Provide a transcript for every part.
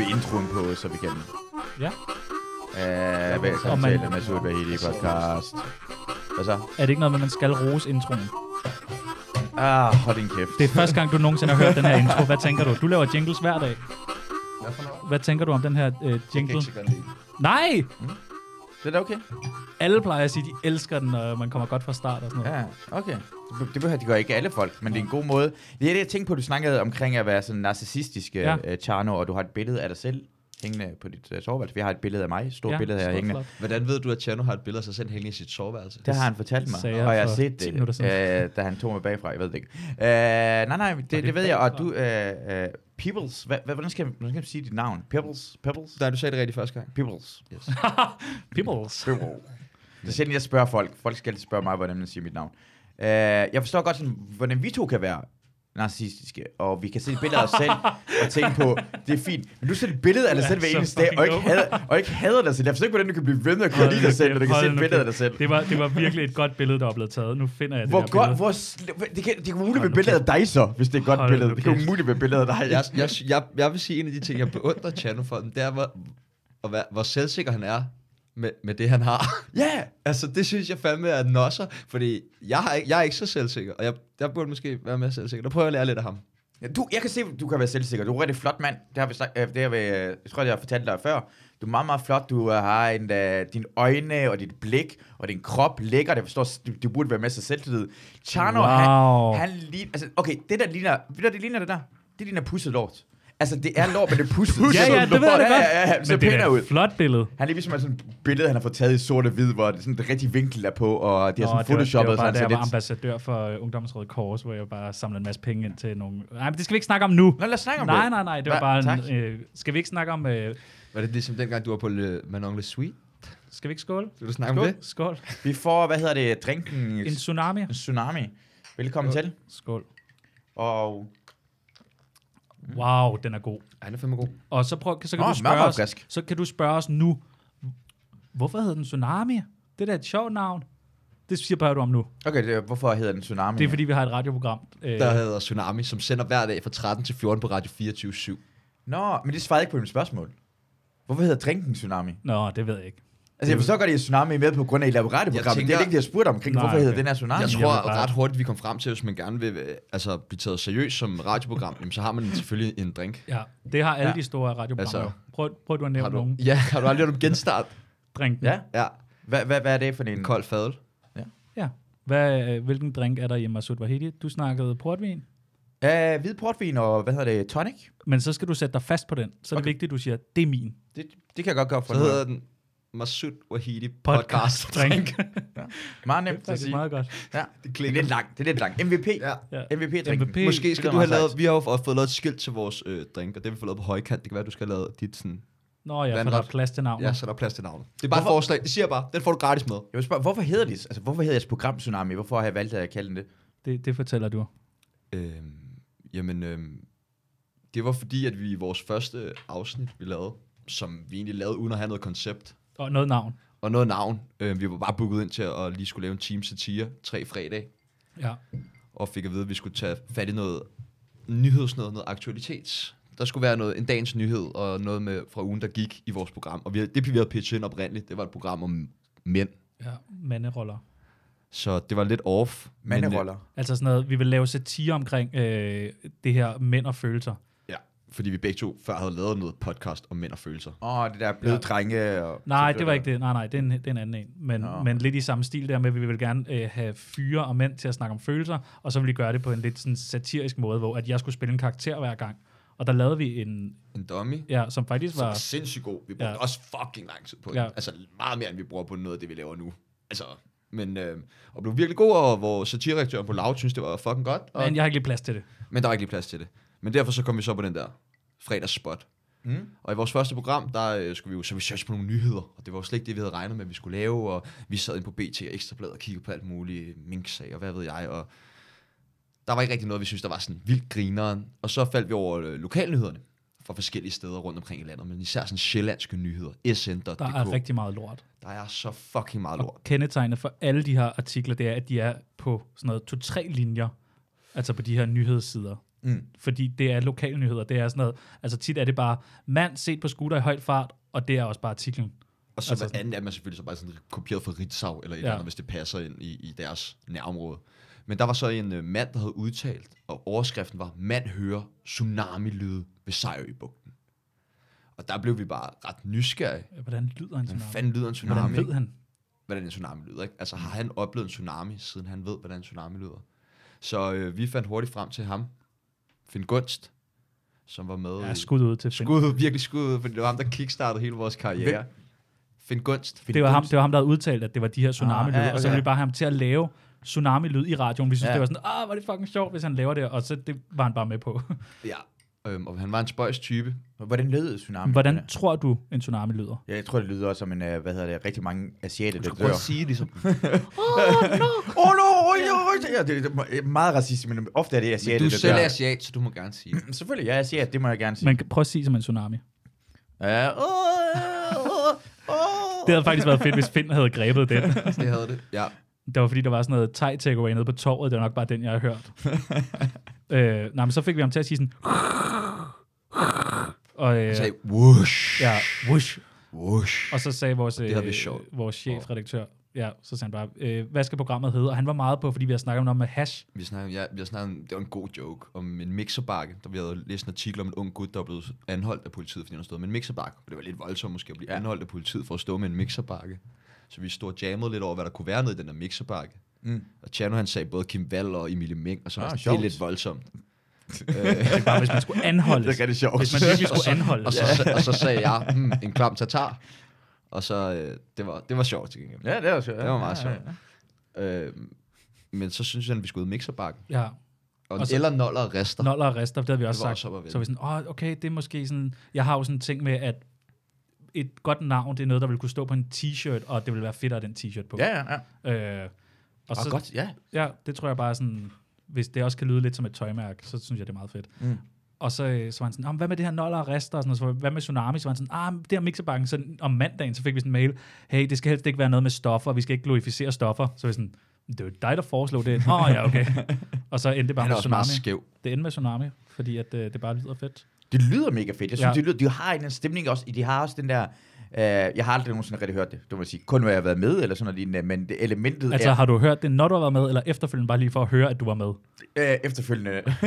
vi introen på, så vi kan... Ja. Velkommen til Masoud Vahidi podcast. Hvad så? Er det ikke noget med, man skal rose introen? Hold din kæft. Det er første gang, du nogensinde har hørt den her intro. Hvad tænker du? Du laver jingles hver dag. Hvad tænker du om den her jingle? Nej! Det er da okay. Alle plejer at sige, at de elsker den, når man kommer godt fra start og sådan noget. Ja, okay. Det gør ikke alle folk, men det er en god måde. Det er det, jeg tænkte på, du snakkede omkring at være sådan narcissistiske Tjano, og du har et billede af dig selv hængende på dit soveværelse. Vi har et billede af mig, et stort billede her hængende. Flot. Hvordan ved du, at Tjano har et billede af sig selv hængende i sit soveværelse? Det har han fortalt mig, og jeg har set det, da han tog mig bagfra. Jeg ved det ikke. Nej, det ved jeg. Og du, Peoples, hvordan skal man sige dit navn? Peoples? Nej, du sagde det rigtigt første gang. Peoples. Yes. Peoples. Det er sjældent, jeg spørger folk. Folk skal altid spørge mig, hvordan man siger mit navn. Jeg forstår godt, sådan, hvordan vi to kan være narcissistiske, og vi kan se et billede af os selv og tænke på, det er fint. Men du ser et billede af dig selv hver eneste dag, og ikke hader dig selv. Jeg forstår ikke, hvordan du kan blive ved med at kunne lide dig selv, når du kan se et billede af dig selv. Det var virkelig et godt billede, der er blevet taget. Nu finder jeg det det kan umuligt være billedet af dig så, hvis det er et godt billede. Det kan umuligt være billedet af dig. Jeg vil sige, en af de ting, jeg beundrer Tjano for, det er, hvor selvsikker han er med det, han har. Ja! Yeah. Altså, det synes jeg fandme er nosser, fordi jeg er ikke så selvsikker, og jeg burde måske være mere selvsikker. Der prøver jeg at lære lidt af ham. Ja, jeg kan se, at du kan være selvsikker. Du er en rigtig flot mand. Det har vi sagt, jeg tror, jeg har fortalt dig før. Du er meget, meget flot. Du har dine øjne og dit blik og din krop lækker. Jeg forstår, du burde være med sig selvtillid. Tjano, han ligner... Altså, okay, det der ligner... Ved du, det ligner det der? Det ligner pusset lort. Altså, det er lort, men det er pusset. Ja, det ved jeg godt. Ja, så det er et flot billede. Han er ligesom sådan et billede, han har fået taget i sort og hvid, hvor det er sådan et rigtig vinkel der på, og det er sådan photoshoppet. Det var bare, da jeg var ambassadør for Ungdommens Røde Kors, hvor jeg bare samlede en masse penge ind til nogle... Nej, men det skal vi ikke snakke om nu. Nå, lad os snakke om det. Nej, det var bare... skal vi ikke snakke om... Var det ligesom dengang, du var på Manon Le Suite? Skal vi ikke skåle? Vil du snakke om det? Skål. Vi får, drinken... En tsunami. Velkommen til. Skål. Og... Wow, den er god. Ja, den er fandme god. Og så kan du spørge os nu, hvorfor hedder den Tsunami? Det er da et sjovt navn. Det siger bare du om nu. Okay, hvorfor hedder den Tsunami? Det er fordi, vi har et radioprogram. Der hedder Tsunami, som sender hver dag fra 13 til 14 på Radio 24/7. Nå, men det svarede ikke på mit spørgsmål. Hvorfor hedder drinken Tsunami? Nå, det ved jeg ikke. Altså, jeg forstår godt, at I er Tsunami med på grund af, at I laver radioprogrammet. Det er ikke det, jeg spurgte omkring. Hvorfor hedder den her Tsunami? Jeg tror ret hurtigt, vi kom frem til, hvis man gerne vil blive taget seriøst som radioprogram, så har man selvfølgelig en drink. Ja, det har alle de store radioprogrammer. Prøv du at nævne nogen. Ja, har du aldrig hørt om Genstart? Drinken. Ja. Hvad er det for en? Kold fadøl. Ja. Hvilken drink er der i Masoud Vahidi? Du snakkede portvin. Hvid portvin og, tonic? Men så skal du sætte dig fast på den. Så er det vigtigt, at du siger, det er min. Det kan jeg godt gøre for. Så hedder den Masoud Vahidi podcast drink. Ja. Meget nemt at sige. Meget godt. Ja. Det er lidt langt. MVP. Ja. MVP-drink. Måske skal du have lavet... Vi har jo fået lavet et skilt til vores drink, og det har vi fået lavet på højkant. Det kan være, du skal have lavet dit sådan... Nå ja, for der er plads til navnet. Ja, så der er plads til navnet. Det er bare et forslag. Det siger jeg bare. Den får du gratis med. Jeg vil spørge, hvorfor hedder det? Altså, hvorfor hedder jeres program Tsunami? Hvorfor har jeg valgt at kalde den det? Det fortæller du. Det var fordi, at vi i vores første afsnit, vi lavede, som vi egentlig lavede uden at have noget koncept. Og noget navn. Vi var bare booket ind til at lige skulle lave en team satire 3 fredag. Ja. Og fik at vide, at vi skulle tage fat i noget noget aktualitets. Der skulle være en dagens nyhed og noget med fra ugen, der gik i vores program. Og det vi havde pitchet ind oprindeligt, det var et program om mænd. Ja, manderoller. Så det var lidt off. Manderoller. Altså sådan noget, vi vil lave satire omkring det her mænd og følelser. Ja, fordi vi begge to før havde lavet noget podcast om mænd og følelser. Det der bløde drenge. Og nej, det var ikke det. Nej, det er en anden en. Men lidt i samme stil der med, at vi vil gerne have fyre og mænd til at snakke om følelser, og så vil vi gøre det på en lidt sådan satirisk måde, hvor at jeg skulle spille en karakter hver gang. Og der lavede vi en dummy, som faktisk var sindssygt god. Vi brugte også fucking lang tid på det. Altså meget mere, end vi bruger på noget af det, vi laver nu. Altså, men og blev virkelig god, og vores satireredaktør på Loud synes, det var fucking godt. Men jeg har ikke lige plads til det. Men der var ikke lige plads til det. Men derfor så kom vi så på den der fredagsspot. Og i vores første program, der skulle vi jo så research på nogle nyheder, og det var jo slet ikke det, vi havde regnet med, at vi skulle lave, og vi sad ind på BT og Ekstrabladet og kiggede på alt muligt minksag, og hvad ved jeg, og der var ikke rigtig noget, vi synes, der var sådan vildt grineren. Og så faldt vi over lokalnyhederne fra forskellige steder rundt omkring i landet, men især sådan sjællandske nyheder, SN.dk. Der er rigtig meget lort. Der er så fucking meget lort. Og kendetegnet for alle de her artikler, det er, at de er på sådan noget 2-3 linjer, altså på de her nyhedssider. Fordi det er lokale nyheder. Det er sådan noget, altså tit er det bare, mand set på scooter i højt fart, og det er også bare artiklen. Og så altså, andet er man selvfølgelig så bare sådan kopieret fra Ritzau, eller et eller andet, hvis det passer ind i deres nærområde. Men der var så en mand, der havde udtalt, og overskriften var, mand hører tsunami-lyde ved Sejrøbugten. Og der blev vi bare ret nysgerrige. Hvordan lyder en tsunami? Hvordan fanden lyder en tsunami? Hvordan ved han? Hvordan en tsunami lyder, ikke? Altså har han oplevet en tsunami, siden han ved, hvordan en tsunami lyder? Så vi fandt hurtigt frem til ham, Finn Gunst, som var med. Ja, skud ud til Finn. Virkelig skud ud, fordi det var ham, der kickstartede hele vores karriere. Finn Gunst. Det var ham, der havde udtalt, at det var de her tsunami-lyde, og så ville vi bare have ham til at lave tsunami-lyd i radioen. Vi synes, det var sådan, hvor er det fucking sjovt, hvis han laver det, og så det var han bare med på. Ja, og han var en spøjs type. Hvordan lød tsunami? Hvordan tror du, en tsunami lyder? Ja, jeg tror, det lyder også som en, rigtig mange asiater, der dør. Du skal prøve at sige ligesom. Ja, det er meget racistisk, men ofte er det asiater, der dør. Du selv er asiat, så du må gerne sige det. Selvfølgelig, jeg er asiat, det må jeg gerne sige. Men prøv at sige som en tsunami. Ja, Det havde faktisk været fedt, hvis Finn havde grebet den. Det havde det, ja. Det var fordi, der var sådan noget thai takeaway nede på torvet. Det var nok bare den, jeg har hørt. Nej, men så fik vi ham til at sige sådan... Og, han sagde, whoosh. Ja, whoosh. Whoosh. Og så sagde vores chefredaktør, så sagde han bare, hvad skal programmet hedde? Og han var meget på, fordi vi har snakket om med hash. Vi har snakket om, det var en god joke, om en mixerbakke, der vi havde læst en artikel om en ung gut, der var blevet anholdt af politiet, fordi han stod med en mixerbakke. Det var lidt voldsomt måske at blive anholdt af politiet for at stå med en mixerbakke. Så vi stod og jammede lidt over, hvad der kunne være nede i den der mixerbakke. Og Tjerno, han sagde både Kim Wall og Emilie Meng, og så var det lidt voldsomt. Det er bare, hvis man skulle anholdes. Det er sjovt. Hvis man virkelig skulle anholdes. Og så sagde jeg, en klam tatar. Og så, det var sjovt til gengæld. Ja, det var sjovt. Det var meget sjovt. Men så synes jeg, at vi skulle ud i mixerbakken. Ja. Eller noller og rester. Noller og rester, det havde vi også sagt. Så vi sådan, okay, det er måske sådan... Jeg har jo sådan en ting med, at et godt navn, det er noget, der vil kunne stå på en t-shirt, og det vil være fedt at den t-shirt på. Ja. Og så, godt, ja. Ja, det tror jeg bare sådan... Hvis det også kan lyde lidt som et tøjmærke, så synes jeg, det er meget fedt. Og så var han sådan, hvad med det her noller og rester? Og sådan noget, så hvad med tsunami? Så var han sådan, det her mixerbakken. Så om mandagen, så fik vi sådan en mail, hey, det skal helst ikke være noget med stoffer, vi skal ikke glorificere stoffer. Så vi sådan, det er jo dig, der foreslog det. Ja, okay. Og så endte det bare med tsunami. Skæv. Det endte med tsunami, fordi at, det bare lyder fedt. Det lyder mega fedt. Jeg synes, de har en stemning også. De har også den der... jeg har aldrig nogensinde rigtig hørt det. Du må sige, kun når jeg har været med, eller sådan noget, men det elementet altså, har du hørt det, når du har været med, eller efterfølgende bare lige for at høre, at du var med? Efterfølgende.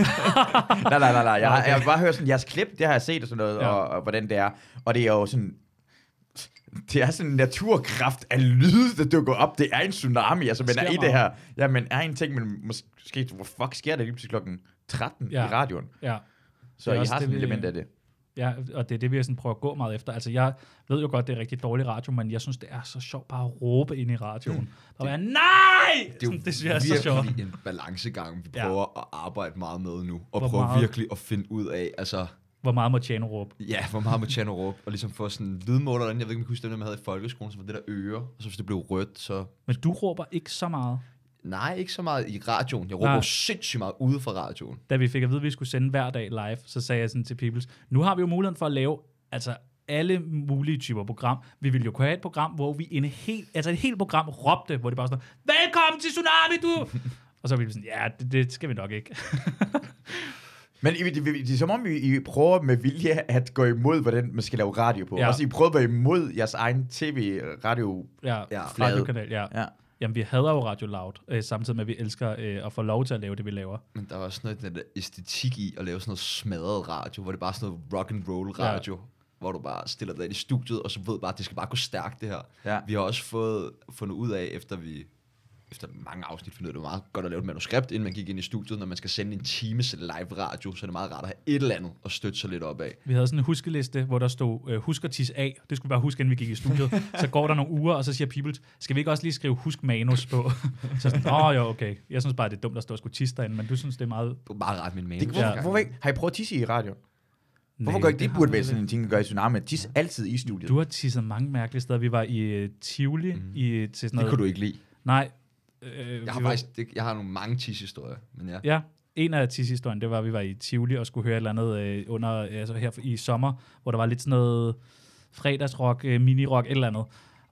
nej. Jeg har bare hørt sådan, jeres klip, det har jeg set og sådan noget, og hvordan det er. Og det er jo sådan... Det er sådan en naturkraft af lyd, der dukker op. Det er en tsunami, altså, men er i det her... Ja, men er en ting, men måske... Hvor fuck sker det lige pludselig klokken 13 i radioen? Ja. Så I har sådan et element af det. Ja, og det er det, vi sådan prøver at gå meget efter. Altså, jeg ved jo godt, det er rigtig dårlig radio, men jeg synes, det er så sjovt bare at råbe ind i radioen. Og være, nej! Det synes jeg er så sjovt. Det er en balancegang, vi prøver at arbejde meget med nu. Og prøver virkelig at finde ud af, altså... Hvor meget må Tjerno råbe? Ja, hvor meget må Tjerno råbe. Og ligesom få sådan en lydmåler, jeg ved ikke, om jeg kan huske det, man havde i folkeskolen, så var det der øre, og så hvis det blev rødt, så... Men du råber ikke så meget? Nej, ikke så meget i radioen. Jeg råber sindssygt meget ude fra radioen. Da vi fik at vide, at vi skulle sende hver dag live, så sagde jeg sådan til Peoples, nu har vi jo muligheden for at lave alle mulige typer program. Vi ville jo kunne have et program, hvor vi et helt program råbte, hvor det bare sådan, velkommen til Tsunami, du! Og så var vi sådan, ja, det skal vi nok ikke. Men det er som om, I prøver med vilje at gå imod, hvordan man skal lave radio på. Også I prøver at være imod jeres egen radiokanal, ja. Jamen, vi hader jo Radio Loud, samtidig med, at vi elsker at få lov til at lave det, vi laver. Men der var også noget den der æstetik i at lave sådan noget smadret radio, hvor det bare er sådan noget rock and roll radio, hvor du bare stiller dig ind i studiet, og så ved bare, at det skal bare gå stærkt, det her. Ja. Vi har også fundet ud af, efter mange afsnit, fundet det var meget godt at lave et manuskript, inden man gik ind i studiet, når man skal sende en times live radio, så er det meget rart at have et eller andet at støtte sig lidt op af. Vi havde sådan en huskeliste, hvor der stod, husk at tisse af. Det skulle vi bare huske, inden vi gik i studiet. Så går der nogle uger, og så siger Peoples, skal vi ikke også lige skrive husk manus på? Så sådan, okay. Jeg synes bare, det er dumt at stå og skulle tisse derinde, men du synes, det er meget... Du er bare ret min manus. Hvorfor ikke? Har I prøvet at tisse i radio? Hvorfor gør ikke det? Burde være sådan en ting, der gør i Tsunami. Tisse altid i studiet. Du har tisset mange mærkelige steder. Vi var i Tivoli. Til sådan noget... Det kunne du ikke lide. Nej. Jeg har nogle mange tis-historier, men ja. Ja, en af tis-historien, det var, at vi var i Tivoli og skulle høre et eller andet her i sommer, hvor der var lidt sådan noget fredagsrock, mini-rock, et eller andet.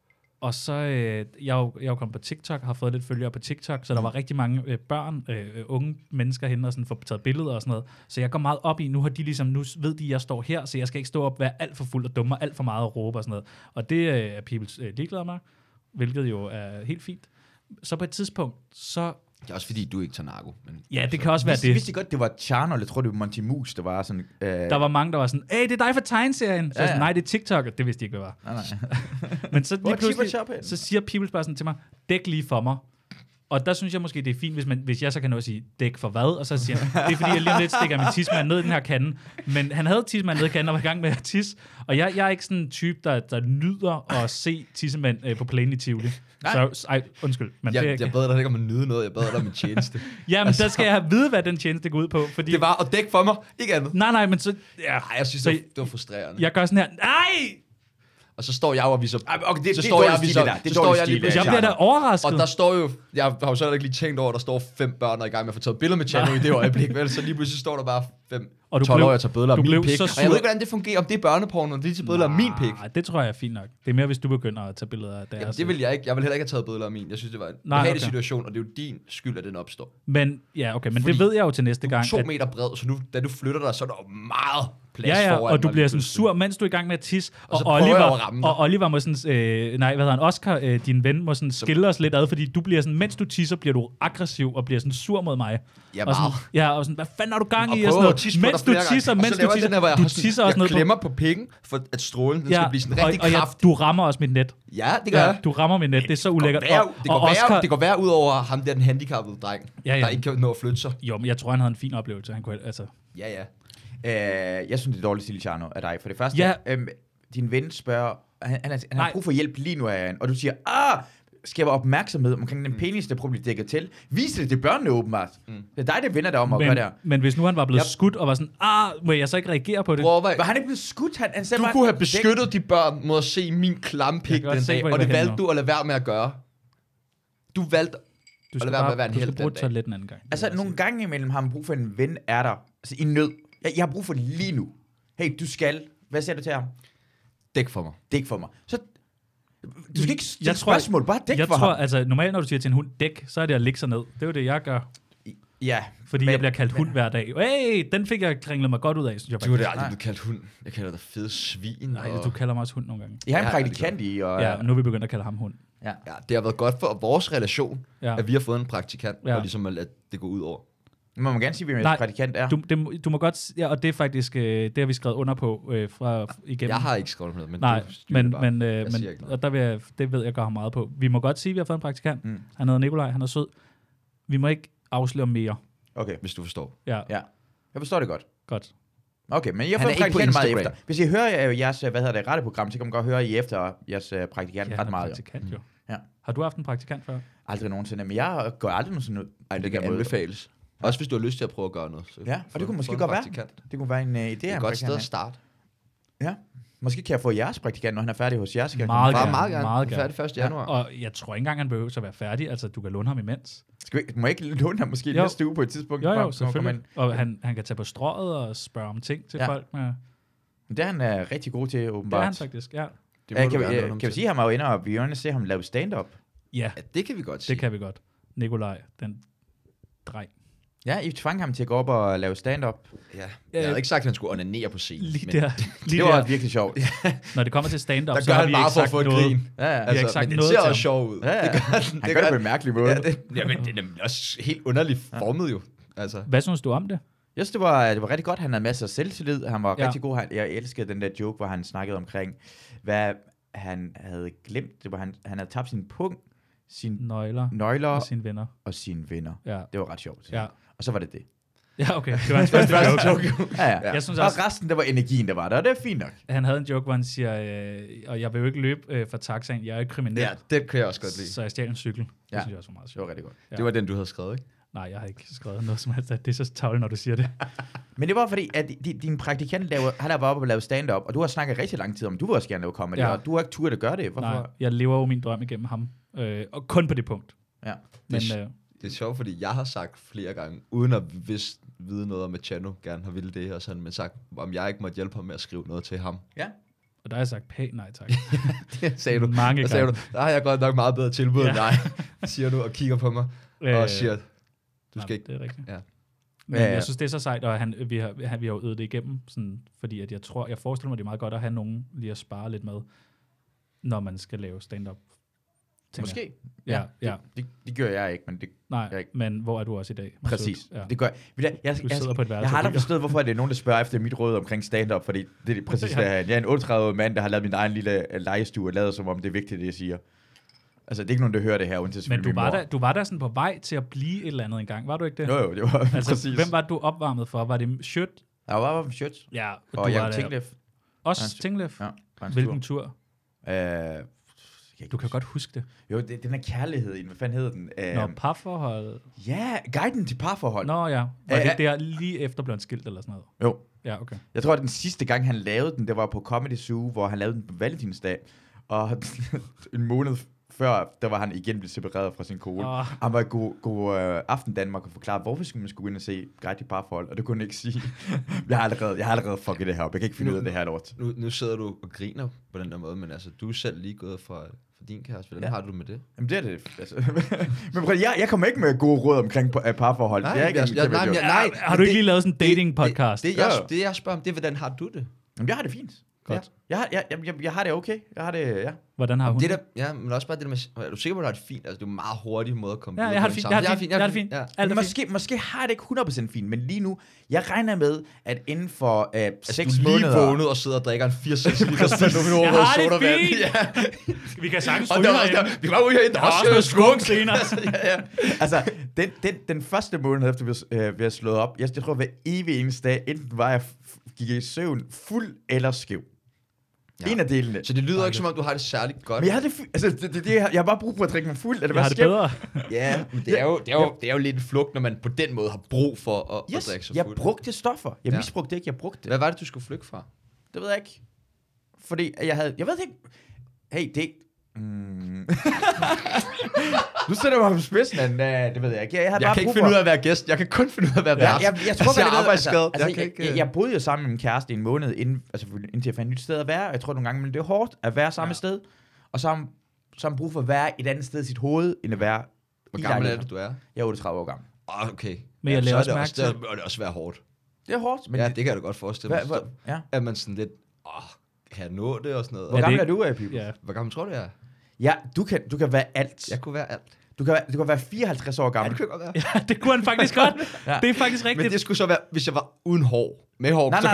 Og så, jeg er jo kommet på TikTok, har fået lidt følgere på TikTok, så der var rigtig mange børn, unge mennesker henne og sådan får taget billeder og sådan noget. Så jeg går meget op i, nu ved de, at jeg står her, så jeg skal ikke stå op og være alt for fuld og dumme og alt for meget og råbe og sådan noget. Og det er people ligeglade med, hvilket jo er helt fint. Så på et tidspunkt, så... Det er også fordi, du ikke tager narko. Men ja, det kan også være det. Vidste I godt, det var Charno, eller tror det var Monty Mus, der var sådan... Der var mange, der var sådan, hey, det er dig fra tegneserien. Så jeg sådan, nej, det er TikTok, og det vidste de ikke, hvad var. Nej. Men så lige pludselig, så siger Peoples bare sådan til mig, dæk lige for mig. Og der synes jeg måske, det er fint, hvis jeg så kan nå at sige, dæk for hvad? Og så siger han, det er fordi, jeg lige om lidt stikker min tissemand ned i den her kande. Men han havde tissemand ned i kanden og var i gang med at tisse. Og jeg er ikke sådan en type, der nyder at se tissemand på plænen i Tivoli. Så, undskyld. Men jeg bad dig ikke om at nyde noget, jeg bad dig om en tjeneste. Jamen, altså, der skal jeg vide, hvad den tjeneste går ud på. Fordi... Det var at dække for mig, ikke andet. Nej, men så... Ja, jeg synes, det var frustrerende. Jeg gør sådan her, nej! Og så står jeg og viser... Okay, det står jeg og viser... Det står jeg lige... Jeg bliver da overrasket. Og der står jo... Jeg har jo selv ikke lige tænkt over, at der står 5 børn, der er i gang med at få taget billeder med Chano i det øjeblik. Vel? Så lige pludselig står der bare 5 12 år, jeg tager billeder af min pik. Og jeg ved ikke, hvordan det fungerer, om det er børneporno, når de tager billeder af min pik. Nej, det tror jeg er fint nok. Det er mere, hvis du begynder at tage billeder af deres... Ja, det vil jeg ikke. Jeg vil heller ikke have taget billeder af min. Jeg synes, det var en behagelig situation, og det er jo din skyld, at den opstår. Men, ja, okay, men det ved jeg jo til næste gang. Du er 2 meter bred, så nu, da du flytter dig, så er der meget plads foran. Og du bliver sådan sur, mens du er i gang med at tisse. Og så Oliver må sådan... hvad hedder han? Oscar, din ven, må sådan skille os lidt ad, fordi du bliver sådan, mens du tisser, bliver du aggressiv og bliver sådan sur mod mig. Ja, og sådan, og sådan, hvad fanden har du gang i? Og sådan noget. Mens du tisser, du tisser også noget på... Jeg klemmer på pikken, for at strålen den skal blive sådan rigtig kraftig. Du rammer også mit net. Ja, det gør jeg. Du rammer mit net, det er så ulækkert. Det går værd ud over ham der, den handicappede dreng, der ikke kan nå at flytte sig. Jo, men jeg tror, han havde en fin oplevelse. Han kunne, altså... Ja. Jeg synes, det er dårligt stil, Charno, af dig. For det første, din ven spørger, han har brug for hjælp lige nu, og du siger, skaber opmærksomhed omkring den penis, der problemet dækker til. Vis det børnene åbenbart. Det er dig, der vinder der om at gøre det her. Men hvis nu han var blevet skudt og var sådan, må jeg så ikke reagere på det? Var han ikke blevet skudt? Du kunne have beskyttet de børn mod at se min klampik den dag, og det valgte du at lade være med at gøre. Du valgte at lade være med at være en helt den dag. Lidt en anden gang. Altså, nogle gange imellem har man brug for en ven, er der. Altså, i nød. Jeg har brug for det lige nu. Hey, du skal. Hvad siger du til ham? Dæk for mig. Dæk for mig. Så du skal ikke stille spørgsmål, bare dæk for ham. Altså, normalt når du siger til en hund, dæk, så er det at ligge sig ned. Det er jo det, jeg gør. Ja. Fordi jeg bliver kaldt hund hver dag. Hey, den fik jeg kringlet mig godt ud af, synes jeg. Du har da aldrig blevet kaldt hund. Jeg kalder dig fede svin. Nej, du kalder mig også hund nogle gange. Jeg har en praktikant i. Og nu er vi begyndt at kalde ham hund. Ja, det har været godt for vores relation, at vi har fået en praktikant, og ligesom at lade det gå ud over. Må man gerne sige, hvem en praktikant er? Du må godt... Ja, og det er faktisk... det har vi skrevet under på fra igennem. Jeg har ikke skrevet noget, men men og det ved jeg gør ham meget på. Vi må godt sige, at vi har fået en praktikant. Han hedder Nikolaj, han er sød. Vi må ikke afsløre mere. Okay. Hvis du forstår. Ja. Jeg forstår det godt. Godt. Okay, men jeg får praktikant meget efter. Hvis I hører jeres, radioprogram, så kan man godt høre I efter jeres praktikant ret meget. Praktikant, jo. Ja. Har du haft en praktikant før? Aldrig nogensinde, men jeg går aldrig nogensinde ud. Ej, det kan anbefales. Også hvis du har lyst til at prøve at gøre noget. Ja, og det kunne måske godt være. Det kunne være en idé. Det er et godt sted at starte. Ja. Måske kan jeg få jeres praktikant, når han er færdig hos jeres. Meget gerne. Han er færdig 1. januar. Og jeg tror ikke engang, han behøver at være færdig. Altså, du kan låne ham imens. Må jeg ikke låne ham måske næste uge på et tidspunkt? Jo, selvfølgelig. Og han kan tage på strøget og spørge om ting til folk. Med. Det er han rigtig god til, åbenbart. Det er han faktisk, ja. Kan vi sige ham er jo inde, og vi vil se ham lave stand-up? Ja, det kan vi godt sige. Det kan vi godt. Nikolaj, den dreng. Ja, I tvang ham til at gå op og lave stand-up. Ja. Jeg havde ikke sagt, at han skulle onanere på scenen. Det var virkelig sjovt. Når det kommer til stand-up, så har vi ikke sagt noget. Grin. Altså, men det ser også sjov ud. Ja. Han gør det på en mærkelig måde. Men det er også helt underligt formet jo. Altså. Hvad synes du om det? Jeg synes, det var rigtig godt. Han havde masser af selvtillid. Han var rigtig god. Jeg elskede den der joke, hvor han snakkede omkring, hvad han havde glemt. Det var, han havde tabt sin pung, sine nøgler og sine venner. Ja. Det var ret sjovt. Ja. Og så var det. Ja, okay. Det var hans første joke. Ja. Jeg synes også, og resten, der var energien, der var der, og det er fint nok. Han havde en joke, hvor han siger, og jeg vil jo ikke løbe fra taxaen, jeg er ikke kriminel. Ja, det kan jeg også godt lide. Så jeg stjal en cykel. Det synes jeg også var meget sjovt. Det var rigtig godt. Ja. Det var den, du havde skrevet, ikke? Nej, jeg har ikke skrevet noget som helst. Det er så tavligt, når du siger det. Men det var fordi, at din praktikant, han har været oppe og lavet stand-up, og du har snakket rigtig lang tid om, du vil også gerne lave comedy, og du har ikke turde at gøre det. Hvorfor? Nej, jeg lever jo min drøm igennem ham. Og kun på det punkt. Ja. Men, det er sjovt, fordi jeg har sagt flere gange, uden at vide noget om, at Chano gerne har ville det her, sådan, men sagt, om jeg ikke måtte hjælpe ham med at skrive noget til ham. Ja. Og der har jeg sagt pænt nej tak. Det sagde du. Mange Der sagde gange. du, der har jeg godt nok meget bedre tilbud end dig, siger du, og kigger på mig, og siger, du skal ikke... Det er rigtigt. Ja. Men jeg synes, det er så sejt, og vi har jo øvet det igennem, sådan, fordi at jeg forestiller mig, det er meget godt at have nogen lige at spare lidt med, når man skal lave stand-up. Måske. Ja. Det gør jeg ikke, men det... Nej, men hvor er du også i dag? Præcis. Ja. Det gør jeg. Jeg sidder på et værelse. Jeg har aldrig forstået, hvorfor det er nogen, der spørger efter mit råd omkring stand-up, fordi det er præcis det her. Jeg er en 38-årig mand, der har lavet min egen lille legestue og lavet som om det er vigtigt, det jeg siger. Altså, det er ikke nogen, der hører det her, undtil men du var der sådan på vej til at blive et eller andet engang, var du ikke det? Jo, det var altså, præcis. Hvem var det, du opvarmede for? Var det Schødt? Jeg var på Schødt. Ja, og jeg var Tinglef. Også Tinglef? Ja. Hvilken tur? Du kan godt huske det. Jo, den er kærlighed. Hvad fanden hedder den? Parforhold. Ja, guiden til parforhold. Nå ja. Var det der lige efter blev skilt eller sådan noget? Jo. Ja, okay. Jeg tror, at den sidste gang, han lavede den, det var på Comedy Zoo, hvor han lavede den på Valentinsdag. Og en måned før, der var han igen blevet separeret fra sin kone. Han var i god aften Danmark og forklarede, hvorfor skulle man skulle ind og se Guide til parforhold, og det kunne han ikke sige. Jeg har allerede fucket det her op. Jeg kan ikke finde ud af det her lort. Nu sidder du og griner på den der måde, men altså, du er selv lige gået fra din kæreste. Hvordan har du med det? Jamen det er det. Altså. Men prøv, jeg kommer ikke med gode råd omkring parforhold. Nej, har du ikke lige lavet sådan en dating podcast? Det jeg spørger om, det er, hvordan har du det? Jamen jeg har det fint. Godt. Jeg har det okay. Jeg har det, ja. Hvordan har hun det? Ja, men også bare det der med, er du sikker på, at du har det fint? Altså, det er en meget hurtig måde at komme videre. Ja, jeg har det fint. Ja. Måske har jeg det ikke 100% fint, men lige nu, jeg regner med, at inden for 6 måneder... Altså, du lige vågnet og sidder og drikker en 4-6 liter sodavand. Jeg har det fint! Ja. Vi kan sagtens ryge herinde. Vi kan bare ryge herinde. Der er også noget skunk senere. Altså, den første måned efter, vi har slået op, jeg tror, hver evig eneste dag, enten var jeg gik i søvn fuld eller skæv. Ja. En af delene. Så det lyder ikke som om, du har det særligt godt. Men jeg har det jeg har bare brug for at drikke mig fuld. Jeg har det bedre. Ja, men det er jo lidt en flugt, når man på den måde har brug for at drikke sig fuld. Jeg brugte stoffer. Jeg misbrugte det ikke, jeg brugte det. Hvad var det, du skulle flygte fra? Det ved jeg ikke. Fordi jeg ved det ikke. Hey, det... Nu sætter du mig på spidsen, men det ved jeg ikke. Jeg kan ikke finde ud af at være gæst. Jeg kan kun finde ud af at være vært. Jeg tror, jeg boede jo sammen med min kæreste i en måned, indtil jeg fandt et nyt sted at være. Jeg tror nogle gange, men det er hårdt at være samme sted. Og så har man brug for at være et andet sted i sit hoved, end at være... Hvor gammel er det, du er? Jeg er 38 år gammel. Okay. Men jeg laver også mærke til... Det må også være hårdt. Det er hårdt. Men ja, det kan jeg da godt forestille mig. Ja. At man sådan lidt... kan jeg nå det og sådan noget? Hvor gammel er du, Pibels? Ja. Hvor gammel tror du, jeg er? Ja, du kan være alt. Jeg kunne være alt. Du kan være 54 år gammel. Ja, det kunne godt være. Ja, det kunne han faktisk godt. Ja. Det er faktisk rigtigt. Men det skulle så være, hvis jeg var uden hår. Med hår. Nej,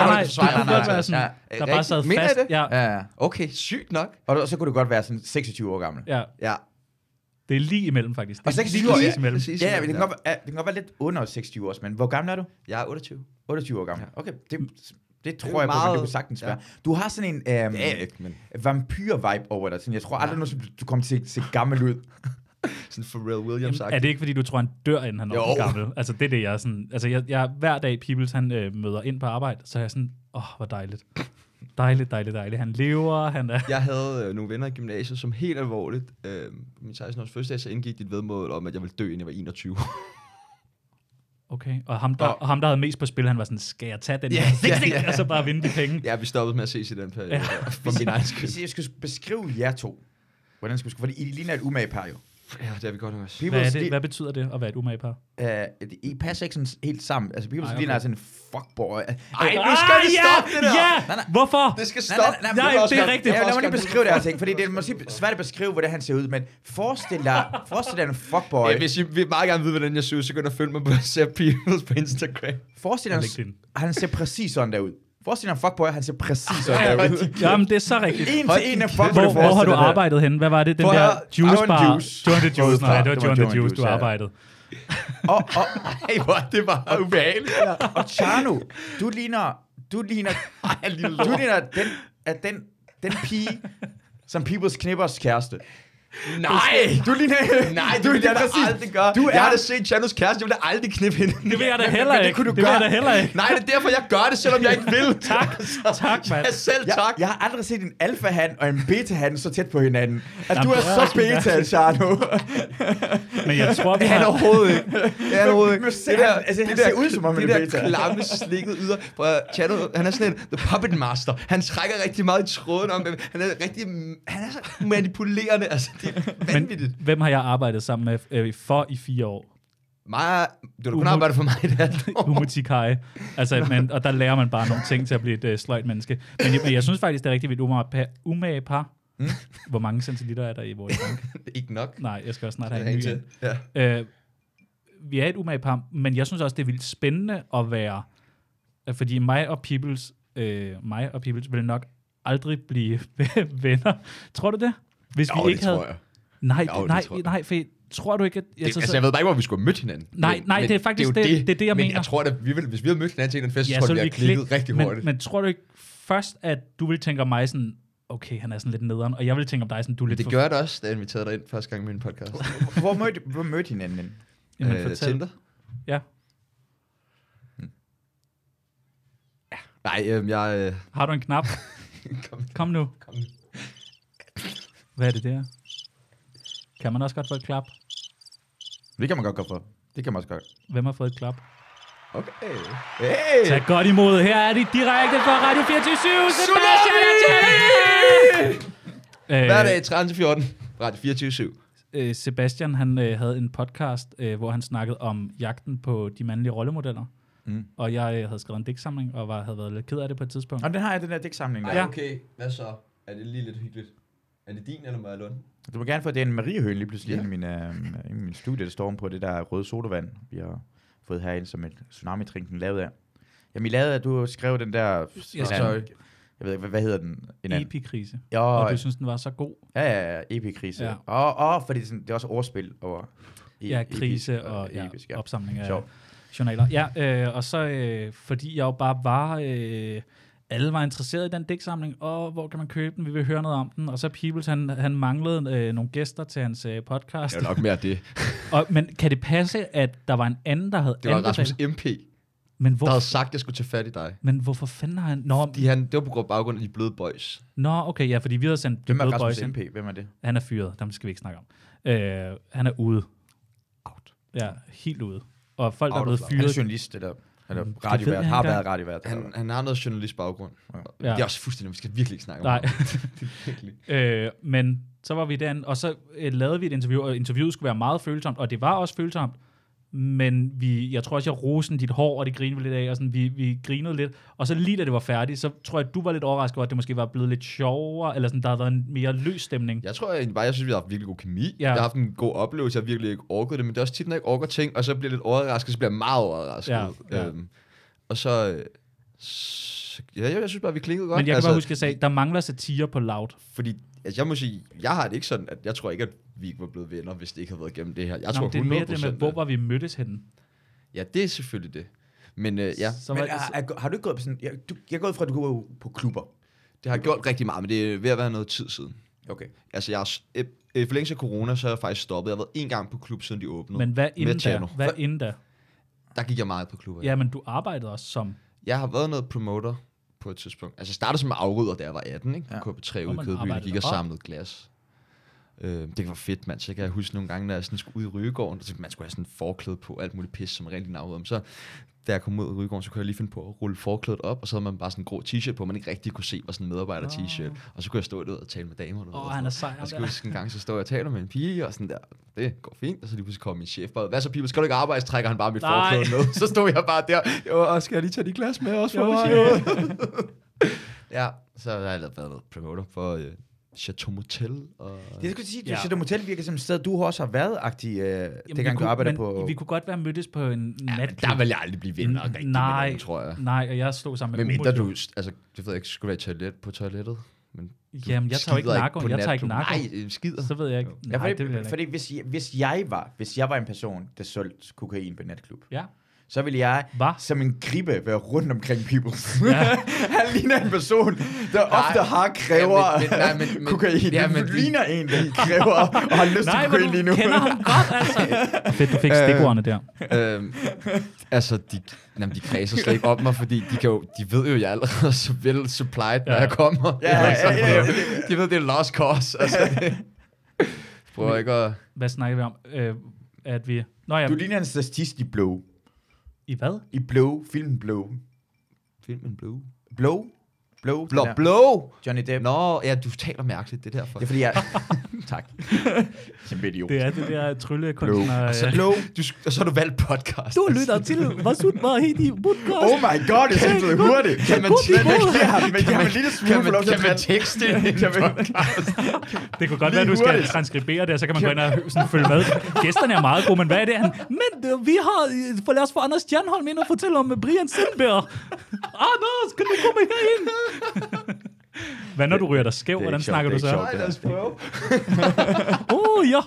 der bare sad fast. Ja. Okay, sygt nok. Og så kunne du godt være sådan 26 år gammel. Ja. Det er lige imellem, faktisk. Og 26 år imellem. Ja, det kan godt være lidt under 26 år, men hvor gammel er du? Jeg er 28. 28 år gammel. Okay, det tror jeg på, men det kunne sagtens være. Du har sådan en vampyr-vibe over dig. Jeg tror aldrig, du kommer til at se gammel ud. Sådan for Pharrell Williams. Er det ikke, fordi du tror, han dør, inden han er gammel? Altså, det er det, jeg er sådan... Altså, jeg hver dag, Peoples, han møder ind på arbejde, så er jeg sådan... hvor dejligt. Dejligt. Han lever, han er... Jeg havde nogle venner i gymnasiet, som helt alvorligt... min 16-års fødselsdag, så indgik dit vedmål om, at jeg ville dø, inden jeg var 21. Okay, og ham, der havde mest på spil, han var sådan, skal jeg tage den her? Og så bare vinde de penge. Ja, vi stoppede med at ses i den periode. For min egen skyld. Hvis jeg skulle beskrive jer to, hvordan skulle fordi I ligner et umage par jo. Ja, det er vi godt nok også. Hvad betyder det at være et umage par? I passer ikke sådan helt sammen. Altså, Peoples ligner altså en fuckboy. Ej, nu skal vi stoppe det der! Ja! Hvorfor? Det skal stoppe. Nej, det er rigtigt. Lad mig lige beskrive det her ting, fordi det er måske svært at beskrive, hvordan han ser ud, men forestil dig en fuckboy. Ja, hvis I vil meget gerne vide, hvordan jeg ser ud, så gå ind og følg mig på Peoples på Instagram. Forestil dig, han ser præcis sådan der ud. Forestil dig en fuckboy, han ser præcis sådan der ud. Jamen, det er så rigtigt. En af fuckboy. Hvor har du arbejdet henne? Hvad var det? Den der juice bar? Juice. Nej, det var John the Juice, du arbejdede. Det var ubehageligt. Og Chano, du ligner den pige, som Peoples Knippers kæreste. Nej! Du ligner... Nej, du det vil jeg da præcis. aldrig gøre. Jeg har da set Chanos kæreste, jeg vil da aldrig knippe hende. Det vil jeg da heller ikke. kunne du det vil jeg da heller ikke. Nej, det er derfor, jeg gør det, selvom jeg ikke vil. Tak, mand. Ja, selv tak. Jeg har aldrig set en alfa-han og en beta-han så tæt på hinanden. Altså, du Jamen, er så beta, Chano. Men jeg tror, vi Han er har... overhovedet ikke. Det er overhovedet ikke. Han ser ud som om, han er det beta. der klamme slikket yder. Chano, han er sådan en the puppet master. Han trækker rigtig meget i tråden om det. Han er så manipulerende. Altså, det er vanvittigt. Men hvem har jeg arbejdet sammen med for i 4 år? Mig, du har kun arbejdet for mig i det. Umutikai. Altså, og der lærer man bare nogle ting til at blive et sløjt menneske. Men jeg synes faktisk, det er rigtig vildt umage par. Hvor mange centiliter er der i vores tank? Ikke nok. Nej, jeg skal også snart have en ny til. ind. Ja. Vi er et umage par, men jeg synes også, det er vildt spændende at være... Fordi mig og Peoples vil nok aldrig blive venner. Tror du det? Hvis vi ikke havde... tror jeg. Nej, for tror du ikke, at... Jeg ved bare ikke, hvor vi skulle have mødt hinanden. Nej, det er faktisk det, jeg mener. Men jeg tror, at hvis vi havde mødt hinanden til den fest, så tror jeg, vi havde klikket rigtig hurtigt. Men tror du ikke først, at du ville tænke om mig sådan, okay, han er sådan lidt nederen, og jeg ville tænke om dig sådan, du er lidt... Det gør det også, da jeg inviterede dig ind første gang i min podcast. Hvor mødte hinanden? Jamen, fortæl. Tinder? Ja. Nej, jeg... Har du en knap? Kom nu. Hvad er det der? Kan man også godt få et klap? Det kan man godt gå for. Det kan man også godt. Hvem har fået et klap? Okay. Hey! Tag godt imod. Her er de direkte fra Radio 24/7. Sebastian! Hver dag 13-14. Radio 24/7. Sebastian, han havde en podcast, hvor han snakkede om jagten på de mandlige rollemodeller. Og jeg havde skrevet en digtsamling, og havde været lidt ked af det på et tidspunkt. Og den har jeg, den der digtsamling der. Ja. Okay, hvad så? Er det lige lidt hyggeligt? Er det din eller Maja Lund? Du må gerne få, det er en Mariehøen lige pludselig i min studie, der står på det der røde sodavand, vi har fået herinde som et tsunami-trinken lavet af. Jamen, I lavede, at du skrev den der... Sorry. Jeg ved ikke, hvad hedder den? Epikrise. Ja, Og du synes, den var så god. Ja, epikrise. Ja. Og fordi det er også overspil over... Krise og episk, ja. opsamling af Sjov. journaler. Ja, og så fordi jeg jo bare var... alle var interesseret i den digtsamling, og hvor kan man købe den? Vi vil høre noget om den. Og så Peoples, han manglede nogle gæster til hans podcast. Det er nok mere det. Men kan det passe, at der var en anden, der havde Det var anbefalet? Rasmus MP, Men der havde sagt, at jeg skulle tage fat i dig. Men hvorfor fanden har han... Det var på baggrund af de bløde boys. Okay, ja, fordi vi havde sendt... Hvem er Bløde Rasmus Boys MP? Hvem er det? Han er fyret, dem skal vi ikke snakke om. Han er ude. Out. Ja, helt ude. Og folk der er blevet Han er fyret... journalist, eller radiovært, har været radiovært. Han har noget journalist baggrund. Ja. Det er også fuldstændig, vi skal virkelig ikke snakke om Nej. det. Men så var vi derinde, og så lavede vi et interview, og interviewet skulle være meget følsomt, og det var også følsomt, men jeg tror også, jeg rosen dit hår, og det grinede lidt af, og sådan, vi grinede lidt, og så lige da det var færdigt, så tror jeg, at du var lidt overrasket over, at det måske var blevet lidt sjovere, eller sådan, der havde været en mere løs stemning. Jeg tror egentlig bare, jeg synes, vi har haft virkelig god kemi. Ja. Jeg har haft en god oplevelse, jeg har virkelig ikke orket det, men det er også tit, når jeg ikke orker ting, og så bliver jeg lidt overrasket, så bliver jeg meget overrasket. Ja. Og så jeg synes bare, vi klikkede godt. Men jeg kan bare huske, at jeg sagde, der mangler satire på Loud. Fordi, jeg må sige, jeg har det ikke sådan, at jeg tror ikke, at vi ikke var blevet venner, hvis det ikke havde været gennem det her. Jeg tror 100%. Det er mere det med, hvor var vi mødtes henne? Ja, det er selvfølgelig det. Men ja. Men har du ikke gået på sådan... Jeg er gået fra, at du går på klubber. Det har gjort rigtig meget, men det er ved at være noget tid siden. Okay. Altså, i forlængelse af corona, så er jeg faktisk stoppet. Jeg har været en gang på klub, siden de åbnede. Men hvad inden da? Der gik jeg meget på klubber. Ja, men du arbejdede også som... Jeg har været noget promoter på et tidspunkt. Altså, jeg startede som afrydder, da jeg var 18, ikke? På KP3 ude i Kødbyen, og gik og samlede glas. Det var fedt, mand. Så kan jeg huske nogle gange, når jeg sådan skulle ud i Rygegården, så man skulle have sådan en forklæde på, alt muligt pis, som rigtig afrydder. Så da jeg kom ud i Rygegården, så kunne jeg lige finde på at rulle forklædet op, og så havde man bare sådan en grå t-shirt på, man ikke rigtig kunne se, var sådan en medarbejder-t-shirt. Og så kunne jeg stå derude og tale med damer. Han er sej. Og så kunne jeg en gang, så står jeg og taler med en pige, og sådan der, det går fint. Og så lige pludselig kommer min chef bare, hvad så, Pibel, skal du ikke arbejde? Så trækker han bare mit forklæde med. Så stod jeg bare der, og skal jeg lige tage de glas med også for mig? Ja, så har jeg været noget promoter for Chateau Motel. Og det skulle sige, at Chateau Motel virker som et sted, du også har været aktiv, dengang du arbejdede på... Vi kunne godt være mødtes på en natklub. Der vil jeg aldrig blive venner rigtig med nogen, tror jeg. Nej, og jeg stod sammen med... Men mindre du, altså, det ved jeg ikke, skulle være på toilettet. Men jamen, jeg tager ikke narko. Jeg tager ikke narko. Nej, skider. Så ved jeg ikke. Ja, fordi hvis jeg var en person, der solgte kokain på natklub, så vil jeg som en gribe være rundt omkring people. Ja. Han ligner en person, der ofte har kræver kokain. Ja, men ligner en, der kræver og har lyst til kokain lige nu. Nej, kender ham godt, altså. Fedt, du fik stikordene der. Altså, de kredser slet ikke op mig, fordi de ved jo, jeg er allerede så vel supplied, når jeg kommer. De ved, det er lost cause. Altså, prøv ikke at... Hvad snakker vi om? At vi... Du ligner en statist i Blow. I hvad? I Blow. Filmen Blow. Filmen Blow? Blow? Johnny Depp. Nå, ja, du taler mærkeligt, det er derfor. Det er fordi, jeg... Tak. Kæmpe idiot. Det er det der tryllekunstner... Og så har du valgt podcast. Du lytter til Vasut Vahidi podcast. Oh my god, det er simpelthen hurtigt. Kan man tekste en podcast? Det kunne godt være, at du skal transkribere det, og så kan man gå ind og sådan følge med. Gæsterne er meget gode, men hvad er det? Men vi har... Lad os få Anders Stjernholm ind og fortælle om Brian Sindberg. Anders, kan du komme herind? Hvad når du ryger dig skæv? Hvordan snakker du så? Nej, lad os prøve. Ja.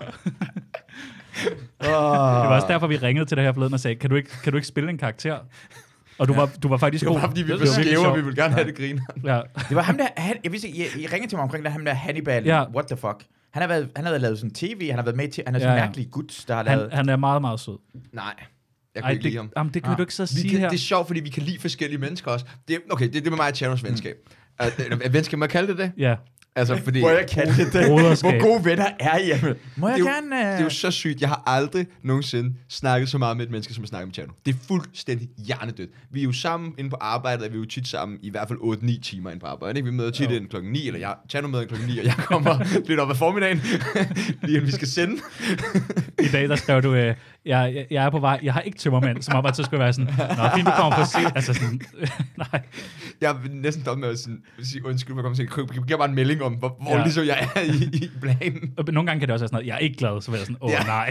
Det var også derfor, vi ringede til dig her forleden og sagde, kan du ikke spille en karakter? Og du var faktisk god. Det var fordi, vi var skæve, og vi ville gerne have det griner. Ja. Det var ham der, jeg vidste ikke, I ringede til mig omkring ham der Hannibal. Ja. What the fuck? Han har været lavet sådan tv, han har været med til, han er sådan en mærkelig gut, der har lavet... Han er meget, meget sød. Nej. Jeg kan ikke lide ham. Jamen, det kan du ikke så sige her. Det er sjovt, fordi vi kan lide forskellige mennesker også. Det med mig og Chanos venskab. Venskab, må jeg kalde det? Ja. Altså, fordi... Må jeg kalde det? Hvor gode venner er I? Må jeg gerne... Det er jo så sygt. Jeg har aldrig nogensinde snakket så meget med et menneske, som jeg snakker med Chano. Det er fuldstændig hjernedødt. Vi er jo sammen inde på arbejdet, og vi er jo tit sammen i hvert fald 8-9 timer inde på arbejde. Ikke? Vi møder tit ind klokken 9, eller Chano møder klokken 9, og jeg kommer lidt op ad formiddagen, lige inden vi skal sende. I dag, der skrev du, jeg er på vej, jeg har ikke tømmermænd, som arbejde, så skulle være sådan, nå, fint, du kommer for sent. Altså sådan, nej. Jeg er næsten dom med at sige undskyld, for at komme til at give bare en melding om, hvor ligesom jeg er i planen. Nogle gange kan det også være sådan noget, jeg er ikke glad, så vil jeg sådan, nej.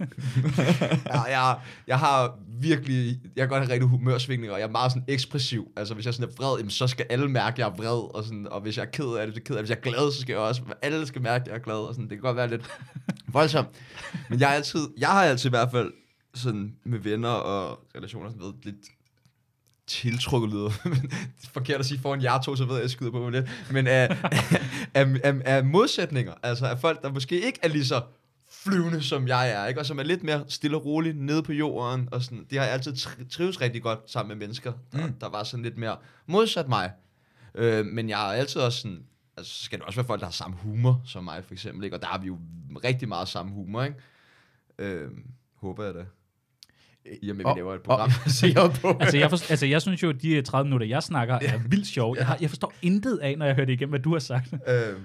Jeg har virkelig, jeg kan godt have rigtig humørsvingninger, og jeg er meget sådan ekspressiv. Altså, hvis jeg sådan er vred, så skal alle mærke, at jeg er vred, og, sådan, og hvis jeg er ked af det, så er jeg ked af det. Hvis jeg er glad, så skal jeg også, alle skal mærke, at jeg er glad, og sådan. Det kan godt være lidt voldsomt. Men jeg har altid i hvert fald sådan med venner og relationer sådan noget lidt tiltrukket lyder. Forkert at sige foran jer to, så ved jeg skyder på mig lidt. Men af modsætninger, altså af folk, der måske ikke er lige så flyvende, som jeg er, ikke? Og som er lidt mere stille og roligt nede på jorden, og sådan, det har jeg altid trives rigtig godt sammen med mennesker, der var sådan lidt mere modsat mig. Men jeg har altid også sådan, altså skal det også være folk, der har samme humor som mig, for eksempel, ikke? Og der har vi jo rigtig meget samme humor, ikke? Håber jeg det. I og med, vi laver et program, altså, jeg synes jo, at de 30 minutter, jeg snakker, er vildt sjove. Jeg forstår intet af, når jeg hører det igennem, hvad du har sagt.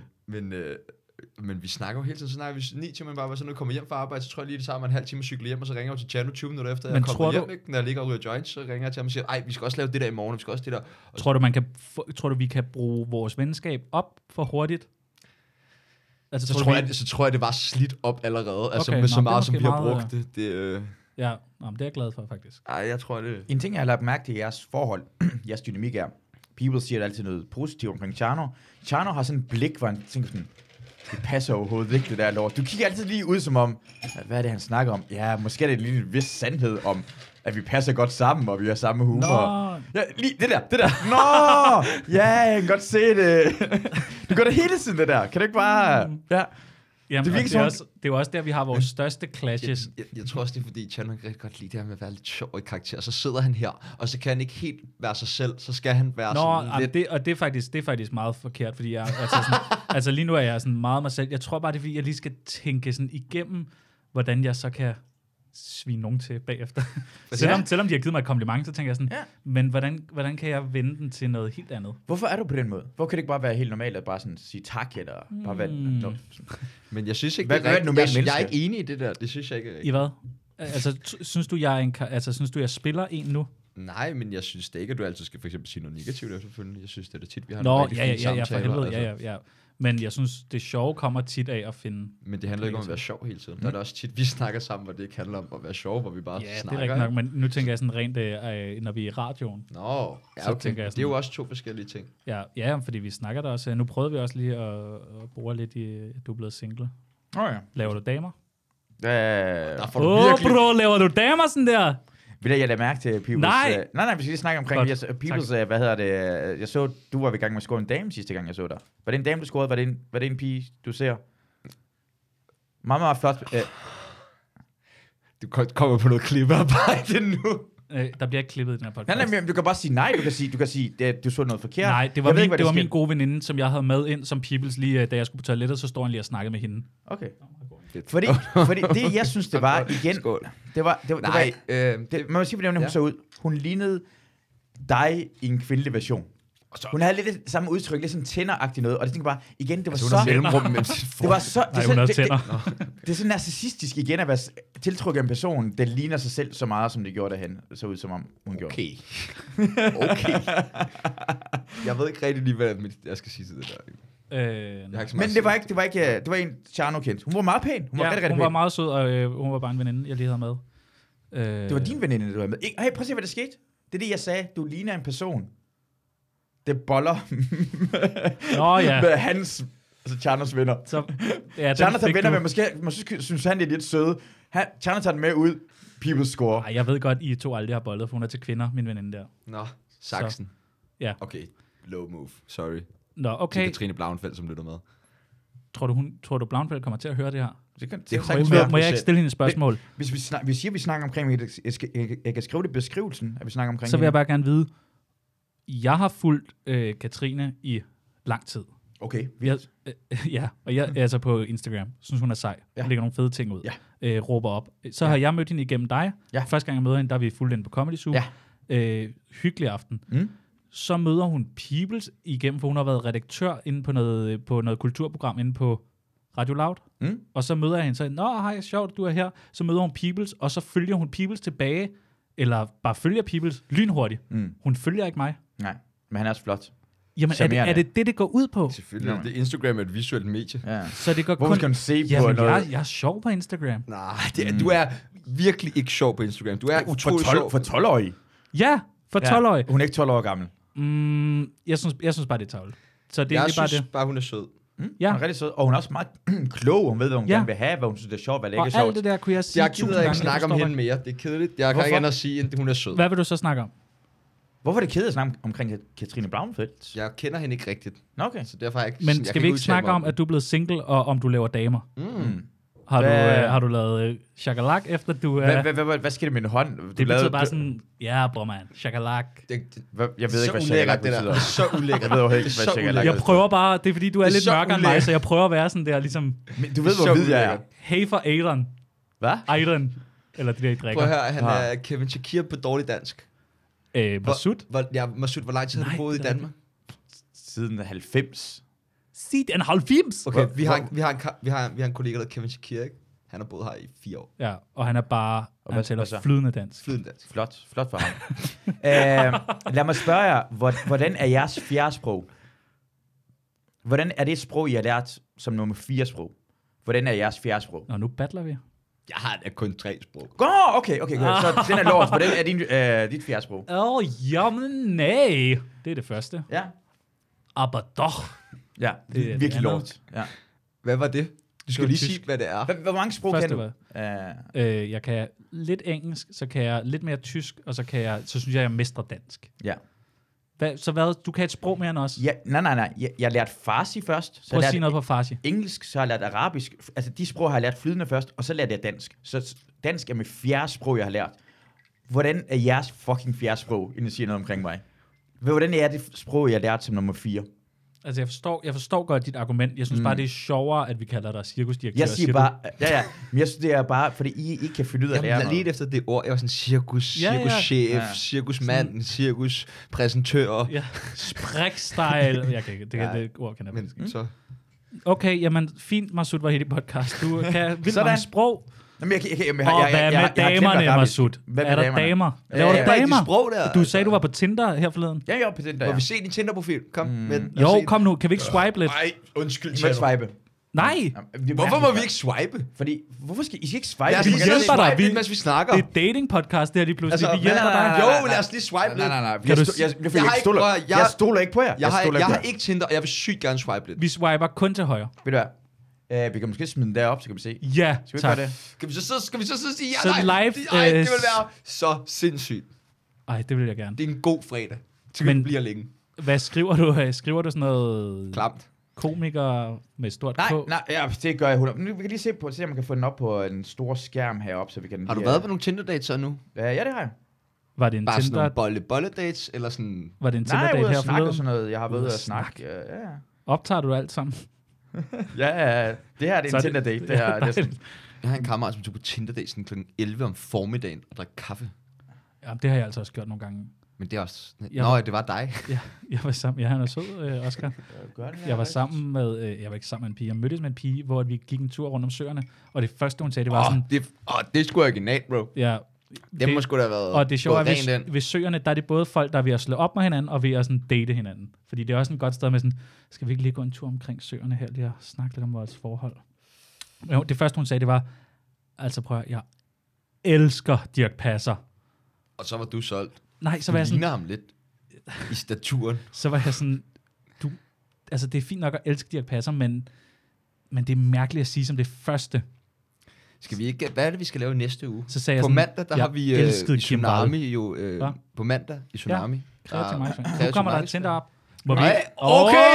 Men vi snakker jo hele tiden, så snakker vi 9 timer bare, så når jeg kommer hjem fra arbejde, så tror jeg lige, det tager mig en halv time at cykle hjem, og så ringer jeg til Chano 20 minutter efter, jeg kommer hjem, ikke? Når jeg ligger og ryger joints, så ringer jeg til ham og siger, ej, vi skal også lave det der i morgen, vi skal også det der. Tror du, vi kan bruge vores venskab op for hurtigt? Altså, så tror jeg, det var slidt op allerede, altså med så meget, som vi har brugt det. Ja, det er jeg glad for, faktisk. Ej, jeg tror det. En ting, jeg har lagt mærke til i jeres forhold, jeres dynamik er, people siger altid noget positivt omkring Chano. Chano har sådan et blik, hvor han tænker sådan, det passer overhovedet ikke, det der lort. Du kigger altid lige ud som om, hvad er det, han snakker om? Ja, måske er det lige en vis sandhed om, at vi passer godt sammen, og vi har samme humor. Ja, lige det der. Nå! Ja, jeg kan godt se det. Du gør det hele tiden, det der. Kan du ikke bare... Ja. Jamen, det er jo også der, vi har vores største clashes. Jeg tror også, det er fordi, Chano kan rigtig godt lide det her med at være lidt sjov i karakter. Så sidder han her, og så kan han ikke helt være sig selv. Så skal han være sådan lidt... Det er faktisk meget forkert, fordi jeg... altså lige nu er jeg sådan meget mig selv. Jeg tror bare, det er fordi, jeg lige skal tænke sådan igennem, hvordan jeg så kan svine nogen til bagefter. Selvom de har givet mig et kompliment, så tænker jeg sådan, men hvordan kan jeg vende den til noget helt andet? Hvorfor er du på den måde? Hvor kan det ikke bare være helt normalt at bare sådan sige tak, eller bare være... Men jeg synes ikke, jeg er ikke enig i det der. Det synes jeg ikke. I hvad? Altså, synes du, jeg spiller en nu? Nej, men jeg synes det ikke, at du altid skal for eksempel sige noget negativt, selvfølgelig. Jeg synes, det er tit, vi har en rigtig fin samtale. For helvede, ja. Men jeg synes, det sjove kommer tit af at finde... Men det handler ikke om at være sjov hele tiden. Der er det også tit, vi snakker sammen, hvor det ikke handler om at være sjov, hvor vi bare snakker. Ja, det er rigtigt nok, men nu tænker jeg sådan rent, når vi er i radioen. Nå, ja, okay. Tænker jeg sådan, det er jo også 2 forskellige ting. Ja, fordi vi snakker der også. Nu prøvede vi også lige at bore lidt i, du er blevet single. Ja. Laver du damer? Der får du virkelig... bro, laver du damer sådan der? Vil jeg lade mærke til Peoples? Nej, vi skal lige snakke omkring Peoples, hvad hedder det? Jeg så, du var i gang med at score en dame sidste gang, jeg så dig. Var det en dame, du scorede? Var det en pige, du ser? Meget, meget flot. Du kommer på noget klippearbejde nu. Der bliver ikke klippet i den her podcast. Nej, du kan bare sige nej. Du kan sige at du så noget forkert. Nej, det var min gode veninde, som jeg havde med ind som Peoples lige, da jeg skulle på toilettet, så stod han lige og snakkede med hende. Okay. Fordi det, jeg synes, det var igen... Skål. Det var man må sige, hvordan hun så ud. Hun lignede dig i en kvindelig version. Hun havde lidt det samme udtryk, lidt sådan tænderagtigt noget, og det tænker bare, igen, det var så... Det var så... Det er så narcissistisk igen at være tiltrukket af en person, der ligner sig selv så meget, som det gjorde derhen. Så ud, som om hun gjorde. Okay. Jeg ved ikke rigtig lige, hvad jeg skal sige til det der. Men det var en Tjerno kendt. Hun var meget pæn. Hun var rigtig hun pæn. var meget sød, og hun var bare en veninde, jeg lige havde med. Det var din veninde, du havde med. Hey, prøv at se, hvad der skete. Det er det, jeg sagde. Du ligner en person. Det boller med hans, altså Tjernos venner. Tjerno tager venner med, måske synes han, det er lidt søde. Tjerno tager den med ud. People score. Ej, jeg ved godt, I to aldrig har bollet, for hun er til kvinder, min veninde der. Nå, Saxen. Ja. Okay, low move. Sorry. Nå, okay. Til Katrine Blauenfeldt, som lytter med. Tror du Blauenfeldt kommer til at høre det her? Det må jeg ikke stille hende et spørgsmål? Hvis vi snakker omkring, jeg kan skrive det i beskrivelsen, at vi snakker omkring. Så vil jeg bare gerne vide, jeg har fulgt Katrine i lang tid. Okay. Og jeg er altså på Instagram. Synes hun er sej. Ja. Lægger nogle fede ting ud. Ja. Råber op. Så har jeg mødt hende igennem dig. Ja. Første gang jeg møder hende, der er vi fuldt inde på Comedy Zoo. Ja. Hyggelig aften. Så møder hun Peoples igennem, for hun har været redaktør inde på noget kulturprogram inde på Radio Loud. Og så møder jeg hende, så nå, hej, sjovt, du er her. Så møder hun Peoples, og så følger hun Peoples tilbage, eller bare følger Peoples lynhurtigt. Hun følger ikke mig. Nej, men han er så flot. Jamen, er det går ud på? Selvfølgelig. Ja. Det er Instagram et visuelt medie. Ja. Så det går Hvorfor skal man se på noget? Jeg er sjov på Instagram. Nej, du er virkelig ikke sjov på Instagram. Du er utrolig sjov. For 12-årige? Ja, for 12-årige. Hun er ikke 12 år gammel. Jeg synes bare, det er tavlet. Så det jeg er synes bare, hun er sød. Ja. Hun er rigtig sød, og hun er også meget klog. Hun ved, hvad hun gerne vil have, hvad hun synes, det er sjovt, hvad det ikke er sjovt. Og alt det der kunne jeg sige. Jeg gider ikke snakke om hende mere. Det er kedeligt. Jeg kan ikke andet sige, end hun er sød. Hvad vil du så snakke om? Hvorfor er det kedeligt at snakke omkring Katrine Blauenfeldt? Jeg kender hende ikke rigtigt. Okay. Så derfor ikke. Men skal vi ikke snakke om, at du er blevet single, og om du laver damer? Har du lavet shakalak, efter du... Hvad sker det med en hånd? Det betyder bare sådan, bror man, shakalak. Jeg ved ikke, hvad shakalak betyder. Det er så ulækkert. Jeg ved ikke, hvad shakalak betyder. Jeg prøver bare, det er fordi, du er lidt mørkere end mig, så jeg prøver at være sådan der, ligesom... Men du ved, hvor hvid jeg er. Hey for Adrian. Hvad? Adrian. Eller det der, I drikker. Prøv at høre, han er Kevin Shakir på dårlig dansk. Masud? Masud, hvor lang tid har du boet i Danmark? Siden 90. Siden 90? Okay, vi har en kollega, der hedder Kevin Shakir, ikke? Han har boet her i 4 år. Ja, og han er bare, han taler flydende dansk. Flot for ham. Lad mig spørge jer, hvordan er jeres fjerdesprog? Hvordan er det et sprog, I har lært som nummer 4 sprog? Hvordan er jeres fjerdesprog? Nå, nu battler vi. Jeg har da kun 3 sprog. Okay. Så den er lort. Hvordan er dit fjerdesprog? Jamen nej. Det er det første. Ja. Aber doch. Ja, det er virkelig lort. Ja. Hvad var det? Du skal lige sige, hvad det er. Hvor mange sprog kan du? Jeg kan lidt engelsk, så kan jeg lidt mere tysk, og så synes jeg mestrer dansk. Ja. Du kan et sprog mere end os? Ja, nej. Jeg lærte farsi først. Prøv at sige noget på farsi. Engelsk, så har jeg lært arabisk. Altså, de sprog har jeg lært flydende først, og så lærte jeg dansk. Så dansk er mit fjerde sprog, jeg har lært. Hvordan er jeres fucking fjerde sprog, inden I siger noget omkring mig? Hvordan er det sprog, jeg har lært som nummer 4? Altså, jeg forstår godt dit argument. Jeg synes bare, det er sjovre, at vi kalder dig cirkusdirektør. Jeg siger bare... Ja. Men jeg synes, det er bare, fordi I ikke kan finde ud af det her. Jeg lige efter det ord. Jeg var sådan cirkuschef, cirkusmand, cirkuspræsentør. Ja, sprækstyle. Det ord kan jeg men så. Okay, jamen fint, Masud var helt i podcast. Du kan vildt mange sprog. Hvad med damerne, Masud? Er der damer? Laver du damer? Sprog der, du sagde, du var på Tinder her forleden. Ja, jeg var på Tinder, Må vi se din Tinder-profil? Kom. Kom nu. Kan vi ikke swipe lidt? Nej, undskyld. I må ikke swipe. Nej. Hvorfor må vi ikke swipe? Fordi, hvorfor skal I ikke swipe? Vi hjælper dig, mens vi snakker. Det er dating-podcast, det her lige pludselig. Altså, vi hjælper dig. Jo, lad os lige swipe lidt. Nej. Jeg stoler ikke på jer. Jeg har ikke Tinder, og jeg vil sygt gerne swipe lidt. Vi swiper kun til højre. Ved du hvad? Vi kan måske smide den derop, så kan vi se. Ja, Skal vi tak. gøre det? Skal vi så sige ja, Så nej? live, Nej, det vil være så sindssygt. Ej, det vil jeg gerne. Det er en god fredag. Så Men- det bliver længe. Hvad skriver du? Skriver du sådan noget Klamt. komiker med stort K? Nej, ja, det gør jeg 100. Nu, vi kan lige se om man kan få den op på en stor skærm heroppe, så vi kan... Har du været på nogle Tinder-dates så nu? Ja, det har jeg. Var det en Bare sådan Tinder? nogle bolle-dates, eller sådan... Var det en Nej, Tinder-date ude her at snakke og forleden? sådan noget. Jeg har været Ude ude at at snakke. Ja. Optager du alt sammen? Ja. Det her det er en Tinder-date. Det her, det er sådan, Jeg har en kammerat, som tog på Tinder-date sådan kl. 11 om formiddagen og drak kaffe. Ja, det har jeg altså også gjort nogle gange. Men det er også... Jeg Nå, var- det var dig. Jeg var sammen... Ja, han er sød, Oscar. gør det, Jeg var sammen med... jeg var ikke sammen med en pige. Jeg mødtes med en pige, hvor vi gik en tur rundt om søerne. Og det første, hun sagde, det var sådan... Det er sgu originalt, bro. Ja, Det må sgu da have været og det sjove er, gået rent ind. ved søerne, der er det både folk, der er ved at slå op med hinanden, og ved at sådan date hinanden. Fordi det er også et godt sted med sådan, skal vi ikke lige gå en tur omkring søerne her, lige og snakke lidt om vores forhold. Jo, det første, hun sagde, det var, altså prøv at, jeg elsker Dirch Passer. Og så var du solgt. Nej, så Du var jeg sådan, ligner ham lidt i staturen. så var jeg sådan, altså det er fint nok at elske Dirch Passer, men det er mærkeligt at sige som det første. Skal vi ikke... Hvad er det, vi skal lave næste uge? Så sagde jeg På sådan, mandag, der jeg har vi elskede i Kim Tsunami jo... Hva? På mandag i Tsunami. Kreativ mig. Nu Kreativ kommer der et Markedsføring. Tinder op. Må vi- Nej, okay,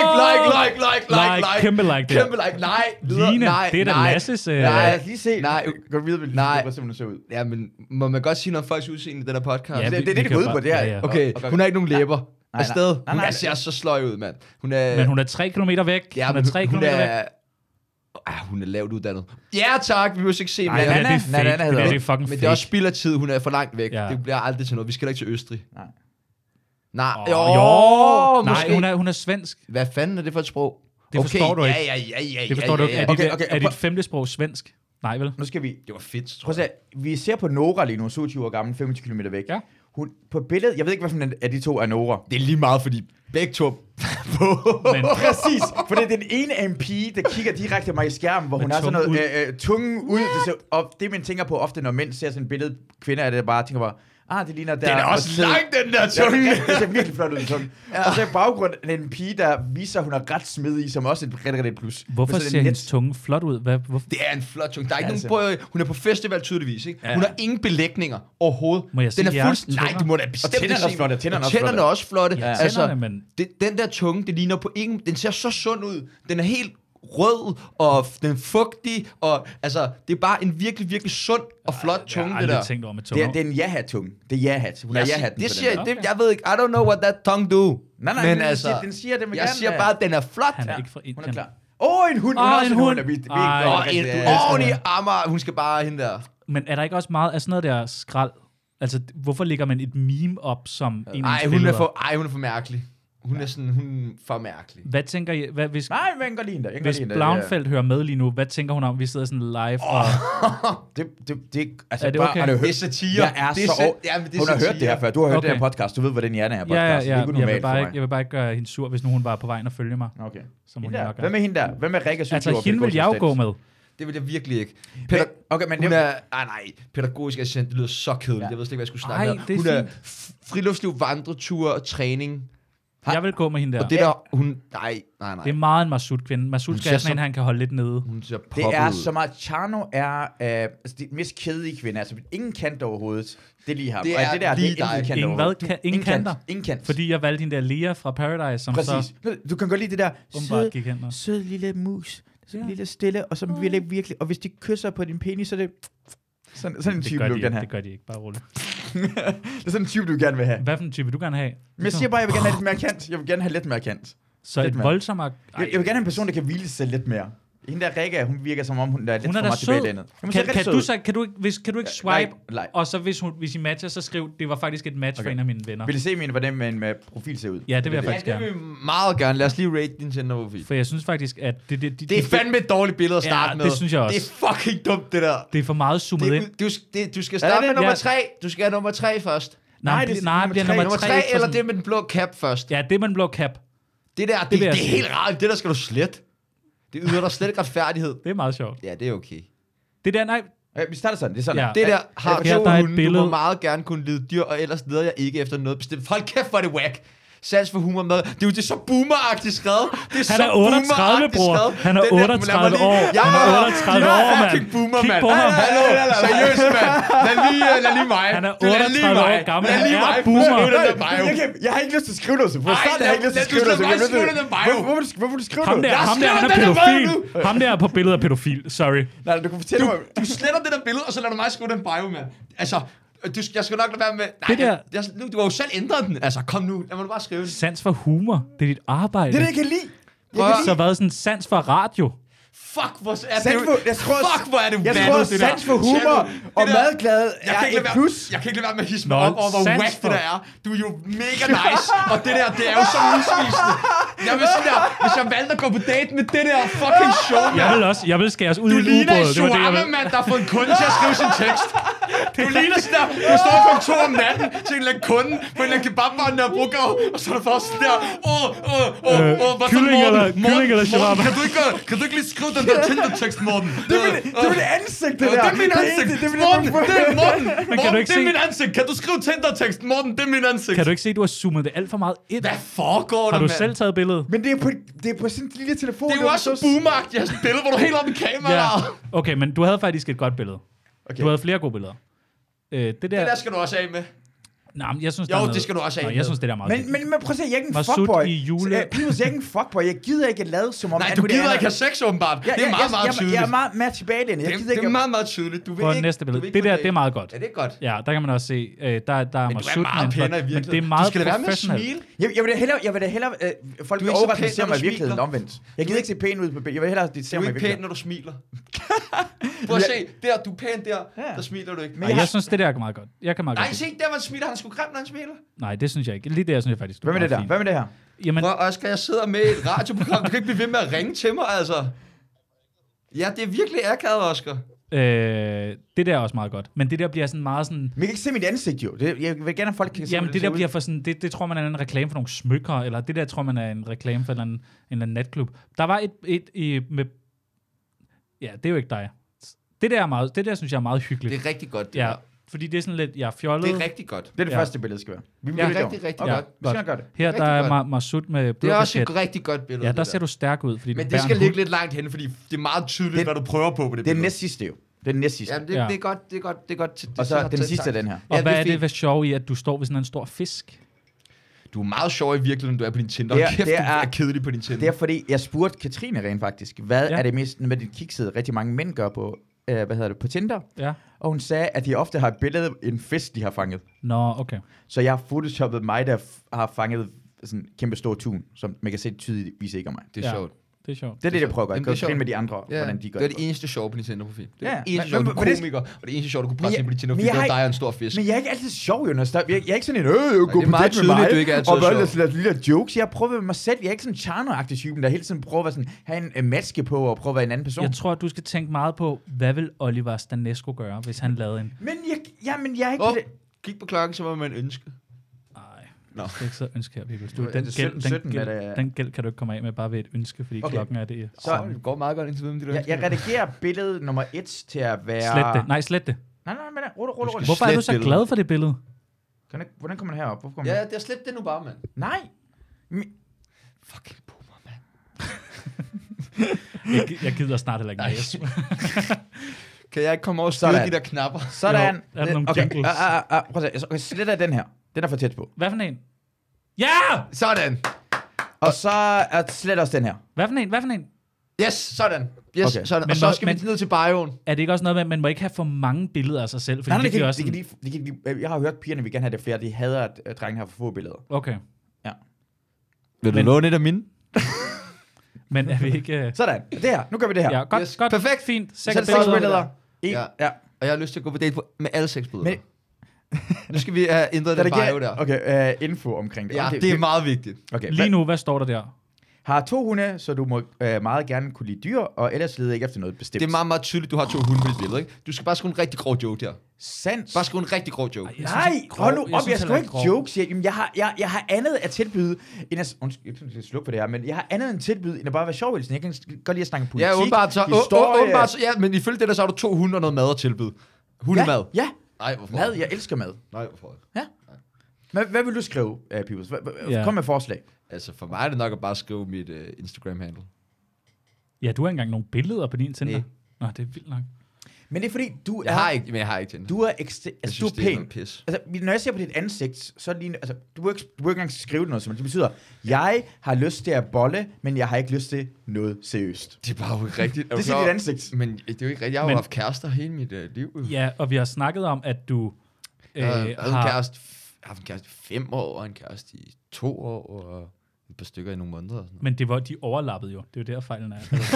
like. Kæmpe like der. Kæmpe like, nej. Line, nej, det er da nej. Lasses... Ja, lad os lige se. Nej. Gå videre med Nej. det, hvordan ser ud. Ja, men må man godt sige noget om folks udseende i den her podcast? Ja, det er det, vi det kan går ud bare- på, det her. ja, ja. Okay, hun har ikke nogen læber. Afsted. nej, Hun nej. ser så sløj ud, mand. Hun er... Men hun er 3 kilometer væk. ja, Hun er men 3 kilometer væk. Hun er lavt uddannet. Ja, tak. Vi må ikke se Nej, mere. det er Nana fake. hedder Det er hun. det fucking Men fake. det er også spild af tid. Hun er for langt væk. Ja. Det bliver aldrig til noget. Vi skal da ikke til Østrig. Nej. Nej. Jo, måske. nej, hun er svensk. Hvad fanden er det for et sprog? Det forstår du ikke. Ja. Det forstår du ikke. Okay, Er dit femte sprog svensk? Nej, vel? Nu skal vi... Det var fedt, Prøv at se, vi ser på Nora lige nu, 27 år gammel, 25 km væk. Ja. Hun, på billedet, jeg ved ikke, hvilken af de to er Nora. Det er lige meget, fordi begge to på. Men Præcis, for det er den ene af en pige, der kigger direkte af mig i skærmen, hvor Med hun har sådan tungen noget tungen ud. Og det, man tænker på ofte, når mænd ser sådan et billede, kvinder er det bare, tænker bare, det ligner der. Den er også lang, den der tunge. Ja, det ser virkelig flot ud i tungen. Ja. Og så i baggrund en pige, der viser, at hun er ret smidig, som også er et rigtig plus. hvorfor Men så er det ser net- hendes tunge flot ud? Hvorfor? Det er en flot tunge. Der er ikke Altså. nogen hun er på festival tydeligvis, ikke? Ja. Hun har ingen belægninger overhovedet. Må jeg se den er jeres fuldstændig... Nej, tunger? du må da Og bestemt tænderne er ikke også se flotte. dem. Tænderne er Og også tænderne er også flotte. Ja. Tænderne, men... Den der tunge, det ligner på ingen... Den ser så sund ud. Den er helt rød, og den er fugtig, og altså, det er bare en virkelig, virkelig sund og flot tunge, Jeg har det der. aldrig tænkt over med tunger. Det er en ja-hat-tunge. Det er ja-hat. Hun er ja-hatten det på siger den jeg, der. det, jeg ved ikke, I don't know what that tongue do. Nej, men den altså, den siger det, man jeg gerne siger bare, at den er flot. Han er ikke fra Hun er Indien. klar. En hund. Hun er også en hund. Ej, Og rigtig, en ja. ordentlig Amager. Hun skal bare hende der. Men er der ikke også meget af sådan noget der skrald? Altså, hvorfor lægger man et meme op som en af Ej, ens hun er billeder? for mærkelig. Hun er for mærkelig. Hvad tænker I, hvis Nej, men jeg kan godt lide hende. Jeg kan godt hvis lide hende. Blauenfeldt hører med lige nu, hvad tænker hun om, vi sidder sådan live og... Altså, Er det bare, okay? har du Det er hørt? satire. Jeg er Det er så... sat- ja, men det er Hun har hørt satire. det her før. Du har hørt Okay. den her podcast. Du ved, hvordan Janne er podcast. Ja, Det er ikke jeg vil, normalt for bare mig. ikke, jeg vil bare ikke gøre hende sur, hvis nu hun var på vejen og følge mig. Okay. Som hun Hende der. nok er. Hvem er hende der? Hvem er Rikke 27 Altså, år hende vil jeg jo gå med. Det vil jeg virkelig ikke. Okay, men Hun er... Nej, pædagogisk assistent, det lyder så kedeligt. Ja. Jeg ved slet ikke, hvad jeg skulle Ej, snakke om. det er Hun er fint. friluftsliv, vandretur og træning. Jeg vil gå med hende der. Og det der... Hun... Nej. Det er meget en Masud-kvinde. Masud Hun skal ser have sådan en, så- han kan holde lidt nede. Hun ser Det poppet er ud. så meget. Chano er altså, det mest kedelige kvinde. Altså, ingen kant overhovedet. Det er lige ham. Det Og er det der, lige det er dig. intet kant Ingen hvad? overhovedet. Ingen kanter? Ingen kant. Fordi jeg valgte hende der Lea fra Paradise, som så Præcis. Du kan godt lide det der åbenbart gik hen og... sød lille mus. Så Ja. lille stille, og så virkelig. Og hvis de kysser på din penis, så er det... Sådan en Det type, gør, du de gerne ikke, have. det gør de ikke, bare roligt. Det er sådan en type, du gerne vil have. Hvad for en type vil du gerne have? Men jeg siger bare, jeg vil gerne have lidt mere kant. Jeg vil gerne have lidt mere kant. Så lidt et mere. voldsommere... Jeg vil gerne have en person, der kan hvile sig lidt mere. Hende der Rikke, hun virker som om, hun er lidt Hun er for da meget sød. tilbagelænet. Hun ser Kan rigtig du sød. så, kan du ikke swipe, Nej. og så hvis I matcher, så skriv, det var faktisk et match for en af mine venner. Vil I se hvordan med profil ser ud? Ja, det vil jeg Ja, faktisk det gerne. vil vi meget gerne. Lad os lige rate din Tinder-profil. For jeg synes faktisk, at Det er fandme et dårligt billede at starte Ja, med. det synes jeg også. Det er fucking dumt, det der. det er for meget zoomet ind. Du skal starte med det? nummer Ja. 3. Du skal have nummer 3 først. Nej, det er nej, nummer bliver tre. nummer Nummer 3 3 eller det med den blå cap først. Ja, det med den blå cap. Det der, vil det jeg er sige. helt rart. Det der skal du slet. Det yder dig slet ikke retfærdighed. Det er meget sjovt. Ja, det er okay. Det der, nej, Ja, vi starter sådan. Det er sådan. Ja. Det der har Her, to der er et hunde. Du billede. må meget gerne kunne lide dyr, og ellers leder jeg ikke efter noget bestemt. Hold kæft, hvor er det whack. sans for humor med. Det er jo det så boomeragtigt skrevet. Det er Han er 38, bror. Han er 38 år. Han er 38 år, mand. Fucking boomer, Kig mand. på ham. Seriøst, mand. Lad lige mig. Han er 38 år gammel. Han er boomer. Jeg har ikke lyst til at skrive noget, så for starten har jeg ikke lyst til at skrive noget. Hvorfor du skriver noget? Ham der, han er pædofil. Ham der er på billedet af pædofil. Sorry. Nej, du kan fortælle mig. Du sletter det der billede, og så lader du mig skrive den bio, mand. Altså, jeg skal nok lade være med... Nej, du har jo selv ændret den. Altså, kom nu. Lad mig bare skrive den. Sans for humor. Det er dit arbejde. Det er det, jeg kan lide. Så hvad sådan sans for radio? Fuck, hvor er det Jeg tror, sans for humor og madglad er et plus. Jeg kan ikke lade være med at hisse mig op over, hvor whack det der er. Du er jo mega nice, og det der, det er jo så misvisende. Jeg vil sige der, hvis jeg valgte at gå på date med det der fucking show, Jeg vil skæres ud i en ubåd. Du ligner en shawarma-mand, der har fået en kunde til at skrive sin tekst. Du ligner sådan der, du står på en 2 om natten til en eller anden kunde på en eller anden kebabbar i Nørrebrogade, og så er der først sådan der, kylling eller shawarma. Kan du ikke lige skrive den der Tinder-tekst, Morten? Det er mit ansigt, det der. Det er mit ansigt. Morten, det er Morten. Kan du ikke det er se- mit ansigt. Kan du skrive Tinder-tekst? Morten, det er mit ansigt. Kan du ikke se, at du har zoomet det alt for meget ind? Hvad foregår der, Har du mand? selv taget billedet? Men det er på sådan en lille telefon. Det er jo også så boomagtigt. Jeg har sådan et billede, hvor du er helt oppe i kameraet. Ja. Okay, men du havde faktisk et godt billede. Du havde flere gode billeder. Det der skal du også af med. Nej, men jeg synes, Jo, det skal du også af med. Jeg synes, det der er meget Men prøv at se, jeg er ikke en Masud fuckboy. i jule. Jeg er ikke en fuckboy. Jeg gider ikke at lade som om... Nej, du gider ikke have sex, åbenbart. Det er meget tydeligt. Jeg er meget mere tilbagelænet. Det er meget tydeligt. Du vil ikke... næste billede. Det der, det er meget godt. Ja, det er godt. Ja, der kan man også se, der er Men du er meget pænere i virkeligheden. Men det er meget du skal da være med at smile. Jeg vil da hellere... Folk vil overraske, at se mig i virkeligheden omvendt. Jeg gider ikke se pæn ud på billedet. Jeg vil hellere se mig i virkeligheden. Du er ikke pæn, når du smiler. Prøv at se. Der, du er pæn der smiler du ikke. Men jeg synes, det der er meget godt. Jeg kan meget godt. Nej, se, der hvor han smiler. Han er sgu grim, når han smiler. Nej, det synes jeg ikke. Lige det, synes jeg faktisk. Hvad med det der? Hvad med det her? Jamen, Oscar, jeg sidder med et radioprogram. Du kan ikke blive ved med at ringe til mig, altså. Ja, det er virkelig akavet, Oscar. det der er også meget godt. Men det der bliver sådan meget sådan... Men jeg kan ikke se mit ansigt, jo. Jeg vil gerne, at folk kan se, jamen, det der bliver for sådan... Det tror man er en reklame for nogle smykker, eller det der tror man er en reklame for en eller anden natklub. Der var et med... Ja, det er jo ikke dig. Det der synes jeg er meget hyggeligt. Det er rigtig godt, det ja, der. fordi det er sådan lidt... Jeg er fjollet. Det er rigtig godt. Det er det første billede, skal være. Det er rigtig godt. Vi skal gøre det. Her der er Masud med det er også et rigtig godt billede. Ja, der ser du stærk ud. Fordi men det skal ligge lidt langt hen, fordi det er meget tydeligt, hvad du prøver på det billede. Det er næst sidste jo. Det er næst sidste. Ja, det er godt. Det er godt. Og så den sidste er den her. Og hvad er det sjov i, at du står ved sådan en stor fisk? Du er meget sjov i virkeligheden, du er på din Tinder. Kæft, du er kedelig på din Tinder. Det er fordi, jeg spurgte Katrine rent faktisk, hvad er det mest med dit kiksede, rigtig mange mænd gør på, på Tinder? Ja. Og hun sagde, at de ofte har et billede af en fisk, de har fanget. Nå, okay. Så jeg har photoshoppet mig, der har fanget sådan en kæmpe stor tun, som man kan se tydeligvis ikke om mig. Det er sjovt. Det er sjovt. Det er det, jeg prøver at gøre. Grine med de andre, hvordan de gør det. Det er det eneste sjove på din Tinder-profil. Det er det eneste sjove, du er komiker, og det eneste sjove, du kunne presse ind på din Tinder-profil, det er dig og en stor fisk. Men jeg er ikke altid sjov, Jonas. Jeg er ikke sådan en, gå på meget date med mig, du ikke er altid og bare sådan lille jokes. Jeg prøver med mig selv. Jeg er ikke sådan en charmer-agtig typen, der hele tiden prøver at have en maske på, og prøve at være en anden person. Jeg tror, du skal tænke meget på, hvad vil Oliver Stanesco gøre, hvis han lavede en... Men jeg er ikke... Kig på klokken, så må man ønske. Nå. Det er ikke så ønske her, Pibels. Den gæld kan du ikke komme af med bare ved et ønske, fordi klokken er det. Så det går meget godt indtil videre med det. Jeg redigerer billede nummer 1 til at være... Slet det. Nej, slet det. Nej, men rulle. Hvorfor er du så glad for det billede? Hvordan kommer den herop? Ja, det er slet det nu bare, mand. Nej. Fucking boomer, mand. Jeg gider snart heller ikke læse. Kan jeg ikke komme over og styre de der knapper? Sådan. Er der nogle jingles? Prøv at se. Okay, slet af den her. Den er for tæt på. Hvad for en? Ja! Sådan. Og så er slet også den her. Hvad for en? Yes, sådan. Yes, okay. Sådan. Og så skal vi ned til bioen. Er det ikke også noget med, at man må ikke have for mange billeder af sig selv? Fordi jeg har hørt, pigerne vil gerne have det flere. De hader, at drengene har for få billeder. Okay. Ja. Vil du låne et af mine? Men er vi ikke... Sådan. Det her. Nu gør vi det her. Ja, godt. Yes. Godt. Perfekt. Fint. 6 billeder. Ja. Og jeg har lyst til at gå på date med alle 6 billeder. Nu skal vi have ændret den bio der. Okay, info omkring det. Ja, det er meget vigtigt. Okay. Lige nu, hvad står der der? Har 2 hunde, så du må meget gerne kunne lide dyr, og ellers leder ikke efter noget bestemt. Det er meget, meget tydeligt, du har 2 hunde på dit billede, ikke? Du skal bare skrive en rigtig grov joke der. Sandt. Bare skrive en rigtig grov joke. Nej, hold nu op, jeg skal ikke jokes. Jeg har andet at tilbyde, end at... Jeg skal slukke for det her, men jeg har andet end tilbyde, end at bare være sjovhælsen. Jeg kan godt lide at snakke politik, åbenbart så, ja, men ifølge det der, så har du 2 hunde og noget mad at tilbyde. Hundemad. Ja. Nej, hvorfor? Mad, jeg elsker mad. Nej, hvorfor? Ja. Hvad vil du skrive, Pibels? Kom med forslag. Altså, for mig er det nok at bare skrive mit Instagram-handle. Ja, du har ikke engang nogle billeder på din Tinder. Nej. Nå, det er vildt nok. Men det er fordi, Jeg har ikke Tinder. du er, Jeg altså, synes, du er det er pæn. noget pis. Altså, når jeg ser på dit ansigt, så er det lige, altså, du må ikke engang skrive noget, som det betyder, jeg har lyst til at bolle, men jeg har ikke lyst til noget seriøst. Det er bare jo ikke rigtigt. Det siger dit ansigt. Men det er jo ikke rigtigt. Jeg har jo haft kærester hele mit liv. Ja, og vi har snakket om, at du Jeg har haft en kæreste i 5 år, og en kæreste i 2 år, og et par stykker i nogle måneder. Og sådan noget. Men de overlappede jo. Det er jo der fejlen er.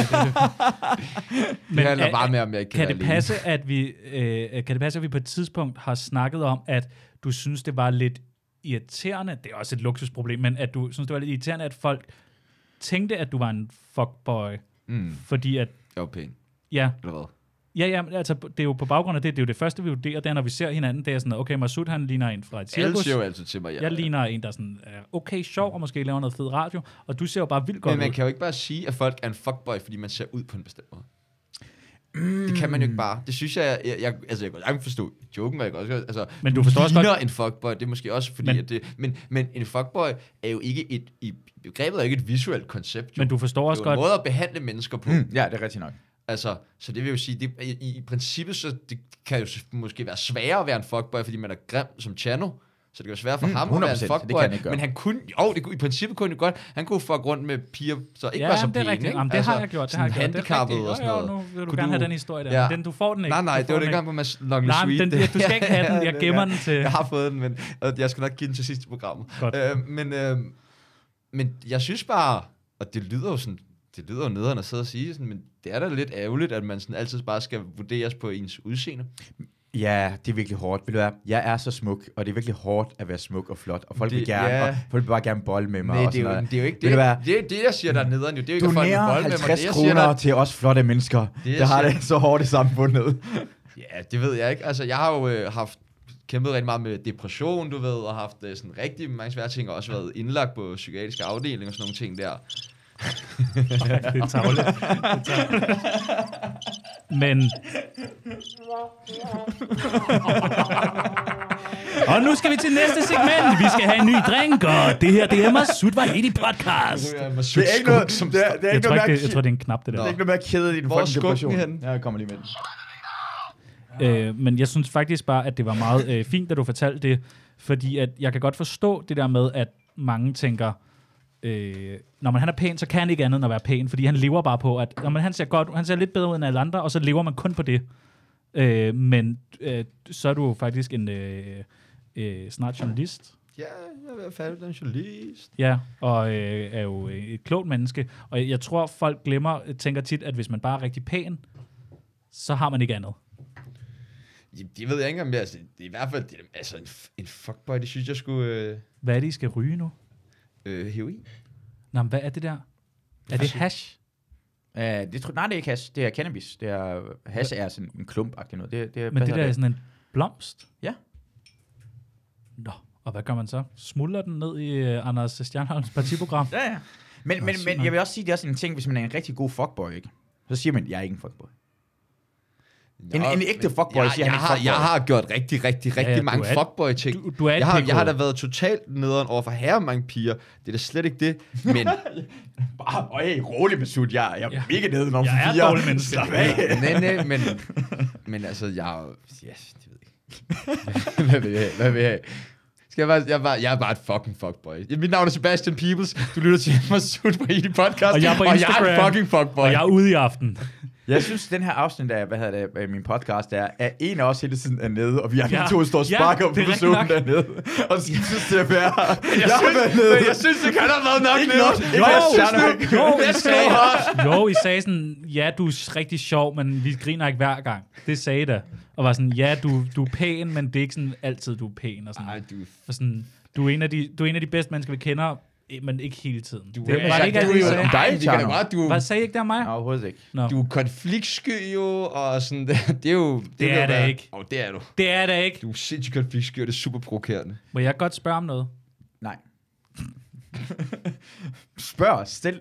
Det handler bare med, om jeg ikke kan det passe, at vi på et tidspunkt har snakket om, at du synes, det var lidt irriterende, det er også et luksusproblem, men at du synes, det var lidt irriterende, at folk tænkte, at du var en fuckboy, fordi at... Jeg var pæn. Ja. Eller hvad? Ja, altså, det er jo på baggrund af det er jo det første, vi vurderer, det er, når vi ser hinanden, det er sådan, okay, Masud, han ligner en fra et cirkus. Alle siger jo altid til mig, Jeg ligner en, der er sådan, okay, sjov, og måske laver noget fed radio, og du ser jo bare vildt godt ud. Men man kan jo ikke bare sige, at folk er en fuckboy, fordi man ser ud på en bestemt måde. Det kan man jo ikke bare. Det synes jeg kan ikke forstå joken, jeg også, altså, men du forstår også godt en fuckboy, det er måske også fordi, men en fuckboy er jo ikke begrebet er ikke et visuelt koncept. Jo. Men du forstår også godt. Det er jo en måde at behandle mennesker på. Ja, det er rigtigt nok. Altså, så det vil jo sige, i princippet, så det kan jo måske være sværere at være en fuckboy, fordi man er grim som Chano. Så det kan være svært for ham at være en fuckboy. Men han kunne, i princippet kunne det godt. Han kunne fuck rundt med piger, så ikke var så pæne. Rigtigt. Jamen, det har jeg gjort. Det har jeg gjort. Handicappet og sådan noget. Nu vil du gerne have den historie der. Ja. Du får den ikke. Nej, det var det ikke engang på Mads Long Sweet. Du skal ikke have den. Jeg gemmer den til... Jeg har fået den, men jeg skal nok give den til sidste program. Men jeg synes bare, og det lyder jo sådan, det lyder jo nederen at sidde og sige sådan, men det er da lidt ærgerligt, at man sådan altid bare skal vurderes på ens udseende. Ja, det er virkelig hårdt. Ved du hvad? Jeg er så smuk, og det er virkelig hårdt at være smuk og flot, og folk vil bare gerne bolle med mig. Nej, det er jo ikke det. Det, jeg siger, der er nederen jo. Det er jo ikke, at folk vil bolle med mig. 50 kroner til os flotte mennesker. Det har det så hårdt i samfundet. Ja, det ved jeg ikke. Altså, jeg har jo haft kæmpet rigtig meget med depression, du ved, og haft sådan rigtig mange svære ting, og også været indlagt på psykiatrisk afdeling og sådan nogle ting der. Det er tavligt. Men... Og nu skal vi til næste segment. Vi skal have en ny drink, og det her, det er Masud Vahedi podcast. Det er ikke noget, jeg tror, det er en knap, det der. Det er ikke noget med at kede i den fucking depression. Ja, jeg kommer lige med den. Men jeg synes faktisk bare, at det var meget fint, da du fortalte det, fordi at jeg kan godt forstå det der med, at mange tænker, når man han er pæn, så kan han ikke andet end at være pæn, fordi han lever bare på, at når man, han ser lidt bedre ud end alle andre, og så lever man kun på det. Men så er du faktisk en snart journalist. Ja, jeg er færdig med en journalist. Ja, og er jo et klogt menneske. Og jeg tror, folk tænker tit, at hvis man bare er rigtig pæn, så har man ikke andet. Det ved jeg ikke om det er. Altså, det er i hvert fald en fuckboy, det synes jeg skulle... Hvad er det, I skal ryge nu? Heroin. Nå, men hvad er det der? Er det hash? Nej, det er ikke hash. Det er cannabis. Det er, hash er sådan en klump-agtig noget. Men det der er sådan en blomst? Ja. Nå, og hvad gør man så? Smuldrer den ned i Anders Stjernholms partiprogram? Ja. Men jeg vil også sige, det er også en ting, hvis man er en rigtig god fuckboy, ikke? Så siger man, jeg er ikke en fuckboy. En ægte fuckboy siger, han fuckboy. Jeg har gjort rigtig mange fuckboy-ting. Du er jeg har da været totalt nederen over for herre mange piger. Det er da slet ikke det, men... Bare, rolig Masud, jeg er mega nede nogle piger. Jeg er dårlig menneske. Nej, men altså, jeg det ved jeg ikke. Hvad vil jeg have? Jeg er bare et fucking fuckboy. Mit navn er Sebastian Peebles. Du lytter til Masud Vahedi podcast. Og jeg er en fucking fuckboy. Og jeg er ude i aften. Jeg synes, den her afsnit af min podcast er en af os hele tiden er nede, og vi har to store sparker på personen dernede. Og så synes det at være... Jeg synes, det kan have været nok nede. Jo, I sagde sådan, ja, du er rigtig sjov, men vi griner ikke hver gang. Det sagde det. Og var sådan, ja, du er pæn, men det er ikke sådan altid, du er pæn. Og sådan. Ej, og sådan, du er en af de bedste mennesker, vi kender, men ikke hele tiden. Var det ikke altid, Hvad sagde I ikke, der mig? Overhovedet ikke. No. Du er konfliktsky jo, og sådan, det er jo... Det er det ikke. Det er du. Det er det ikke. Du er sindssygt konfliktsky, og det er super provokerende. Må jeg godt spørge om noget? Nej. Spørg, stil.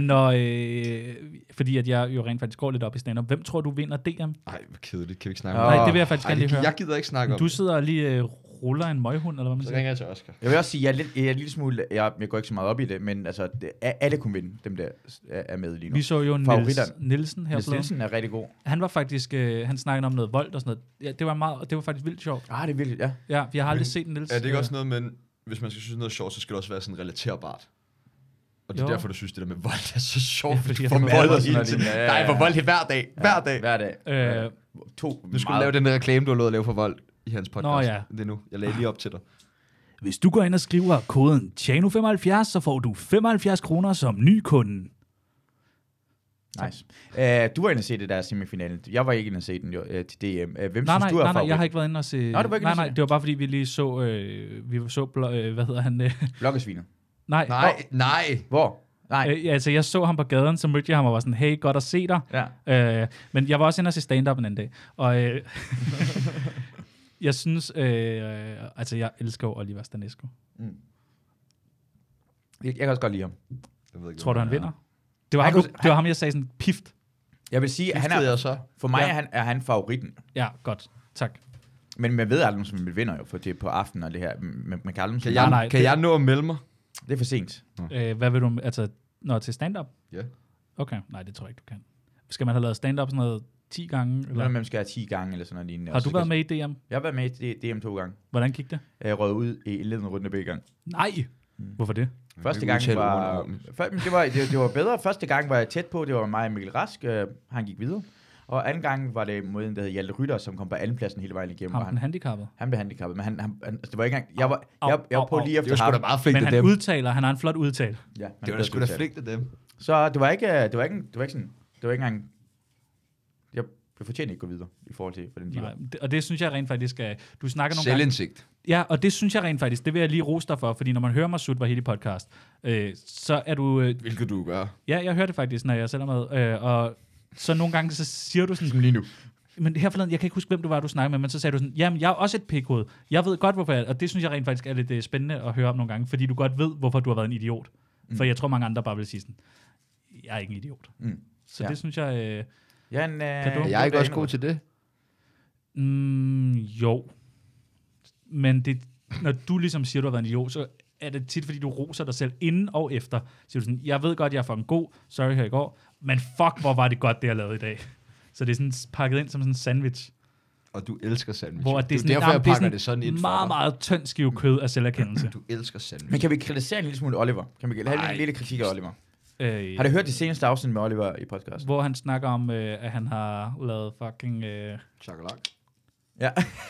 Fordi at jeg jo rent faktisk går lidt op i stand-up. Hvem tror du vinder DM? Nej, hvor kedeligt. Kan vi ikke snakke om Nej, det vil jeg faktisk gerne lige høre. Jeg gider ikke snakke om du sidder lige ruller en møghund, eller hvad man Så siger. ringer jeg til Oscar. Jeg vil også sige, jeg er en lille smule, jeg går ikke så meget op i det, men altså, alle kunne vinde, dem der er med lige nu. Vi så jo Nielsen her. Niels Nielsen er rigtig god. Han var faktisk, han snakkede om noget vold og sådan noget. Ja, det var faktisk vildt sjovt. Det er virkelig, ja. Ja, jeg har aldrig set Niels. Er det ikke også noget, men hvis man skal synes noget sjovt, så skal det også være sådan relaterbart. Og det er derfor, du synes, det der med vold er så sjovt. Ja, fordi jeg for får vold vold hele tiden. Nej, for vold hver dag. Hver dag. Hver dag. Nu skal du lave den der reklame, du har lovet at lave for vold i hans podcast. Nå, ja. Det er nu. Jeg lagde lige op til dig. Hvis du går ind og skriver koden Tjano75, så får du 75 kroner som ny kunde. Nice. Du var inde og se det der semifinalen. Jeg var ikke inde og se den jo, til DM. Hvem synes du er Nej, jeg har ikke været inde og se... Nå, det var ikke nej, det var bare fordi, vi lige så... hvad hedder han? Blokkesviner. Nej. Hvor? Nej. Altså, jeg så ham på gaden, så mødte jeg ham og var sådan, hey, godt at se dig. Ja. Men jeg var også inde og se stand-up en anden dag. Og jeg synes... altså, jeg elsker jo Oliver Stanescu. Jeg kan også godt lide ham. Tror du, han vinder? Det var ham, jeg sagde sådan, pift. Jeg vil sige, at han er... For mig er han favoritten. Ja, godt. Tak. Men man ved aldrig, som man vinder jo, for det er på aftenen og det her. Man kan aldrig... Kan jeg nå at melde mig? Det er for sent. Hvad vil du... Altså, til stand-up? Ja. Okay, nej, det tror jeg ikke, du kan. Skal man have lavet stand-up sådan noget 10 gange? Eller? Man skal have 10 gange eller sådan noget lignende. Har du været med i DM? Jeg har været med i DM 2 gange. Hvordan gik det? Jeg rød ud i indledende runde begge gang. Nej! Hvorfor det? Første gang var... Det var bedre. Første gang var jeg tæt på. Det var mig og Mikkel Rask. Han gik videre. Og anden gang var det mod en, der hed Hjalte Rytter, som kom på andenpladsen hele vejen igennem. Han handicappet? Han blev handicappet, men altså, det var ikke engang... Jeg var på lige efter ham. Det var sgu da meget flink af dem. Men han udtaler, han har en flot udtale. Ja, det var da sgu da flink af dem. Så det var ikke engang... Jeg fortjener ikke at gå videre i forhold til, hvordan de var. Og det synes jeg rent faktisk er... Du snakker nogle selvindsigt. Ja, og det synes jeg rent faktisk, det vil jeg lige rose dig for, fordi når man hører Masud Vahidi podcast, så er du... Hvilket du gør. Ja, jeg hører det faktisk, når jeg selv er med. Og så nogle gange, så siger du sådan... Som lige nu. Men her forleden, jeg kan ikke huske, hvem du var, du snakkede med, men så sagde du sådan, jamen, jeg er også et pikhoved. Jeg ved godt, hvorfor jeg... Og det synes jeg rent faktisk er lidt spændende at høre om nogle gange, fordi du godt ved, hvorfor du har været en idiot. For jeg tror, mange andre bare vil sige sådan, jeg er ikke en idiot. Så det synes jeg... er jeg ikke også god til det? Jo. Men det, når du ligesom siger, du har været en idiot, så er det tit, fordi du roser dig selv inden og efter. Siger du sådan, jeg ved godt, jeg er fucking god, sorry her i går, men fuck, hvor var det godt, det jeg lavede i dag. Så det er sådan pakket ind som sådan en sandwich. Og du elsker sandwich. Hvor det er sådan, derfor, jeg pakker det sådan ind for meget, meget tynd skive kød af selverkendelse. Du elsker sandwich. Men kan vi kritisere en lille smule Oliver? Kan vi have en lille kritik af Oliver? Har du hørt det seneste afsnit med Oliver i podcast? Hvor han snakker om, at han har lavet fucking... Chokolade. Ja.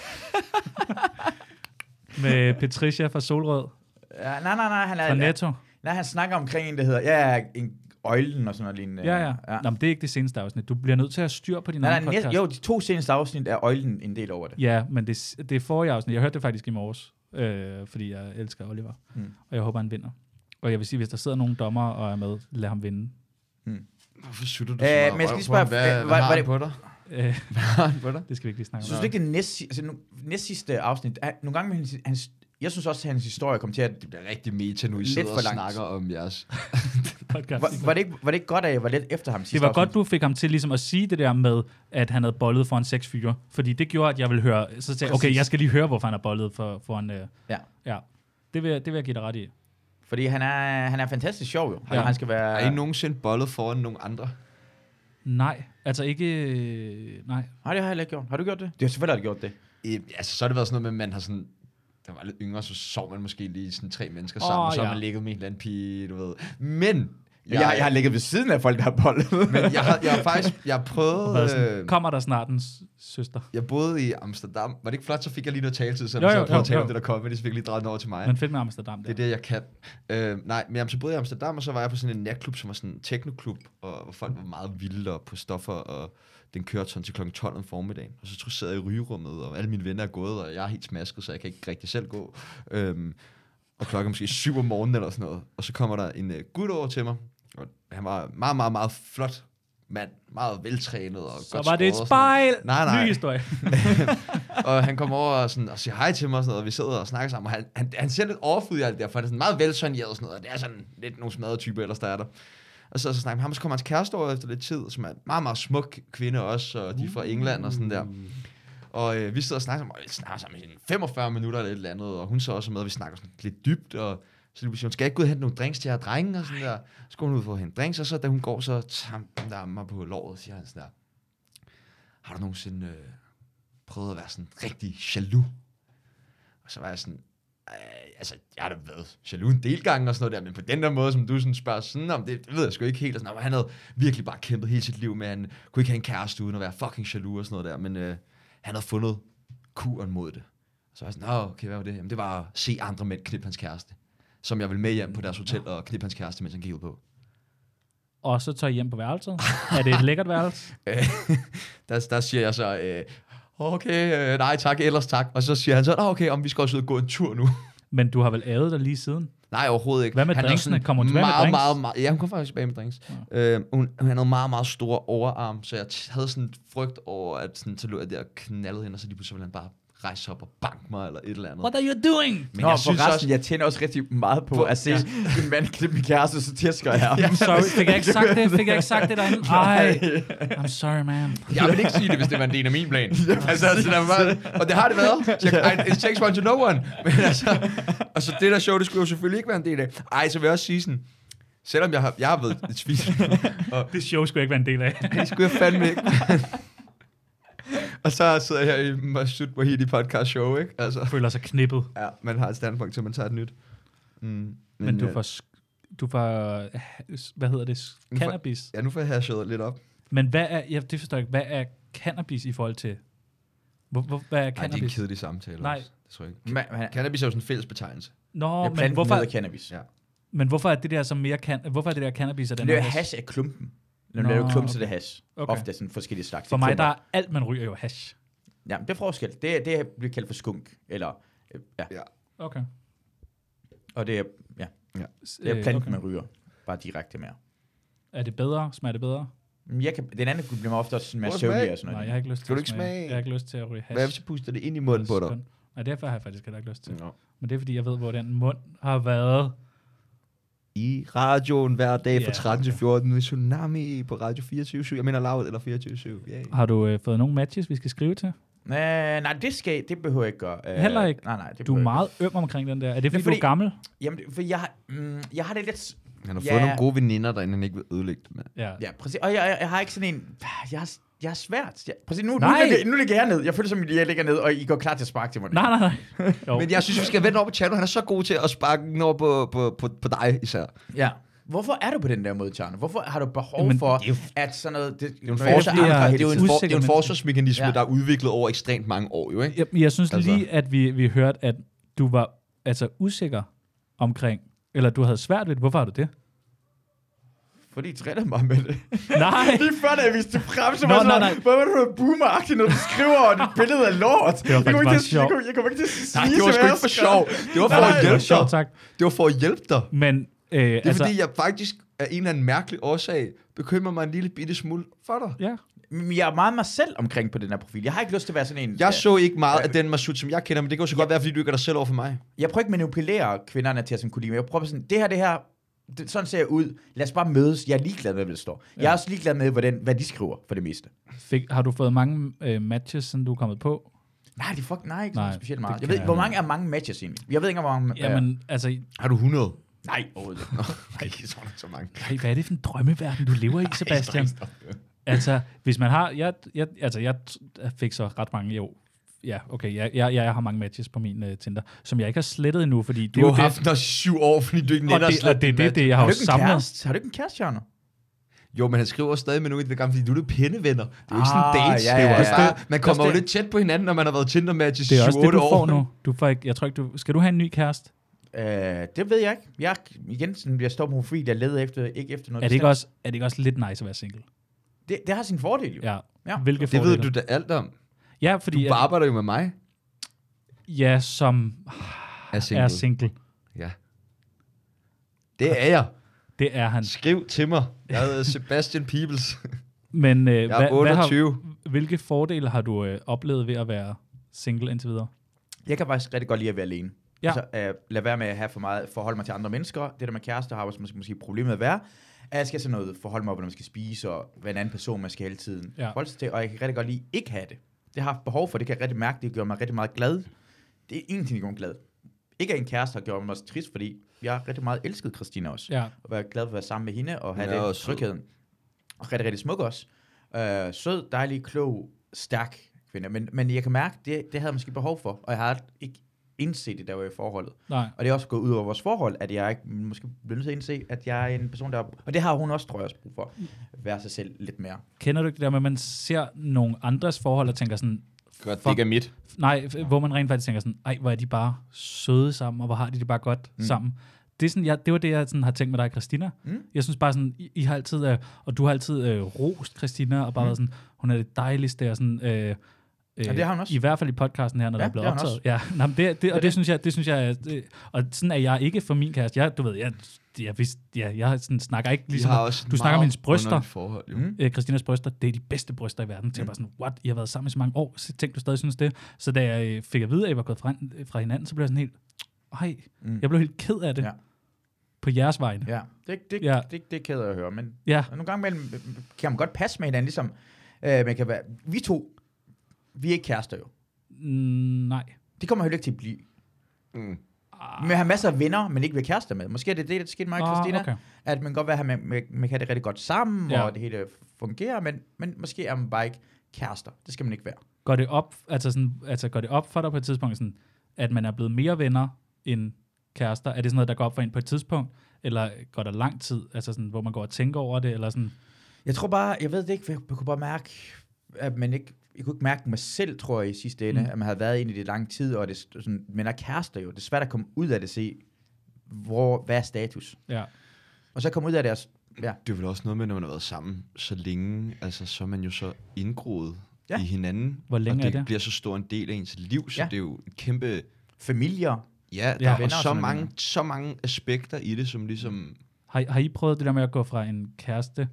med Patricia fra Solrød. Ja, nej. Han er... Fra Netto. Nej, han snakker omkring en, der hedder... en øjlen og sådan noget lignende. Ja. Nå, men det er ikke det seneste afsnit. Du bliver nødt til at styre på din egen podcast. Jo, de 2 seneste afsnit er øjlen en del over det. Ja, men det er forrige afsnit. Jeg hørte det faktisk i morges, fordi jeg elsker Oliver. Og jeg håber, han vinder. Og jeg vil sige, hvis der sidder nogle dommer og er med, lad ham vinde. Hvorfor sutter du så meget? Men jeg skal lige spørge, hvad har han på dig? Hvad har han på dig? Det skal vi ikke lige snakke om. Synes du ikke, det næst sidste afsnit, nogle gange med hans jeg synes også, at hans historie kom til at... Det bliver rigtig meta nu, I sidder og snakker om jeres podcast. Var det ikke godt, at jeg var lidt efter ham sidste Det var godt, du fik ham til ligesom at sige det der med, at han havde bollet for en 6 fyre. Fordi det gjorde, at jeg ville høre... Så sagde okay, jeg skal lige høre, hvorfor han har bollet for en... Ja. Det vil jeg give dig ret i. Fordi han er fantastisk sjov, jo. Ja. Han skal være... Er I nogensinde bollet foran nogen andre? Nej, altså ikke... Nej. Nej, det har jeg ikke gjort. Har du gjort det? Det har selvfølgelig gjort det. Altså, så har det været sådan noget med, at man har sådan... Da man var lidt yngre, så sov man måske lige sådan 3 mennesker sammen, og så har man ligget med en eller anden pige, du ved. Men... Jeg har ligget ved siden af folk, der har bollet. Men jeg har prøvet... Kommer der snart en søster? Jeg boede i Amsterdam. Var det ikke flot, så fik jeg lige noget taletid, så jeg prøvede at tale om det der comedy, så fik jeg lige drejet den over til mig. Men fedt med Amsterdam. Det er det, jeg kan. Nej, men så boede jeg i Amsterdam, og så var jeg på sådan en natklub, som var sådan en technoklub, og hvor folk var meget vilde og på stoffer, og den kørte sådan til kl. 12 om formiddagen. Og så sad jeg i rygerummet, og alle mine venner er gået, og jeg er helt smasket, så jeg kan ikke rigtig selv gå. Og klokken måske 7 om morgenen eller sådan noget. Og så kommer der en gut over til mig, og han var meget, meget, meget flot mand, meget veltrænet og så godt var det et spejl. Nej. Ny historie. Og han kommer over og siger hej til mig og sådan noget, og vi sidder og snakker sammen, og han ser lidt overfuld i alt det der, for han er sådan meget velsoigneret og sådan noget, og det er sådan lidt nogle smadrede typer ellers, der er der. Og så snakker ham, så kommer hans kæreste over efter lidt tid, som er en meget, meget smuk kvinde også, og de er fra England og sådan der. Og vi sidder og snakker sammen i 45 minutter eller et eller andet, og hun så også med, og vi snakker sådan lidt dybt, og så siger hun, skal jeg ikke gå ud og hente nogle drinks til jer drenge, og sådan der. Så går hun ud for at hente drinks, og så da hun går, så tager der mig på låret, og siger han sådan der, har du nogensinde prøvet at være sådan rigtig jaloux? Og så var jeg sådan, altså, jeg har da været jaloux en del gange og sådan noget der, men på den der måde, som du sådan spørger sådan om, det ved jeg sgu ikke helt. Og sådan, han havde virkelig bare kæmpet hele sit liv med, han kunne ikke have en kæreste uden at være fucking jaloux og sådan noget der, men han havde fundet kuren mod det. Så var jeg sådan, okay, hvad var det? Jamen, det var at se andre mænd knippe hans kæreste, som jeg ville med hjem på deres hotel og knippe hans kæreste, mens han kiggede på. Og så tager I hjem på værelset? Er det et lækkert værelse? Der siger jeg så, okay, nej tak, ellers tak. Og så siger han så, okay, om vi skal også ud og gå en tur nu. Men du har vel ædet dig lige siden? Nej, overhovedet ikke. Hvad med drinksene? Kommer hun tilbage med drinks? Ja, hun kom faktisk tilbage med drinks. Ja. Hun havde meget, meget store overarm, så jeg havde sådan en frygt over, at sådan, så lå jeg der og knaldede hende, og så lige pludselig ville han bare rejse op og banke mig, eller et eller andet. What are you doing? Men jeg synes også, jeg tænder også rigtig meget på at se en mand klippe min kæreste, så tæsker jeg ham. I'm sorry, fik jeg ikke sagt det derinde? Ej, I'm sorry, man. Jeg vil ikke sige det, hvis det var en del af min plan. Altså, og det har det været. It takes one to know one. Men altså, og så det der show, det skulle jo selvfølgelig ikke være en del af. Ej, så vil jeg også sige sådan, selvom jeg har været et svin. Det show skulle jeg ikke være en del af. Det skulle jeg fandme ikke. Og så sidder jeg her i Masud Wahidi podcast show, ikke? Altså. Føler sig knippet. Ja, man har et standpunkt til, man tager et nyt. Men du får, hvad hedder det, cannabis? Ja, nu får jeg hashet lidt op. Men hvad er, det forstår jeg ikke, hvad er cannabis i forhold til, hvad er cannabis? Nej, det er en kedelig samtale. Nej. Også. Det tror jeg ikke. Cannabis er jo sådan en fælles betegnelse. Nå, men hvorfor cannabis? Ja. Men hvorfor er det der så mere hvorfor er det der cannabis af den her? Det er hash af klumpen. Når det er jo klump, så det er hash. Okay. Ofte sådan forskellige slags. For mig, der er alt, man ryger jo hash. Ja, det er forskel. Det bliver kaldt for skunk. Eller, ja. Okay. Og det er, det er planten, man ryger. Bare direkte mere. Er det bedre? Smager det bedre? Den anden kunne blive mig ofte også mere søvnig og sådan noget. Nej, jeg har ikke lyst til at smage. Jeg har ikke lyst til at ryge hash. Hvad hvis jeg puster det ind i munden på dig? Nej, derfor har jeg faktisk heller ikke lyst til. No. Men det er, fordi jeg ved, hvor den mund har været. I radioen hver dag fra 13 til 14 med Tsunami på Radio 24/7. Jeg mener Loud eller 24/7. Yeah. Har du fået nogle matches, vi skal skrive til? Nej, det behøver jeg ikke gøre. Heller ikke? Nej, du er meget øm omkring den der. Er det fordi du er gammel? Jamen, for jeg har det lidt... Han har fået nogle gode veninder, der han ikke vil ødelægge det med. Ja, præcis. Og jeg har ikke sådan en... Jeg er svært. Præcis, nu ligger jeg ned. Jeg føler som, at jeg ligger ned, og I går klar til at sparke til mig. Nej. Men jeg synes, vi skal vende over på Tjerno. Han er så god til at sparke den over på dig især. Ja. Hvorfor er du på den der måde, Tjerno? Hvorfor har du behov for, at sådan noget... Det er jo en forsvarsmekanisme, der er udviklet over ekstremt mange år, jo, ikke? Jeg synes lige, at vi hørte, at du var usikker omkring, eller du havde svært ved det. Hvorfor har du det? Fordi I driller mig med det. Nej. Lige før, da jeg viste det frem, så var sådan, hvor var du boomer-agtigt, når du skriver, og dit billede af lort. Det var faktisk bare sjovt. Jeg kommer ikke til at sige, nej, det var sgu ikke for sjov. Det var for at hjælpe dig. Det var for at hjælpe dig. Men, det er fordi, jeg faktisk af en eller anden mærkelig årsag bekymrer mig en lille bitte smule for dig. Ja. Jeg er meget mig selv omkring på den her profil. Jeg har ikke lyst til at være sådan en... Jeg så ikke meget af den Masud, som jeg kender, men det kan jo så godt være, fordi du ikke er dig selv over for mig. Jeg prøver ikke at manipulere kvinderne til at sådan kunne lide mig. Jeg prøver sådan, det her, sådan ser jeg ud. Lad os bare mødes. Jeg er ligeglad med, hvad det står. Ja. Jeg er også ligeglad med, hvad de skriver for det meste. Har du fået mange matches, siden du er kommet på? Nej, ikke så specielt meget. Jeg ved hvor mange er mange matches egentlig? Jeg ved ikke, hvor mange... Jamen, altså... Har du 100? Nej, overhovedet ikke. Nej, så mange. Nej, hvad er det for en drømmeverden, du lever i, Sebastian? Altså, hvis man har... Jeg fik så ret mange, jo. Ja, okay, jeg har mange matches på min Tinder, som jeg ikke har slettet endnu, fordi... Du har haft der 7 år, fordi du ikke netter slet det, jeg har jo samlet. Har du ikke en kæreste, Tjerno? Jo, men han skriver stadig med nogen i det gamle, fordi du er pinnevenner. Det er jo ikke sådan dates. Ja. Man kommer jo lidt tæt på hinanden, når man har været Tinder-matches i 7-8 år. Det er også det, du får nu. Du får ikke, jeg tror ikke, skal du have en ny kæreste? Det ved jeg ikke. Jeg står på profil, jeg leder ikke efter noget. Er det ikke også lidt nice at være single? Det har sin fordel, jo. Ja. Hvilke fordele? Det ved du da alt om. Ja, fordi... Du arbejder jo med mig. Ja, som er single. Ja. Det er jeg. Det er han. Skriv til mig. Jeg hedder Sebastian Peebles. Men jeg er 28. Hvilke fordele har du oplevet ved at være single indtil videre? Jeg kan faktisk rigtig godt lide at være alene. Ja. Altså, lad være med at have for meget forholde mig til andre mennesker. Det der med kærester har også måske problemet at være. At jeg skal sådan noget forholde mig, hvordan man skal spise, og hvad en anden person man skal hele tiden forholde sig til. Og jeg kan rigtig godt lide ikke have det. det har haft behov for, det kan jeg rigtig mærke, det gør mig rigtig meget glad. Det er ingenting, der gør mig glad. Ikke at en kæreste har gjort mig også trist, fordi jeg har rigtig meget elsket Christina også. Ja. Og været glad for at være sammen med hende, og have Ja, den trygheden. Og rigtig, rigtig smuk også. Sød, dejlig, klog, stærk kvinde. Men jeg kan mærke, det havde jeg måske behov for, og jeg har ikke indset det, der var i forholdet. Nej. Og det er også gået ud over vores forhold, at jeg ikke måske bliver nødt til at indse, at jeg er en person, der... Og det har hun også, tror jeg, også brug for. At være sig selv lidt mere. Kender du ikke det der med, at man ser nogle andres forhold og tænker sådan... Godt, det ikke er mit. Nej, hvor man rent faktisk tænker sådan, ej, hvor er de bare søde sammen, og hvor har de det bare godt sammen. Det er sådan, det var det, jeg sådan har tænkt med dig, Christina. Jeg synes bare sådan, I har altid, og du har altid rost Christina, og bare været sådan, hun er det dejligste, og sådan... Ja, det har hun også. I hvert fald i podcasten her, når der er blevet optaget. Ja, det synes jeg, og sådan er jeg ikke for min kæreste. Jeg sådan snakker ikke ligesom, du snakker om hendes bryster. Forhold, Christinas bryster, det er de bedste bryster i verden. Til bare sådan, what, I har været sammen i så mange år, så tænkte du stadig synes det. Så da jeg fik at vide, at I var gået fra hinanden, så blev jeg sådan helt, jeg blev helt ked af det. Ja. På jeres vegne. Ja, det er ked af at høre, men nogle gange imellem kan man godt passe med hinanden, ligesom man kan være, vi to, vi er ikke kærester jo. Nej. Det kommer heller ikke til at blive. Man har masser af venner, men ikke vil kærester med. Måske er det der skete mig og Christina. Okay. At man godt vil have, man kan det rigtig godt sammen, og det hele fungerer, men måske er man bare ikke kærester. Det skal man ikke være. Går det op, går det op for dig på et tidspunkt, sådan, at man er blevet mere venner end kærester? Er det sådan noget, der går op for en på et tidspunkt? Eller går der lang tid, altså sådan, hvor man går og tænker over det? Eller sådan? Jeg tror bare, jeg ved det ikke, jeg kunne bare mærke, at man ikke... Jeg kunne ikke mærke mig selv, tror jeg, i sidste ende, at man havde været inde i det lang tid, og det sådan, men er kærester jo. Det er svært at komme ud af det, se, hvad er status. Ja. Og så komme ud af det, og, Det er vel også noget med, når man har været sammen så længe, altså så er man jo så indgroet i hinanden. Hvor længe og er det? Bliver så stor en del af ens liv, så det er jo en kæmpe... Familier. Ja, der er så mange aspekter i det, som ligesom... Har I prøvet det der med at gå fra en kæreste?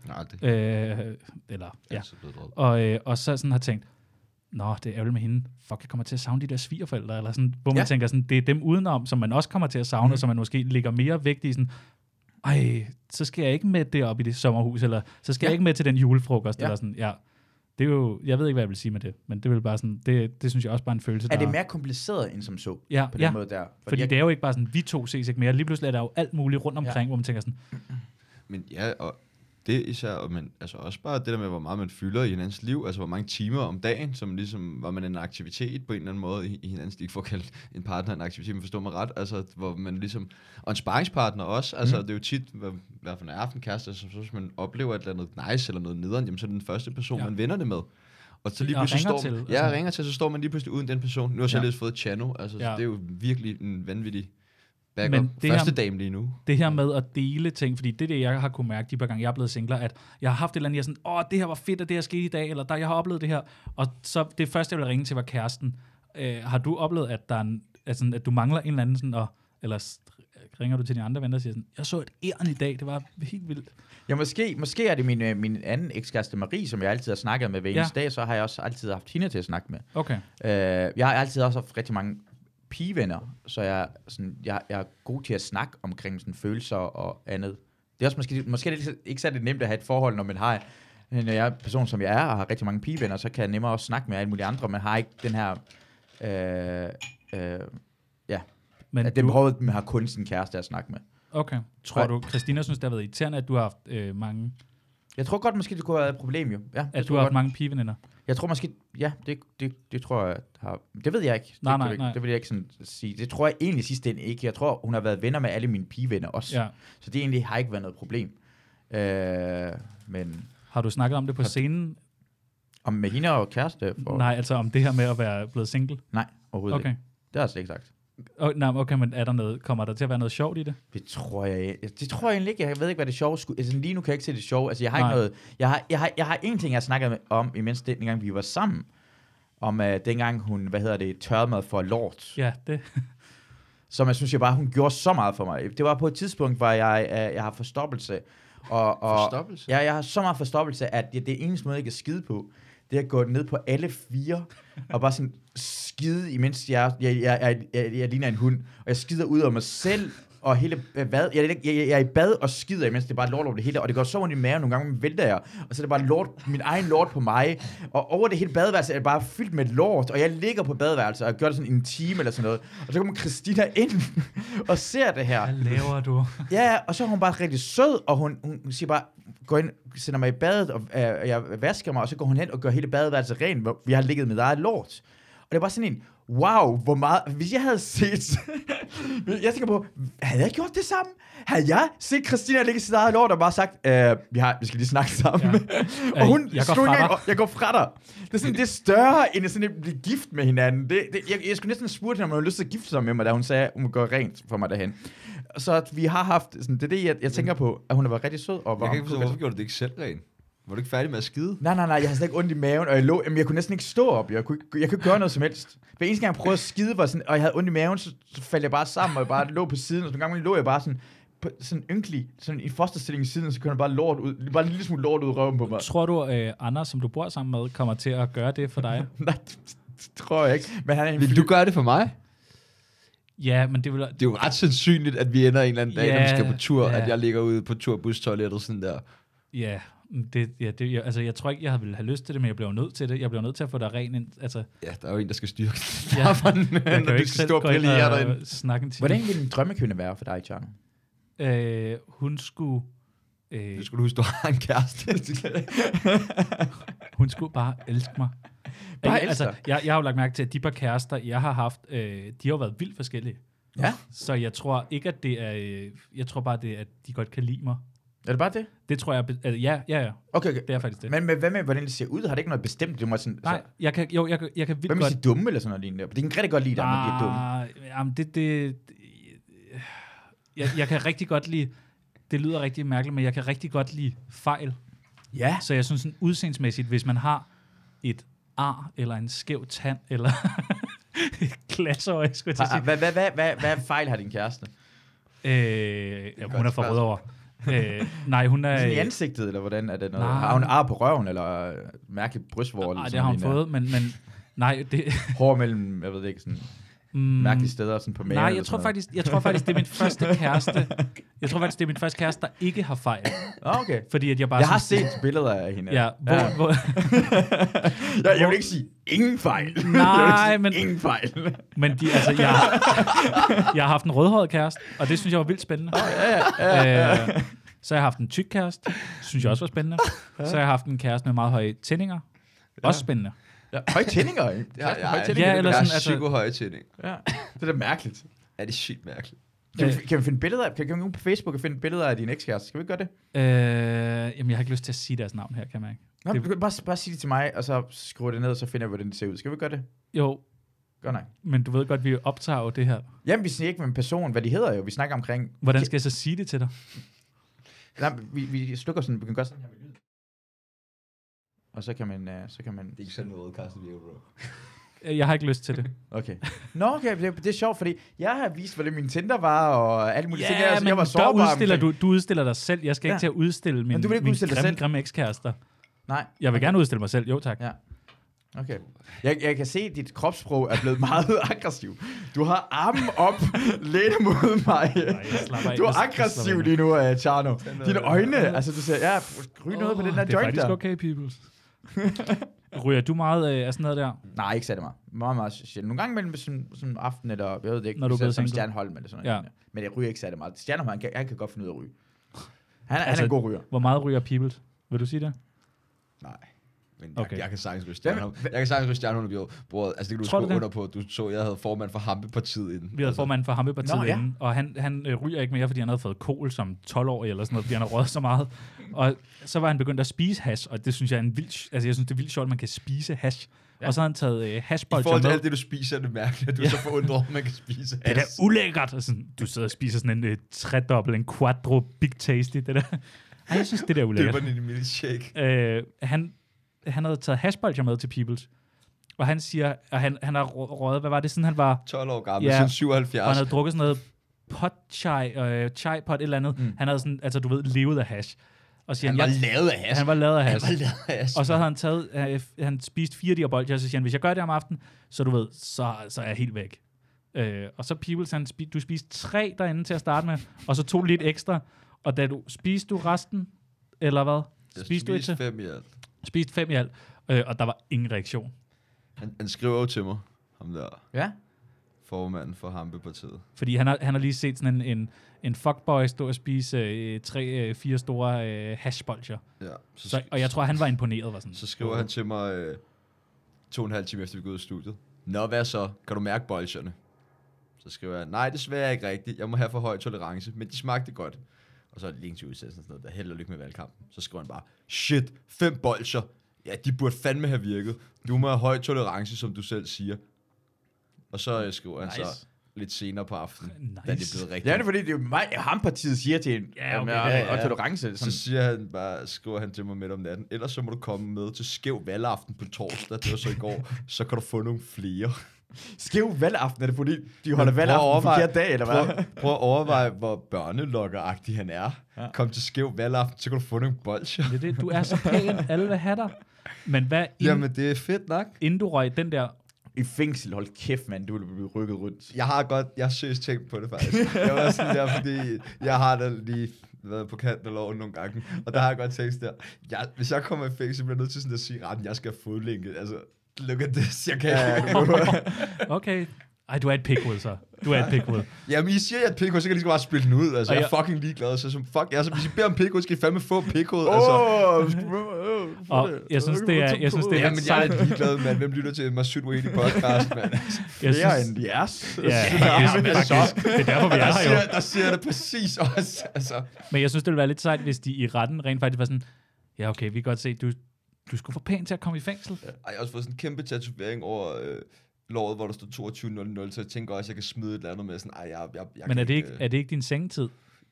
Nej, og så sådan har tænkt, nå, det er ærgerligt med hende. Fuck, jeg kommer til at savne de der svigerforældre, eller sådan, hvor man tænker sådan, det er dem udenom, som man også kommer til at savne, som man måske ligger mere vægt i sådan, så skal jeg ikke med derop i det sommerhus, eller så skal jeg ikke med til den julefrokost, eller sådan, det er jo, jeg ved ikke, hvad jeg vil sige med det, men det er vel bare sådan, det synes jeg også bare en følelse, der... Er det mere kompliceret end som så, på den måde der? Fordi det er jo ikke bare sådan, vi to ses ikke mere, lige pludselig er der jo alt muligt rundt omkring, hvor man tænker sådan... Men ja, og det især, men altså også bare det der med, hvor meget man fylder i hinandens liv, altså hvor mange timer om dagen, som ligesom, var man en aktivitet på en eller anden måde i hinandens liv, for at kalde en partner en aktivitet, man forstår mig ret, altså hvor man ligesom, og en sparringspartner også, altså det er jo tit, i hvert fald en aftenkæreste, så hvis man oplever et eller andet nice eller noget nederen, jamen så er det den første person, man vender det med. Og så lige pludselig ringer til, så står man lige pludselig uden den person. Nu har jeg selv fået Chano, altså det er jo virkelig en vanvittig backup. Første dame lige nu. Det her med at dele ting, fordi det er det, jeg har kunne mærke de par gange, jeg er blevet singler, at jeg har haft et eller andet, jeg er sådan, det her var fedt, og det her skete i dag, eller jeg har oplevet det her. Og så det første, jeg ville ringe til, var kæresten. Har du oplevet, at der er at du mangler en eller anden sådan, eller ringer du til de andre venner og siger sådan, jeg så et æren i dag, det var helt vildt. Ja, måske er det min anden ekskæreste Marie, som jeg altid har snakket med hver eneste dag, så har jeg også altid haft hende til at snakke med. Okay. Jeg har altid også haft rigtig mange pigevenner, så jeg er god til at snakke omkring sådan følelser og andet. Det er også måske er det ikke så nemt at have et forhold, når jeg er en person, som jeg er, og har rigtig mange pigevenner, så kan jeg nemmere også snakke med alle mulige andre, men har ikke den her men at den behov, man har kun sin kæreste at snakke med. Okay. Tror du, Christina synes, det har været irriterende, at du har haft mange... Jeg tror godt, måske det kunne have været et problem, jo. Ja, at du har haft mange pigeveninder? Jeg tror måske, det tror jeg har... Det ved jeg ikke. Nej. Det vil jeg ikke sådan sige. Det tror jeg egentlig sidst ende ikke. Jeg tror, hun har været venner med alle mine pigevenner også. Ja. Så det egentlig har ikke været noget problem. Men... Har du snakket om det på scenen? Om med hende og kæreste? Nej, altså om det her med at være blevet single? Nej, overhovedet ikke. Det har jeg slet ikke sagt. Okay, men er der noget, kommer der til at være noget sjovt i det? Det tror jeg egentlig ikke. Jeg ved ikke, hvad det sjove skulle... Altså, lige nu kan jeg ikke se det sjove. Altså, jeg har ikke noget... Jeg har en ting, jeg snakkede om, imens dengang vi var sammen. Om dengang hun, tørrede mig for lort. Ja, det... Som jeg synes, hun gjorde så meget for mig. Det var på et tidspunkt, hvor jeg har forstoppelse. Forstoppelse? Ja, jeg har så meget forstoppelse, at det eneste måde, jeg kan skide på, det er at gå ned på alle 4, og bare sådan skide, imens jeg ligner en hund, og jeg skider ud af mig selv, og hele bad. Jeg er i bad og skider, imens det er bare lort over det hele, og det går så ondt i maven, nogle gange vælter jeg, og så er det bare lort, min egen lort på mig, og over det hele badeværelse er det bare fyldt med lort, og jeg ligger på badeværelset og gør det sådan en time eller sådan noget, og så kommer Christina ind og ser det her. Hvad laver du? Ja, og så er hun bare rigtig sød, og hun siger bare, gå ind, sender mig i badet, og jeg vasker mig, og så går hun hen og gør hele badeværelset rent, hvor vi har ligget med eget lort. Og det var sådan en, wow, hvor meget, hvis jeg havde set, jeg tænker på, havde jeg gjort det samme? Havde jeg set Christina ligge i sit eget lort og bare sagt, vi skal lige snakke sammen? Ja. Og hun jeg går fra dig. Det er sådan, det er større, end sådan at blive gift med hinanden. Jeg skulle næsten spurgte hende, om hun havde lyst til at gifte sig med mig, da hun sagde, hun må gøre rent for mig derhen. Så at vi har haft, sådan, det er det, jeg tænker på, at hun har været rigtig sød. Og jeg kan ikke forstå, hvorfor gjorde du det ikke selv rent? Var du ikke færdig med at skide? Nej, jeg havde slet ikke ondt i maven, og jeg kunne næsten ikke stå op. Jeg kunne ikke gøre noget som helst. Hver eneste gang jeg prøvede at skide, var sådan, og jeg havde ondt i maven, så faldt jeg bare sammen, og jeg bare lå på siden, og så nogle gange lå jeg bare sådan ynkelig, sådan i fosterstilling i siden, og så kunne jeg bare lort ud, bare en lille smule lort ud af røven på mig. Tror du, Anders, som du bor sammen med, kommer til at gøre det for dig? Nej, det tror jeg ikke. Men han er vil du gøre det for mig? Ja, men det vil... Det er jo ret sandsynligt, at vi ender en eller anden dag, når vi skal på tur, at jeg ligger ude på turbus-toilettet sådan der. Ja, altså jeg tror ikke, jeg ville have lyst til det, men jeg bliver nødt til det. Jeg bliver nødt til at få dig ren ind. Altså, ja, der er jo en, der skal styrke det. Ja, jeg kan jo ikke selv gå ind og snakke en time. Hvordan ville en drømmekvinde være for dig, Tjerno? Hun skulle... Du skulle huske, du har en kæreste. Hun skulle bare elske mig. Altså, jeg har jo lagt mærke til, at de par kærester, jeg har haft, de har jo været vildt forskellige. Ja. Så jeg tror ikke, at det er... Jeg tror bare, det er, at de godt kan lide mig. Er det bare det? Det tror jeg... Ja. Okay. Det er faktisk det. Men hvad med, hvordan det ser ud? Har det ikke noget bestemt? Du må sådan, nej, så... jeg kan vildt godt... Hvad med at sige dumme eller sådan noget lignende? Det kan rigtig godt lide dig, når de er dumme. Jamen, jeg kan rigtig godt lide... Det lyder rigtig mærkeligt, men jeg kan rigtig godt lide fejl. Ja. Så jeg synes sådan udseendsmæssigt, hvis man har et ar, eller en skæv tand, eller et glasøje, skulle jeg til at sige. Hvad fejl har din kæreste? Hun er for Rødovre. Nej, hun er... Sådan i ansigtet, eller hvordan er det noget? Nej. Har hun ar på røven, eller mærkeligt brystvortel? Nej, det har hun fået, men nej, det... Hår mellem, jeg ved det ikke, sådan... mærkelige steder sådan på maven. Nej, jeg tror faktisk, det er min første kæreste. Jeg tror faktisk, det er min første kæreste, der ikke har fejl. Okay. Fordi at jeg bare... Jeg har set billeder af hende. Ja, hvor... jeg vil ikke sige ingen fejl. Nej, men... Ingen fejl. Men jeg har haft en rødhåret kæreste, og det synes jeg var vildt spændende. Så jeg har haft en tyk kæreste, synes jeg også var spændende. Så jeg har haft en kæreste med meget høje tændinger. Også spændende. Ja, høje tændinger, ikke? Ja, eller sådan, psyko-høje tændinger. Ja, det er da mærkeligt. Ja, det er sygt mærkeligt. Kan vi finde billeder af, kan vi gå på Facebook og finde billeder af din ekskæreste? Skal vi gøre det? Jamen, jeg har ikke lyst til at sige deres navn her, kan man ikke. Nå, du kan bare sige det til mig, og så skrive det ned, og så finder jeg, hvordan det ser ud. Skal vi gøre det? Jo. Godt nok. Men du ved godt, vi optager det her. Jamen, vi siger ikke med en person, hvad de hedder jo. Vi snakker omkring... Hvordan skal jeg så sige det til dig? Nej, vi slukker sådan, vi kan gøre sådan her med lyd. Og så kan man... Det er ikke sådan noget, Carsten virker, bro. Jeg har ikke lyst til det. Okay. Nå, okay, det er sjovt, fordi jeg har vist, hvordan min Tinder var, og alle mulige ting. Ja, men jeg var sårbar. Du udstiller dig selv. Jeg skal ikke til at udstille min grimme ekskærester. Nej. Jeg vil gerne udstille mig selv. Jo, tak. Ja. Okay. Jeg kan se, at dit kropssprog er blevet meget aggressiv. Du har armen op, læne mod mig. Nej, du er aggressiv lige nu, Tjerno. Dine øjne, altså du siger, ryg noget på den der joint der. Det er faktisk okay, peoples. Ryger du meget af sådan noget der? Nej, ikke særlig meget. Meget sjældent. Nogle gange mellem sådan aften, eller jeg ved det ikke, når du er som Stjernholm eller sådan noget. Ja. Men jeg ryger ikke særlig meget. Stjernholm, han kan godt finde ud af at ryge. Han er en god ryger. Hvor meget ryger peoples? Vil du sige det? Nej. Men jeg kan sagtens ryge Stjernholm. Jeg kan sagtens ryge Stjernholm på bordet. Altså det kan du skrive under på. Du så, jeg havde formand for Hampepartiet inden. Vi havde formand for Hampepartiet inden. Og han ryger ikke mere, fordi han havde fået kol som 12-årig eller sådan noget, fordi han har røget så meget. Og så var han begyndt at spise hash, og det synes jeg er jeg synes, det er vildt sjovt, at man kan spise hash. Ja. Og så har han taget hashbolger med. I forhold til alt det, du spiser, er det mærkeligt, at du er så forundret over, at man kan spise hash. Det er da ulækkert. Og sådan, du sidder og spiser sådan en tredobbelt, en quattro Big Tasty. Det der. Ej, jeg synes, det der er ulækkert. Det var en milkshake. Han havde taget hashbolger med til Peoples. Og han siger, at han har røget, hvad var det, sådan han var... 12 år gammel, siden 77. Og han havde drukket sådan noget chai pot et eller andet. Han havde sådan, altså du ved, levet af hash. Og siger, han var lavet af hash. Han var lavet af hash. Og så havde han taget, han spiste 4 af de her bolger, og så siger han, hvis jeg gør det om aftenen, så du ved, så er jeg helt væk. Og så Peebles, du spiste 3 derinde til at starte med, og så 2 lidt ekstra. Og da spiste du resten, eller hvad? Spiste 5 i alt. Spiste 5 i alt, og der var ingen reaktion. Han skriver jo til mig, ham der. Ja. Formanden for Hampepartiet. Fordi han har lige set sådan en fuckboy stå og spise 3-4 store hashbolger. Ja. Og jeg tror, han var imponeret. Var sådan. Så skriver han til mig 2,5 timer efter vi går ud af studiet. Nå, hvad så? Kan du mærke bolcherne? Så skriver jeg, nej, desværre ikke rigtigt. Jeg må have for høj tolerance, men de smagte godt. Og så er det længe til udsendelsen, sådan noget, der held og lykke med valgkampen. Så skriver han bare, shit, 5 bolcher. Ja, de burde fandme have virket. Du må have høj tolerance, som du selv siger. Og så skriver han så lidt senere på aftenen, da det er blevet rigtigt. Ja, det er fordi, det er jo mig, Hampepartiet siger til en, og tolerance. Så siger han bare, skriver han til mig midt om natten, ellers så må du komme med til skæv valgaften på torsdag, det var så i går, så kan du få nogle flere. Skæv valgaften, er det fordi, de holder valgaften på forkert dag, eller hvad? Prøv at overveje, hvor børnelokkeragtig han er. Ja. Kom til skæv valgaften, så kan du få nogle bolcher. Det er det, du er så pæn, alle vil have dig. Men hvad jamen, det er fedt nok. Inden du røg den der... I fængsel, hold kæft, mand, du vil blive rykket rundt. Jeg har seriøst tænkt på det, faktisk. Jeg var sådan der, fordi jeg har da lige været på kanten af loven nogle gange, og der har jeg godt tænkt der, hvis jeg kommer i fængsel, bliver jeg nødt til sådan at sige retten, jeg skal have fodlænket. Altså, look at this, jeg kan okay. Ej, du er et pikhoved, så. Du er et pikhoved. Jamen, I siger, at jeg er et pikhoved, så kan I lige bare spille den ud. Altså, jeg er fucking ligeglad. Så som fuck, altså, hvis I beder om pikhoved, skal I fandme få pikhoved. Og jeg synes, det er jamen, jeg er ligeglad, mand. Hvem lytter til Masoud Wahedi podcast, mand? Det er en jeres. Ja, det er derfor, vi er her jo. Der siger det præcis også. Altså. Men jeg synes, det ville være lidt sejt, hvis de i retten rent faktisk var sådan, ja, okay, vi kan godt se, du skulle få pænt til at komme i fængsel. Jeg har også fået sådan en kæmpe tatovering over... låret, hvor der står 22.00, så jeg tænker også, at jeg kan smide et eller andet med sådan, jeg men er det ikke din sengetid?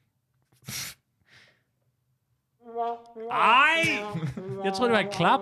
Ej! Jeg troede, det var et klap.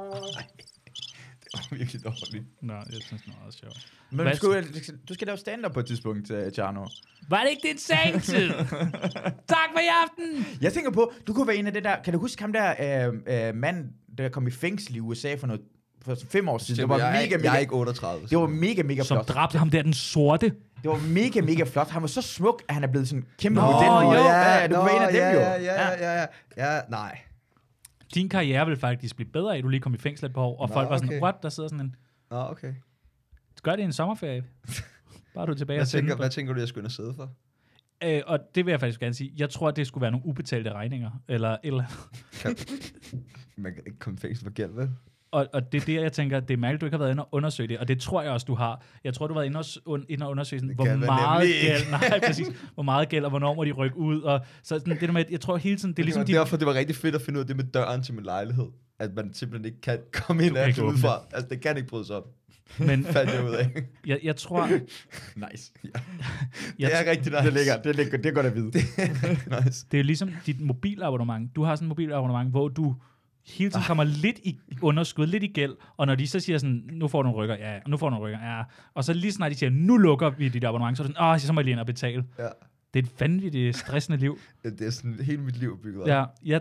Det var virkelig dårligt. Nå, jeg synes, det var også sjovt. Men du skal lave stand-up på et tidspunkt, Tjerno. Var det ikke din sengetid? Tak for i aften! Jeg tænker på, du kunne være en af det der, kan du huske ham der mand, der kom i fængsel i USA for 5 år siden? Det var jeg er ikke 38. Det var mega flot. Som dræbte ham der, den sorte. Det var mega flot. Han var så smuk, at han er blevet sådan en kæmpe model. Du kunne være en af dem ja, nej. Din karriere vil faktisk blive bedre af, at du lige kom i fængsel et par år, og folk var sådan, what? Der sidder sådan en... Okay. Gør det i en sommerferie. Bare du tilbage hvad tænker du, jeg skulle ind og sidde for? Og det vil jeg faktisk gerne sige. Jeg tror, at det skulle være nogle ubetalte regninger, eller et eller andet. Man kan ikke komme i fængsel for gæld, vel? Og det er det, jeg tænker, det er mærkeligt, du ikke har været inde og undersøge det, og det tror jeg også, du har. Jeg tror, du har været inde og undersøge, sådan, hvor meget gæld, hvor meget gæld, og hvornår må de rykke ud, og så sådan, det der med, jeg tror hele tiden, det er ligesom... Derfor, det var rigtig fedt at finde ud af det med døren til min lejlighed, at man simpelthen ikke kan komme ind af det udefra. Altså, det kan ikke brydes op. Men fandt jeg ud af. Jeg tror... Nice. Ja. Det er rigtig nice. Det er godt at vide. Nice. Det er ligesom dit mobilabonnement. Du har sådan et mobilabonnement, hvor du hele tiden kommer lidt i underskud, lidt i gæld, og når de så siger sådan, nu får du en rykker, ja, nu får du en rykker, ja, og så lige snart de siger, nu lukker vi dit abonnement, så er det sådan, så må jeg lige ind og betale. Ja. Det er et vanvittigt stressende liv. Det er sådan hele mit liv bygget op. Ja,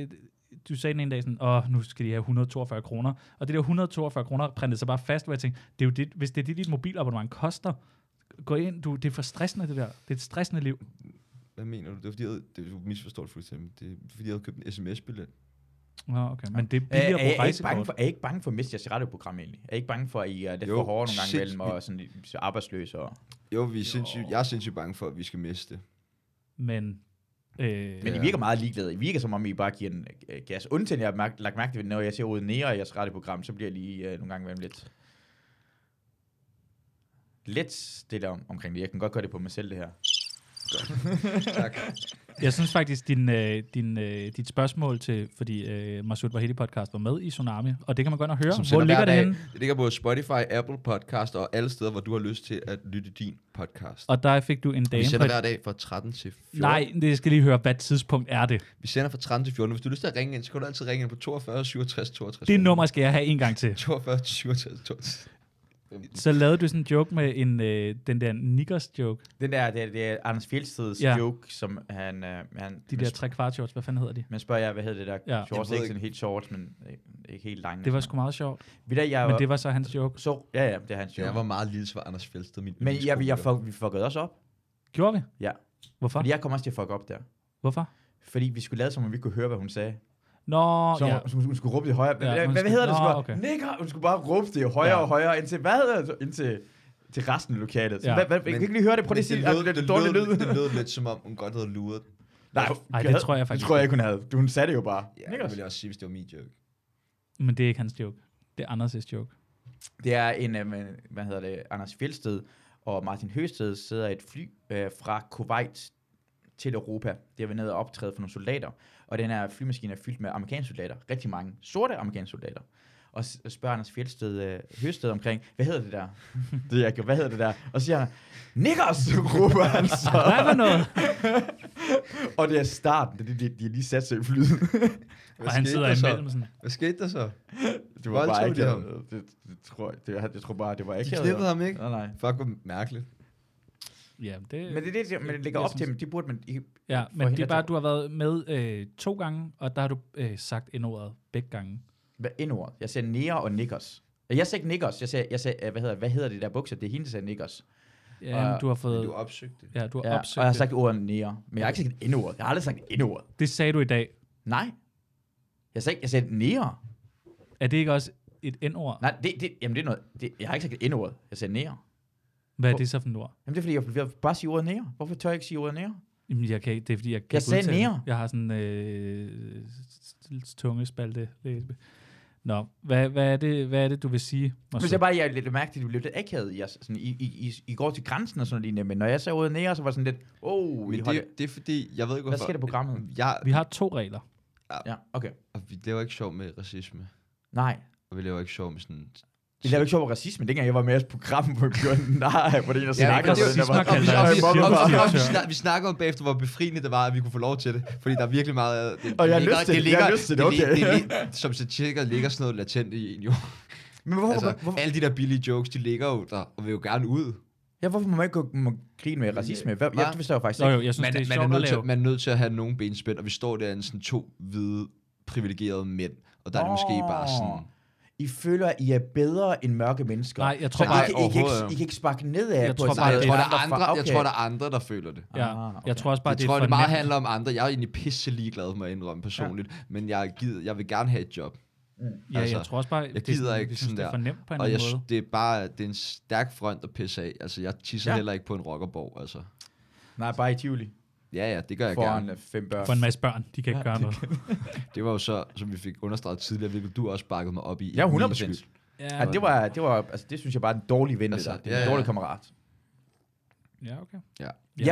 du sagde den ene dag sådan, nu skal de have 142 kroner, og det der 142 kroner printede sig bare fast, hvor jeg tænkte, det er jo det, hvis det er det, dit mobilabonnement koster, gå ind, det er for stressende det der, det er et stressende liv. Hvad mener du? Det er fordi, du misforstår det fuldstændig, det er fordi, jeg havde købt en sms-billet. Okay, men det er billigere på rejsekort. Er I ikke bange for at miste jeres radioprogram egentlig? Er I ikke bange for, at I er lidt for hårde nogle gange mellem, og sådan arbejdsløse? Og... Jo, jeg er sindssygt bange for, at vi skal miste. Men I virker meget ligeglade. I virker som om, I bare giver en gas. Undtagen jeg har lagt mærke til, når jeg ser ordet nære i jeres radioprogram, så bliver jeg lige nogle gange lidt stille omkring det. Jeg kan godt gøre det på mig selv, det her. Tak. Jeg synes faktisk, dit spørgsmål til, fordi Masoud Wahedi podcast var med i Tsunami, og det kan man gå ind og høre. Hvor ligger det henne? Det ligger på Spotify, Apple Podcast og alle steder, hvor du har lyst til at lytte din podcast. Og der fik du en dame. Vi sender hver dag fra 13 til 14. Nej, det skal lige høre, hvad tidspunkt er det? Vi sender fra 13 til 14. Hvis du har lyst til at ringe ind, så kan du altid ringe ind på 42 67 62. Det nummer skal jeg have en gang til. 42 67 62. Så lavede du sådan en joke med den der Nickers joke. Den der, det er Anders Fjeldsteds joke, som han... De der 3/4 shorts, hvad fanden hedder de? Men spørger jeg, hvad hedder det der? Ja. Shorts er ikke sådan helt shorts, men ikke helt lange. Det var sgu meget sjovt. Men det var så hans joke. Ja, det er hans joke. Jeg var meget lille til Anders Fjeldsted. Men vi fuckede også op. Gjorde vi? Ja. Hvorfor? Fordi jeg kom også til at fuck op der. Hvorfor? Fordi vi skulle lade som om vi kunne høre, hvad hun sagde. Nå, så hun skulle råbe det højere. Ja, hvad hedder det? Okay. Nikker! Hun skulle bare råbe det højere og højere, indtil resten af lokalet. Så jeg kan ikke lige høre det. Prøv lige at sige, det lød lidt som om, hun godt havde luret. Nej, det tror jeg faktisk. Det tror jeg ikke, hun havde. Hun sagde det jo bare. Ja, det ville jeg også sige, hvis det var min joke. Men det er ikke hans joke. Det er Anders' joke. Det er Anders Fjeldsted og Martin Høsted sidder i et fly fra Kuwait til Europa. Det har været nede og optræde for nogle soldater. Og den her flymaskine er fyldt med amerikanske soldater. Rigtig mange sorte amerikanske soldater. Og spørger Anders Fjeldsted Høsted omkring, hvad hedder det der? Hvad hedder det der? Og så siger han, Nickers, råber han så. Hvad var noget? Og det er starten. De har lige sat sig i flyet. Og han sidder imellem sådan. Hvad skete der så? Det var bare ikke jeg tror bare, det var ikke. De knippede ham ikke? Nej. Fuck, hvor mærkeligt. Ja, men det ligger op til, det burde man ikke. Ja, men det er bare, du har været med 2 gange, og der har du sagt indordet begge gange. Hvad indordet? Jeg sagde nære og nikkers. Jeg sagde ikke nikkers. Jeg sagde hvad hedder det der bukser? Det er hende, der sagde nikkers. Ja, du har fået... Men du har opsøgt det. Ja, du har opsøgt og jeg har sagt ordet nære. Men jeg har ikke sagt indordet. Jeg har aldrig sagt indordet. Det sagde du i dag. Nej. Jeg sagde nære. Er det ikke også et indord? Nej, jamen det er noget... jeg har ikke sagt indordet. Jeg sagde nære. Hvad er det så for et ord? Jamen det er fordi, jeg bare sige ordet nære. Hvorfor tør jeg ikke sige ordet nære? Jamen det er fordi, jeg sagde nære. Jeg har sådan tungespalte. Nå, hvad er det, du vil sige? Hvis jeg bare lidt mærke til, at du blev lidt akavet I går til grænsen og sådan noget, men når jeg sagde ordet nære, så var sådan lidt, det er fordi, jeg ved ikke, hvorfor. Hvad sker der på programmet? Vi har 2 regler. Ja, okay. Og vi laver ikke sjov med racisme. Nej. Og vi laver ikke sjov med sådan... Vi lavede ikke sjov med racisme, dengang jeg var med i programmet på nej, hvor det en, der snakker. Vi snakker om bagefter, hvor befriende det var, at vi kunne få lov til det. Fordi der er virkelig meget... Og jeg har lyst til det, okay. Som satiriker ligger sådan noget latent i en jo. Men hvorfor? Alle de der billige jokes, de ligger jo der, og vil jo gerne ud. Ja, hvorfor må man ikke grine med racisme? Jeg forstår faktisk ikke. Jeg synes, det er sjovt at lave. Man er nødt til at have nogen benspænd, og vi står der sådan 2 hvide, privilegerede mænd. Og der er det måske bare sådan... I føler, at I er bedre end mørke mennesker. Nej, jeg tror bare... I kan ikke sparke nedad. Jeg tror, der er andre, der føler det. Ja, jeg tror også bare, det meget handler om andre. Jeg er egentlig pisse ligeglad med at indrømme personligt, men jeg vil gerne have et job. Ja, jeg tror også bare, jeg gider ikke sådan der. Det er for nemt på en anden måde. Det er bare, det er en stærk front at pisse af. Altså, jeg tisser heller ikke på en rockerborg, altså. Nej, bare i Tivoli. Ja, det gør jeg gerne. 5 børn. For en masse børn, de kan ikke gøre noget. Det var jo så, som vi fik understreget tidligere, hvilket du også bakkede mig op i. Ja, 100%. Ja, det var, altså det synes jeg bare er en dårlig ven, altså, det er en dårlig kammerat. Ja, okay. Ja.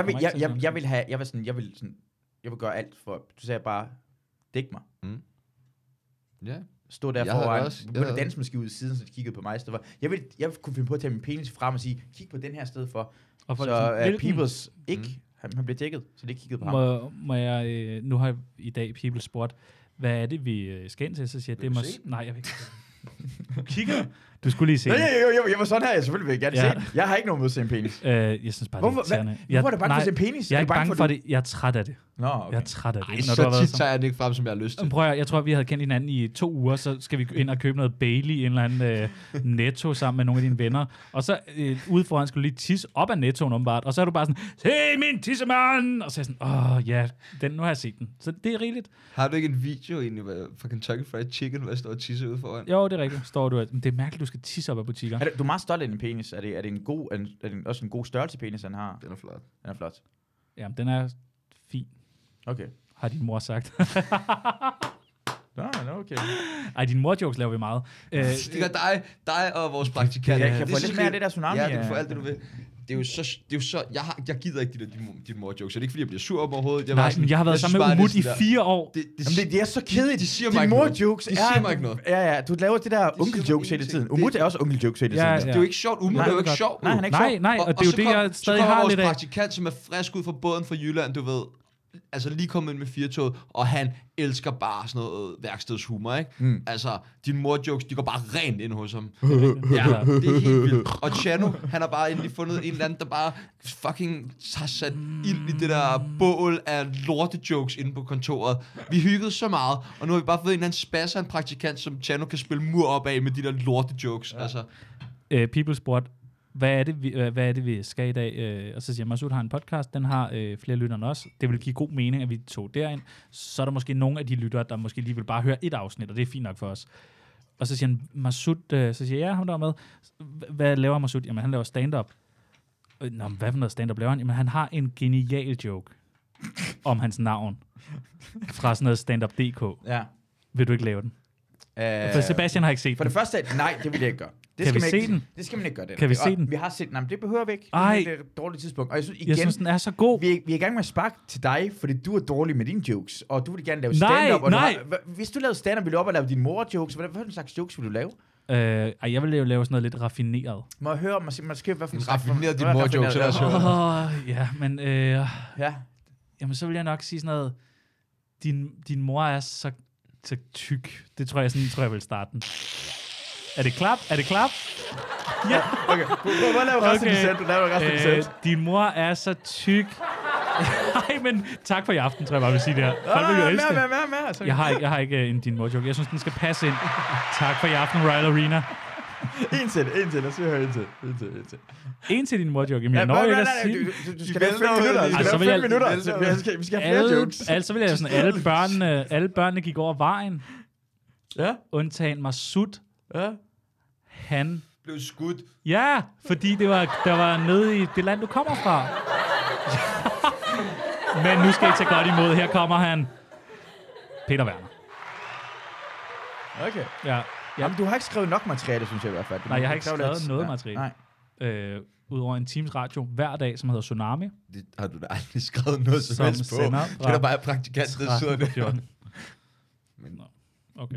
Jeg vil gøre alt for, du sagde bare, dæk mig. Ja. Stå der foran, begyndte at danse måske ud i siden, så de kiggede på mig. Så jeg kunne finde på at tage min penis frem og sige, kig på den her sted for, så Peoples ikke, han blev dækket, så det kiggede på ham. Må jeg, nu har jeg i dag Peoples spurgt, hvad er det, vi skal ind til? Så siger jeg, nej, jeg vil ikke. Kigger. Du skulle lige se. Nej, jeg var sådan her, jeg selvfølgelig vil gerne se den. Jeg har ikke nogen mod at se en penis. Jeg synes bare, hvorfor er du bange for at se en penis? Jeg er ikke bange for det. Jeg er træt af det. Nå, okay. Jeg er træt af det. Ej, så tit tager jeg den ikke frem, som jeg har lyst til. Prøv at, jeg tror, vi havde kendt hinanden i 2 uger, så skal vi ind og købe noget Bailey i en eller anden Netto sammen med nogle af dine venner. Og så ude foran skulle lige tisse op af Nettoen åbenbart. Og så er du bare sådan, se min tissemand! Og så er jeg sådan, nu har jeg set den. Så det er rigeligt. Har du ikke en video egentlig fra Kentucky Fried Chicken, hvor jeg står og tisser ude foran? Jo, det er rigtigt. Står du, det er mærkeligt, du skal tisse op af butikker. Du er meget stolt af din penis. Er det også en god størrelse penis, han har? Den er flot. Jamen, den er fin. Okay. Har din mor sagt. Nej, okay. Ej, din mor-jokes laver vi meget. Det gør dig og vores praktikant. Jeg kan få lidt mere af det der tsunami. Ja, du kan få alt det, du vil. Det er jo så jeg gider ikke de mor-jokes. Det er ikke, fordi jeg bliver sur op overhovedet. Men jeg har været sammen med Umut i 4 år. Det er så kedeligt. De siger mig ikke noget. Mor-jokes de siger mig ikke noget. Ja, du laver det der onkel-jokes hele tiden. Umut er også onkel-jokes hele tiden. Det er jo ikke sjovt. Umut er jo ikke sjovt. Nej, og det er jo det, jeg stadig har lidt af. Så kommer vores praktikant, som er frisk ud fra båden fra Jylland, du ved. altså lige kommet ind med Firtoget, og han elsker bare sådan noget værkstedshumor, ikke? Altså, dine mor-jokes, de går bare rent ind hos ham. Ja, det er helt vildt. Og Chano, han har bare endelig fundet en eller anden, der bare fucking har sat ild i det der bål af lorte-jokes inde på kontoret. Vi hyggede så meget, og nu har vi bare fået en eller anden spasser, en praktikant, som Chano kan spille mur op af med de der lorte-jokes. Ja. Altså. People spurgte, hvad er det, vi skal i dag? Og så siger Masoud har en podcast, den har flere lyttere end os. Det vil give god mening, at vi tog derind. Så er der måske nogle af de lyttere, der måske lige vil bare høre et afsnit, og det er fint nok for os. Og så siger han, Masoud, så siger jeg, ham der var med, hvad laver Masoud? Jamen, han laver stand-up. Nå, hvad for noget stand-up laver han? Jamen, han har en genial joke om hans navn fra sådan noget stand-up.dk. Ja. Vil du ikke lave den? For Sebastian har ikke set for den. For det første, nej, det vil jeg ikke gøre. Kan vi se den? Det skal man ikke gøre. Det. Kan vi se den? Vi har set den. Nej, men det behøver vi ikke. Ej. Det er et dårligt tidspunkt. Og jeg synes, den er så god. Vi er i gang med at sparke til dig, fordi du er dårlig med dine jokes, og du vil gerne lave stand-up. Nej. Hvis du lavede stand-up, ville du op og lave dine mor-jokes. Hvad for en slags jokes vil du lave? Jeg vil lave sådan noget lidt raffineret. Må jeg høre, man skal hvad for en raffineret dine mor-jokes, eller så? Ja, men... Ja. Jamen, så vil jeg nok sige sådan noget... Din mor er så tyk. Det tror jeg vil starte den. Er det klap? Ja. Okay. Prøv at lave resten af det. Din mor er så tyk. Nej, men tak for i aften, tror jeg bare vil sige det her. Folk vil jo elske det. Mere. Jeg har ikke en din mor-joke. Jeg synes, den skal passe ind. Tak for i aften, Royal Arena. En til. Lad os høre en til. En til din mor-joke. Jamen, jeg når ikke at sige... Du skal have 5 minutter. Vi skal have flere jokes. Altså vil jeg sådan, alle børnene gik over vejen. Ja. Undtagen Masoud. Ja. Han blev skudt. Ja, fordi der var nede i det land, du kommer fra. Men nu skal I tage godt imod. Her kommer han. Peter Werner. Okay. Ja. Jamen, du har ikke skrevet nok materiale, synes jeg i hvert fald. Nej, jeg har ikke skrevet noget materiale. Nej. Udover en Teams radio hver dag, som hedder Tsunami. Det har du da aldrig skrevet noget som helst på. Det er da bare praktikant, der sidder der. Okay.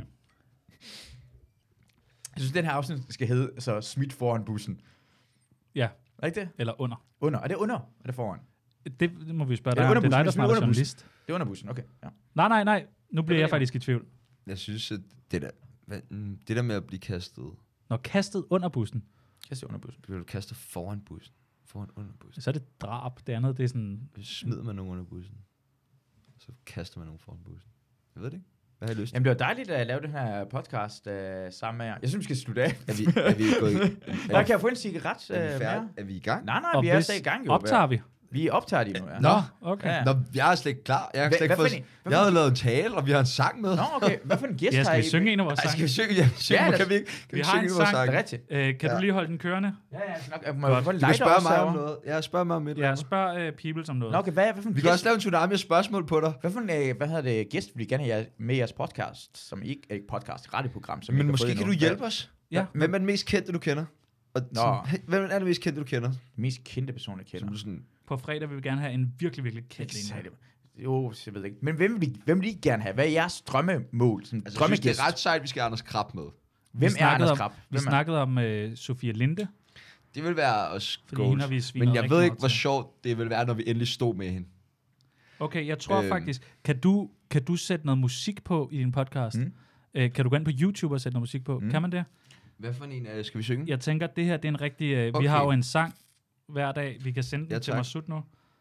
Jeg synes, den her afsnit skal hedde så smidt foran bussen. Ja. Er ikke det? Eller under. Under. Er det under? Er det foran? Det må vi spørge dig om. Det er dig, der snart er journalist. Det er under bussen, okay. Ja. Nej. Nu bliver jeg faktisk i tvivl. Jeg synes, at det der med at blive kastet... Når kastet under bussen. Kastet under bussen. Bliver du kastet foran bussen? Foran under bussen. Så er det drab. Det andet, det er sådan... Smider man nogen under bussen. Så kaster man nogen foran bussen. Jeg ved det ikke. Hvad har I lyst til? Jamen, det var dejligt at lave den her podcast sammen med jer. Jeg synes, vi skal slutte af. Er vi gået i... Der kan jeg få en cigaret Er vi i gang? Nej, vi er stadig i gang. Jo. Optager vi? Vi optager de nu, ja. Nå, okay. Ja. Nå, jeg er slet ikke klar. Jeg havde lavet en tale, og vi har en sang med. Nå, okay. Hvad for en gæst har I? Skal vi synge en af vores sange? Skal vi synge? Kan vi ikke? Vi har en sang. Rigtigt. Kan du lige holde den kørende? Ja, nok. Du kan spørge mig om noget. Jeg spørger mig om et eller andet. Spørg Peoples om noget. Nå, okay, hvad for en Vi kan også lave en tsunami af spørgsmål på dig. Hvad for en gæst vil I gerne have med i jeres podcast, som ikke er et podcast, et radioprogram, som men måske kan du hjælpe os? Ja. Hvem er den mest kendte, du kender? Hvem er den mest kendte, du kender? Den mest kendte person, jeg kender. Sådan... På fredag vil vi gerne have en virkelig, virkelig kendt en. Jo, jeg ved ikke. Men hvem vil I gerne have? Hvad er jeres drømmemål? Altså, jeg synes, det er ret sejt, vi skal have Anders Krab med. Hvem er Anders Krab? Vi snakkede om Sofia Linde. Det vil være os goals. Men jeg ved ikke, hvor sjovt det vil være, når vi endelig stod med hende. Okay, jeg tror faktisk... Kan du sætte noget musik på i din podcast? Kan du gå ind på YouTube og sætte noget musik på? Kan man det? Hvad for en skal vi synge? Jeg tænker, at det her det er en rigtig... Vi har jo en sang hver dag. Vi kan sende den til Masoud nu.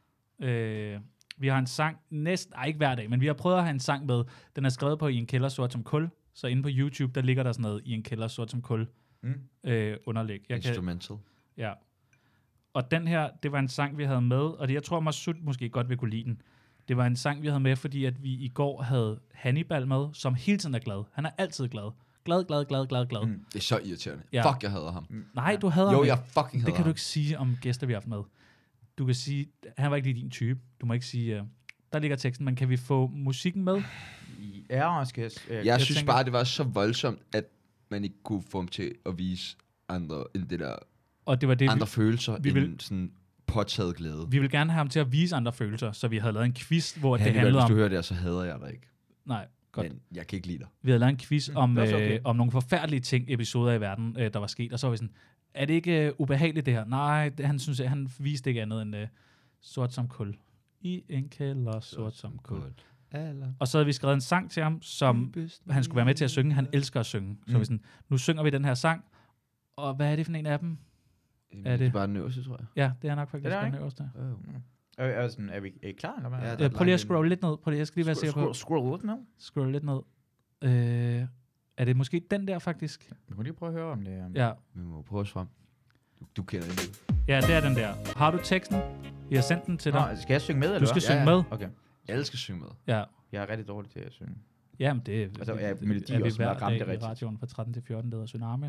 Vi har en sang ikke hver dag, men vi har prøvet at have en sang med. Den er skrevet på I en kælder sort som kul. Så inde på YouTube, der ligger der sådan noget I en kælder sort som kul underlæg. Instrumental. Ja. Og den her, det var en sang, vi havde med, og jeg tror, Masoud måske godt vil kunne lide den. Det var en sang, vi havde med, fordi at vi i går havde Hannibal med, som hele tiden er glad. Han er altid glad. Glad. Det er så irriterende. Ja. Fuck, jeg hader ham. Nej, du hader ham. Jo, jeg fucking hader ham. Det kan du ikke sige om gæster, vi har haft med. Du kan sige, han var ikke lige din type. Du må ikke sige, der ligger teksten, men kan vi få musikken med? Ja, jeg synes bare, det var så voldsomt, at man ikke kunne få ham til at vise andre end det der, og det var det, andre følelser end sådan påtaget glæde. Vi vil gerne have ham til at vise andre følelser, så vi havde lavet en quiz, hvor det handlede om... Hvis du hører det, så hader jeg dig ikke. Nej, godt. Men jeg kan ikke lide dig. Vi havde lavet en quiz om nogle forfærdelige ting, episoder i verden, der var sket, og så var vi sådan, er det ikke ubehageligt det her? Nej, han viste ikke andet end sort som kul. i en kælder, sort som kul. Eller. Og så havde vi skrevet en sang til ham, som han skulle være med til at synge. Han elsker at synge. Så vi sådan, nu synger vi den her sang. Og hvad er det for en af dem? Er det bare den øverste, tror jeg? Ja, det er nok faktisk Det er den øverste. Er vi klar, eller hvad? Ja, Prøv lige at scrolle lidt ned. Jeg skal lige være sikker på. Scroll lidt ned. Scroll lidt ned. Er det måske den der, faktisk? Vi må lige prøve at høre, om det er... Ja. Vi må prøve os frem. Du kender det. Ja, det er den der. Har du teksten? Vi har sendt den til dig. Nå, skal jeg synge med, eller Du skal hvad? synge med. Okay. Alle skal synge med. Ja. Jeg er rigtig dårlig til at synge. Jamen, det Altså, ja, melodi er vi også, hver bare ramme dag det i rigtigt. radioen fra 13 til 14, der hedder Tsunami.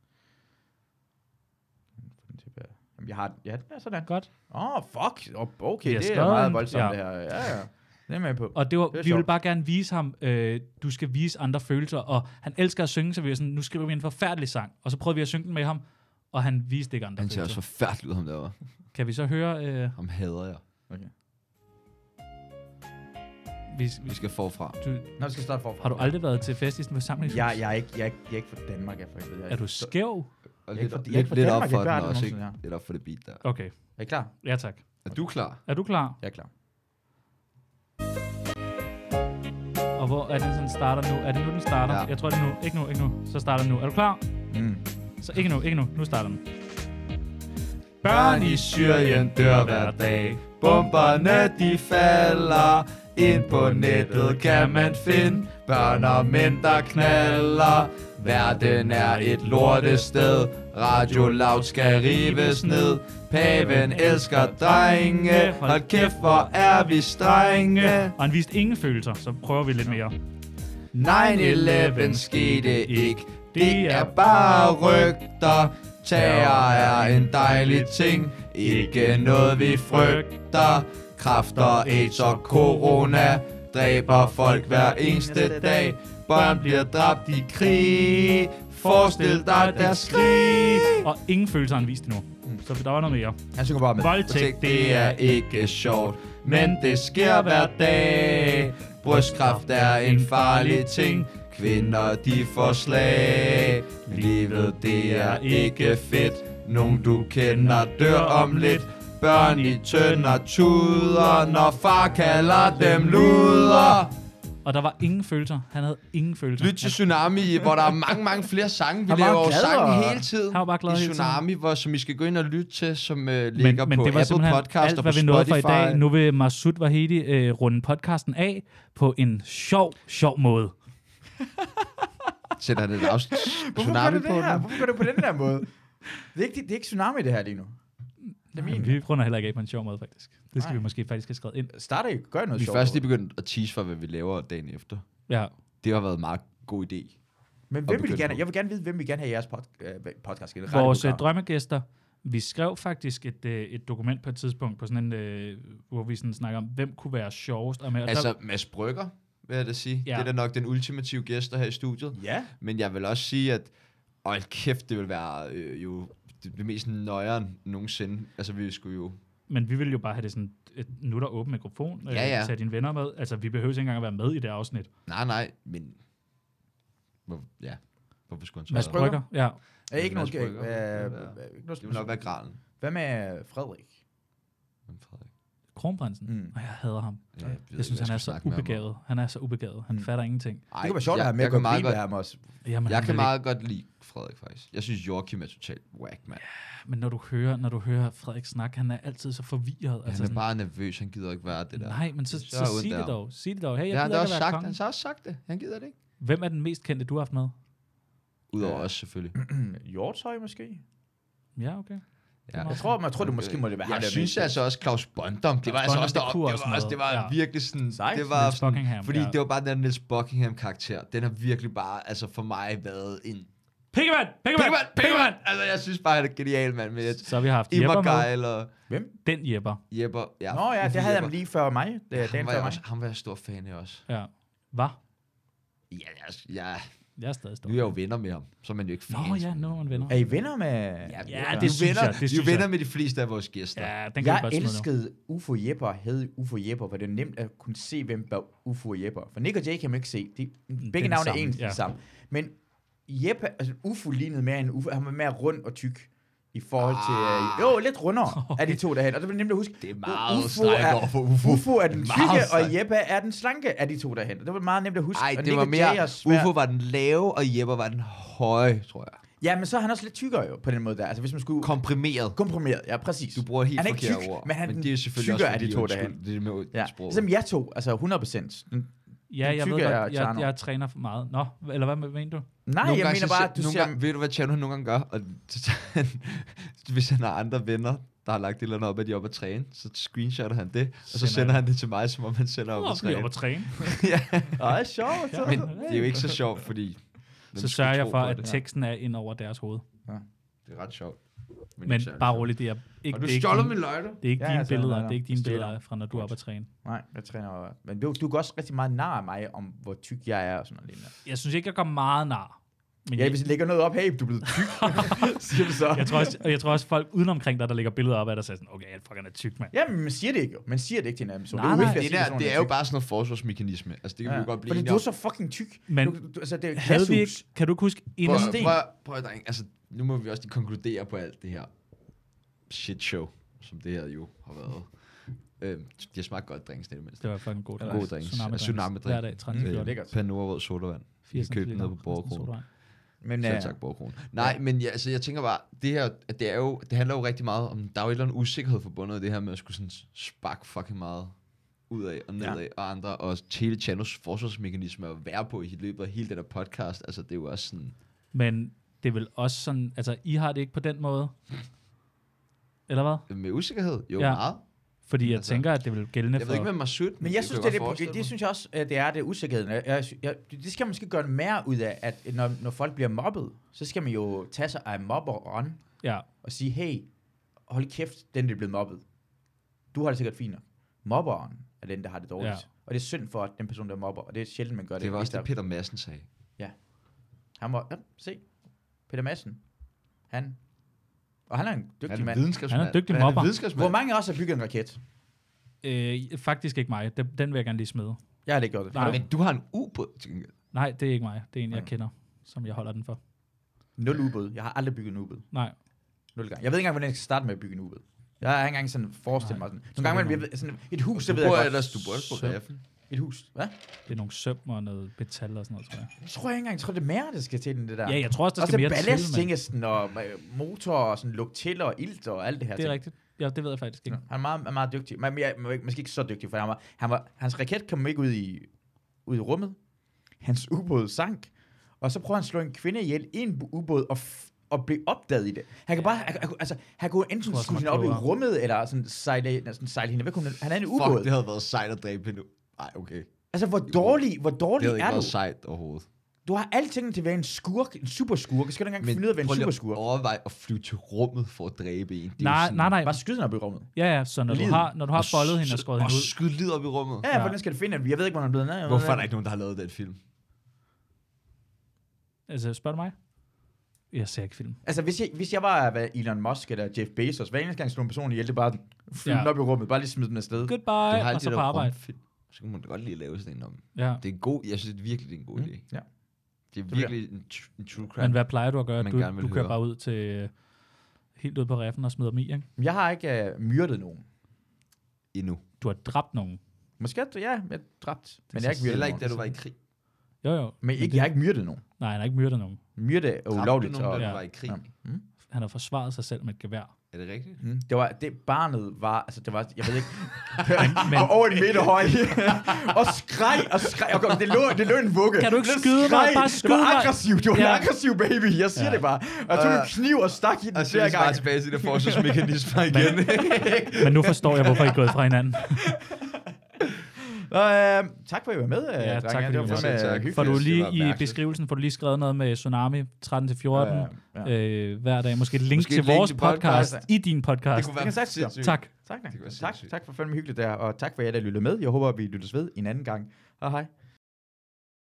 Jamen, ja, den er sådan. Godt. Fuck. Okay, Vi har det er skrevet meget den. voldsomt, Ja. det her. Ja. Det er med på. Og det er vi vil sjovt. bare gerne vise ham, du skal vise andre følelser, og han elsker at synge, så vi er sådan, nu skriver vi en forfærdelig sang, og så prøvede vi at synge den med ham, og han viste ikke andre Han ser også følelser. forfærdelig ud, ham derovre. Kan vi så høre... Ham hader jeg. Okay. Vi skal forfra. Nå, vi skal starte forfra. Har du aldrig været til fest i sådan en forsamling? Jeg er ikke fra Danmark, jeg for helvede. Er du skæv? Og Jeg er ikke fra- lidt, jeg er ikke fra lidt op Danmark, for jeg den gør det også, nogensinde, ikke? Lidt op for det beat der. Okay. Er I klar? Ja, tak. Er du klar? Er du klar? Jeg er klar. Og hvor er den sådan starter nu? Er det nu, den starter? Ja. Jeg tror, det er nu. Ikke nu. Så starter den nu. Er du klar? Så ikke nu. Nu starter den. Børn i Syrien dør hver dag. Bomberne de falder. Ind på nettet kan man finde børn og mænd der knalder. Verden er et lortested. Radio Loud skal rives ned. Paven elsker drenge. Hold kæft, hvor er vi strenge. Og han viste ingen følelser, så prøver vi lidt mere. 9/11 skete ikke. Det er bare rygter. Terror er en dejlig ting. Ikke noget vi frygter. Kræfter, AIDS og corona dræber folk hver eneste dag. Børn bliver dræbt i krig. Forestil dig deres skrig. Og ingen følelser han viste endnu. Så der var noget mere. Han synger bare med. Voldtægt, Det er ikke sjovt, men det sker hver dag. Brystkræft er en farlig ting. Kvinder de får slag. Livet det er ikke fedt. Nogen du kender dør om lidt. Børn i tønder tuder, når far kalder dem luder. Og der var ingen følelser. Han havde ingen følelser. Lyt til Tsunami, hvor der er mange flere sange. Vi Han var laver jo glad, sange og- hele tiden. Han var bare glad I hele tiden. Tsunami, som I skal gå ind og lytte til, som ligger men på det var Apple simpelthen Podcast alt, og på hvad vi nåede for i Spotify. dag. Nu vil Masoud Vahedi runde podcasten af på en sjov måde. Sætter han et Hvorfor gør Tsunami du det på her? den? Hvorfor gør du på den der måde? Det er ikke Tsunami, det her lige nu. Det er min. Vi runder heller ikke af på en sjov måde, faktisk. Det skal Nej. vi måske faktisk have skrevet ind. Starter ikke. Gør noget Vi er sjovt. først lige begyndt at tease for, hvad vi laver dagen efter. Ja. Det har været en meget god idé. Men Og hvem vil I begynde gerne? på. Jeg vil gerne vide, hvem vi gerne have i jeres podcast. Vores drømmegæster. Vi skrev faktisk et dokument på et tidspunkt, på sådan en, hvor vi sådan snakker om, hvem kunne være sjovest. Og med, og Altså, Mads Brygger, vil jeg da sige. Ja. Det er da nok den ultimative gæst her i studiet. Ja. Men jeg vil også sige, at kæft, det vil være jo det mest nøjeren nogensinde. Altså, vi skulle jo... Men vi vil jo bare have det sådan, nu er der åben mikrofon, Ja. tage dine venner med. Altså, vi behøver ikke engang at være med i det afsnit. Nej, men... Hvorfor skulle han så Mads være der? Brygger, ja. Ikke Mads noget Brygger. noget Det vil nok være Gralen. Hvad med Frederik? Kronprinsen. Og jeg hader ham. Ja, Jeg synes, han er så ubegavet. Han er så ubegavet. Han fatter ingenting. Det kunne være sjovt at have med at gå med ham også. Jamen, Jeg kan meget godt lide Frederik, faktisk. Jeg synes, Joachim er totalt whack, mand. Men når du hører Frederik snak, han er altid så forvirret. Han er bare nervøs, han gider ikke være det der. Nej, men så ondt sig af det ham. dog. Sig det dog. Hey, Det jeg har han gider da ikke også at være sagt. konge. Han har også sagt det. Han gider det ikke. Hvem er den mest kendte, du har haft med? Udover os, selvfølgelig. Hjortøj måske? Ja, okay. Ja. Jeg tror det måske må det være ham, Jeg der synes mest- altså også Claus Bondum. Det var altså Bondum, også det der, kunne det også var, også, noget. det var Ja. virkelig sådan, Sejt. det var Niels sådan, Buckingham, fordi ja. det var bare den Niels Buckingham karakter. Den har virkelig bare, altså for mig været en Pikkemand! Altså jeg synes bare, han er genial, mand. Med Så har vi haft Jepper med. Immergeil og Hvem? Den Jepper. Jepper. Ja, Nå ja, det havde han lige før mig. Det er dagen han var før jeg mig. også, ham var jeg stor fan af også. Ja. Hvad? Ja, Jeg er stadig stor. nu er jeg jo venner med ham, så er man jo ikke fan. Nå ja, nu er man venner. Er I venner med... Ja, vi det synes venner, jeg, det vi er synes venner jeg. med de fleste af vores gæster. Ja, den kan vi Jeg godt smide nu. elskede Ufo Jepper, hed Ufo Jepper, for det er nemt at kunne se, hvem var Ufo Jepper. For Nick og Jay kan man ikke se. Begge det navne er samme, ens ja. sammen. Men Jeppe, altså Ufo lignede mere end Ufo. Han var mere rund og tyk. i forhold til... lidt rundere af de to derhen. Og det vil nemlig huske... Det er meget strengt over for Ufo. Ufo er den tykke, og Jeppe er den slanke af de to derhen. Det var meget nemt at huske. Nej, det var mere... Ufo var den lave, og Jeppe var den høje, tror jeg. Ja, men så er han også lidt tykkere jo, på den måde der. Altså, hvis man skulle... Komprimeret, ja, præcis. Du bruger helt forkert ord. Men han det er selvfølgelig også af de to derhen. Det er med sproget. Som jeg to, altså 100%. Ja, jeg ved godt, jeg træner for meget. Nå, eller hvad mener du? Nej, jeg mener bare, at du ser... Ved du, hvad Chano nogle gange gør? Og hvis han har andre venner, der har lagt et eller andet op, at de er oppe at træne, så screenshotter han det, og så sender han det til mig, som om han sender op at træne. Ja. Det er sjovt. Men det er jo ikke så sjovt, fordi... Så sørger jeg for, at teksten er ind over deres hoved. Ja. Det er ret sjovt. Men bare roligt, det er ikke... Og du stjåler min løjde. Det er ikke dine billeder, det er ikke dine billeder fra, når du er oppe at træne. Nej, jeg træner... Men du går også rigtig meget nar af mig, om hvor tyk jeg er og sådan noget lignende. Jeg synes ikke, jeg går meget nar. Men hvis jeg lægger noget op, hey, du er blevet tyk, siger du så. Jeg tror også, folk udenomkring dig, der lægger billeder op af dig, siger sådan, okay, jeg fucking er tyk, mand. Ja, men man siger det ikke jo. Man siger det ikke til en anden person. Det er jo bare sådan noget forsvarsmekanisme. Altså, det kan vi godt blive enige om. Fordi du er så fucking tyk. Men altså, det er havde vi ikke, kan du ikke huske en sten? Prøv, dreng. Altså, nu må vi også lige konkludere på alt det her shit show, som det her jo har været. De har smagt godt drinks, det mindste. Det var fucking god drinks. Tsunami-drinks. Hver dag, 30 Pandora sodavand. Vi købte ned på Borgerkronen. Men tak, Borgerkronen. Nej, men altså, jeg tænker bare, det her, at det handler jo rigtig meget om, der er jo et eller andet usikkerhed forbundet i det her med at skulle sådan sparke fucking meget ud af og nedad og andre, og hele Chanos forsvarsmekanisme at være på i løbet af hele den her podcast, altså det er jo også sådan... Men det er vel også sådan, altså I har det ikke på den måde? Eller hvad? Med usikkerhed? Jo, meget. Fordi jeg tænker, at det vil gældende for... Jeg ved ikke med Masud, men jeg synes, det synes jeg også, at det er det usikkerheden. Det skal man måske gøre mere ud af, at når folk bliver mobbet, så skal man jo tage sig af mobberen og sige, hey, hold kæft, den er blevet mobbet. Du har det sikkert fint nok. Mobberen er den, der har det dårligt. Ja. Og det er synd for den person, der mobber, og det er sjældent, man gør det. Det var også det, Peter Madsen sagde. Ja. Han var, se, Peter Madsen, og han er en dygtig mand. Han er en dygtig mobber. Hvor mange af os har bygget en raket? Faktisk ikke mig. Den vil jeg gerne lige smide. Jeg har ikke gjort det. Nej. Men du har en ubåd. Nej, det er ikke mig. Det er en, jeg kender, som jeg holder den for. 0 ubåd. Jeg har aldrig bygget en ubåd. Nej. 0 gange. Jeg ved ikke engang, hvordan jeg skal starte med at bygge en ubåd. Jeg har ikke engang sådan forestillet mig sådan. Nogle gange, sådan et hus, det ved jeg godt. Du burde på reffen. Et hus. Hvad? Det er nogle søm og noget metal og sådan noget, tror jeg. Jeg tror ikke engang. Jeg tror, det er mere, der skal til den, det der. Ja, jeg tror også, der skal mere til. Også ballasttingesten og motor og sådan lugt til og ilt og alt det her. Det er rigtigt. Ja, det ved jeg faktisk ikke. Ja, han er meget dygtig. Men måske ikke så dygtig, for hans raket kom ikke ud i rummet. Hans ubåd sank. Og så prøver han at slå en kvinde ihjel i en ubåd og blive opdaget i det. Han kan bare, han kunne enten skulle hende op i rummet, eller sådan sejle hende væk. Han er en ubåd. Fuck, det havde været sejt at dræbe hende. Nej, okay. Altså, hvor dårlig er du? Det havde ikke været sejt overhovedet. Du har alting til at være en skurk, en superskurk. Skal du engang finde ud af at være en superskurk? Men overvej at flyve til rummet for at dræbe en. Nej. Bare skyde den op i rummet. Ja, så når du har bollet hende og skåret hende ud. Og skyde livet op i rummet. Ja, hvordan skal du finde den? Jeg ved ikke, hvor den er blevet ned. Hvorfor er der ikke nogen, der har lavet den film? Altså, spørger du mig? Jeg ser ikke film. Altså, hvis jeg var Elon Musk eller Jeff Bezos, hver eneste gang slå en person ihjel, det bare flyve den op i rummet, bare lige smide den afsted. Goodbye, og så på arbejde. Så kan man da godt lige lave sådan en om. Ja. Det er en god, jeg synes virkelig, det er en god idé. Ja. Det er virkelig en true crime. Men hvad plejer du at gøre? Du kører bare ud til helt ud på reffen og smider dem i, ikke? Jeg har ikke myrdet nogen. Endnu. Du har dræbt nogen? Måske, ja, jeg har dræbt. Men jeg har ikke myrdet nogen. Ikke, da du var i krig. Jo. Men jeg har ikke myrdet nogen. Nej, han har ikke myrdet nogen. Myrdet er ulovligt. Da du var i krig. Ja. Han har forsvaret sig selv med et gevær. Er det rigtigt? Det barnet var, altså det var, jeg ved ikke, over en meter høj, og skreg, og det lå en vugge. Kan du ikke skyde mig? Bare skyde mig. Det var aggressivt, det var en aggressiv baby, jeg siger det bare. Og jeg tog en kniv og stak i den flere gange. Og så tilbage til det forsvarsmekanismer igen. Men nu forstår jeg, hvorfor I er gået fra hinanden. Tak for at I var med. Ja, tak for det var med. Får du lige i beskrivelsen skrevet noget med Tsunami 13-14 hver dag. Måske et link til vores podcast i din podcast. Det kunne være sindssygt. Tak. Tak for fandme hyggeligt der, og tak for jer, der lyttede med. Jeg håber, vi lyttes ved en anden gang. Hej.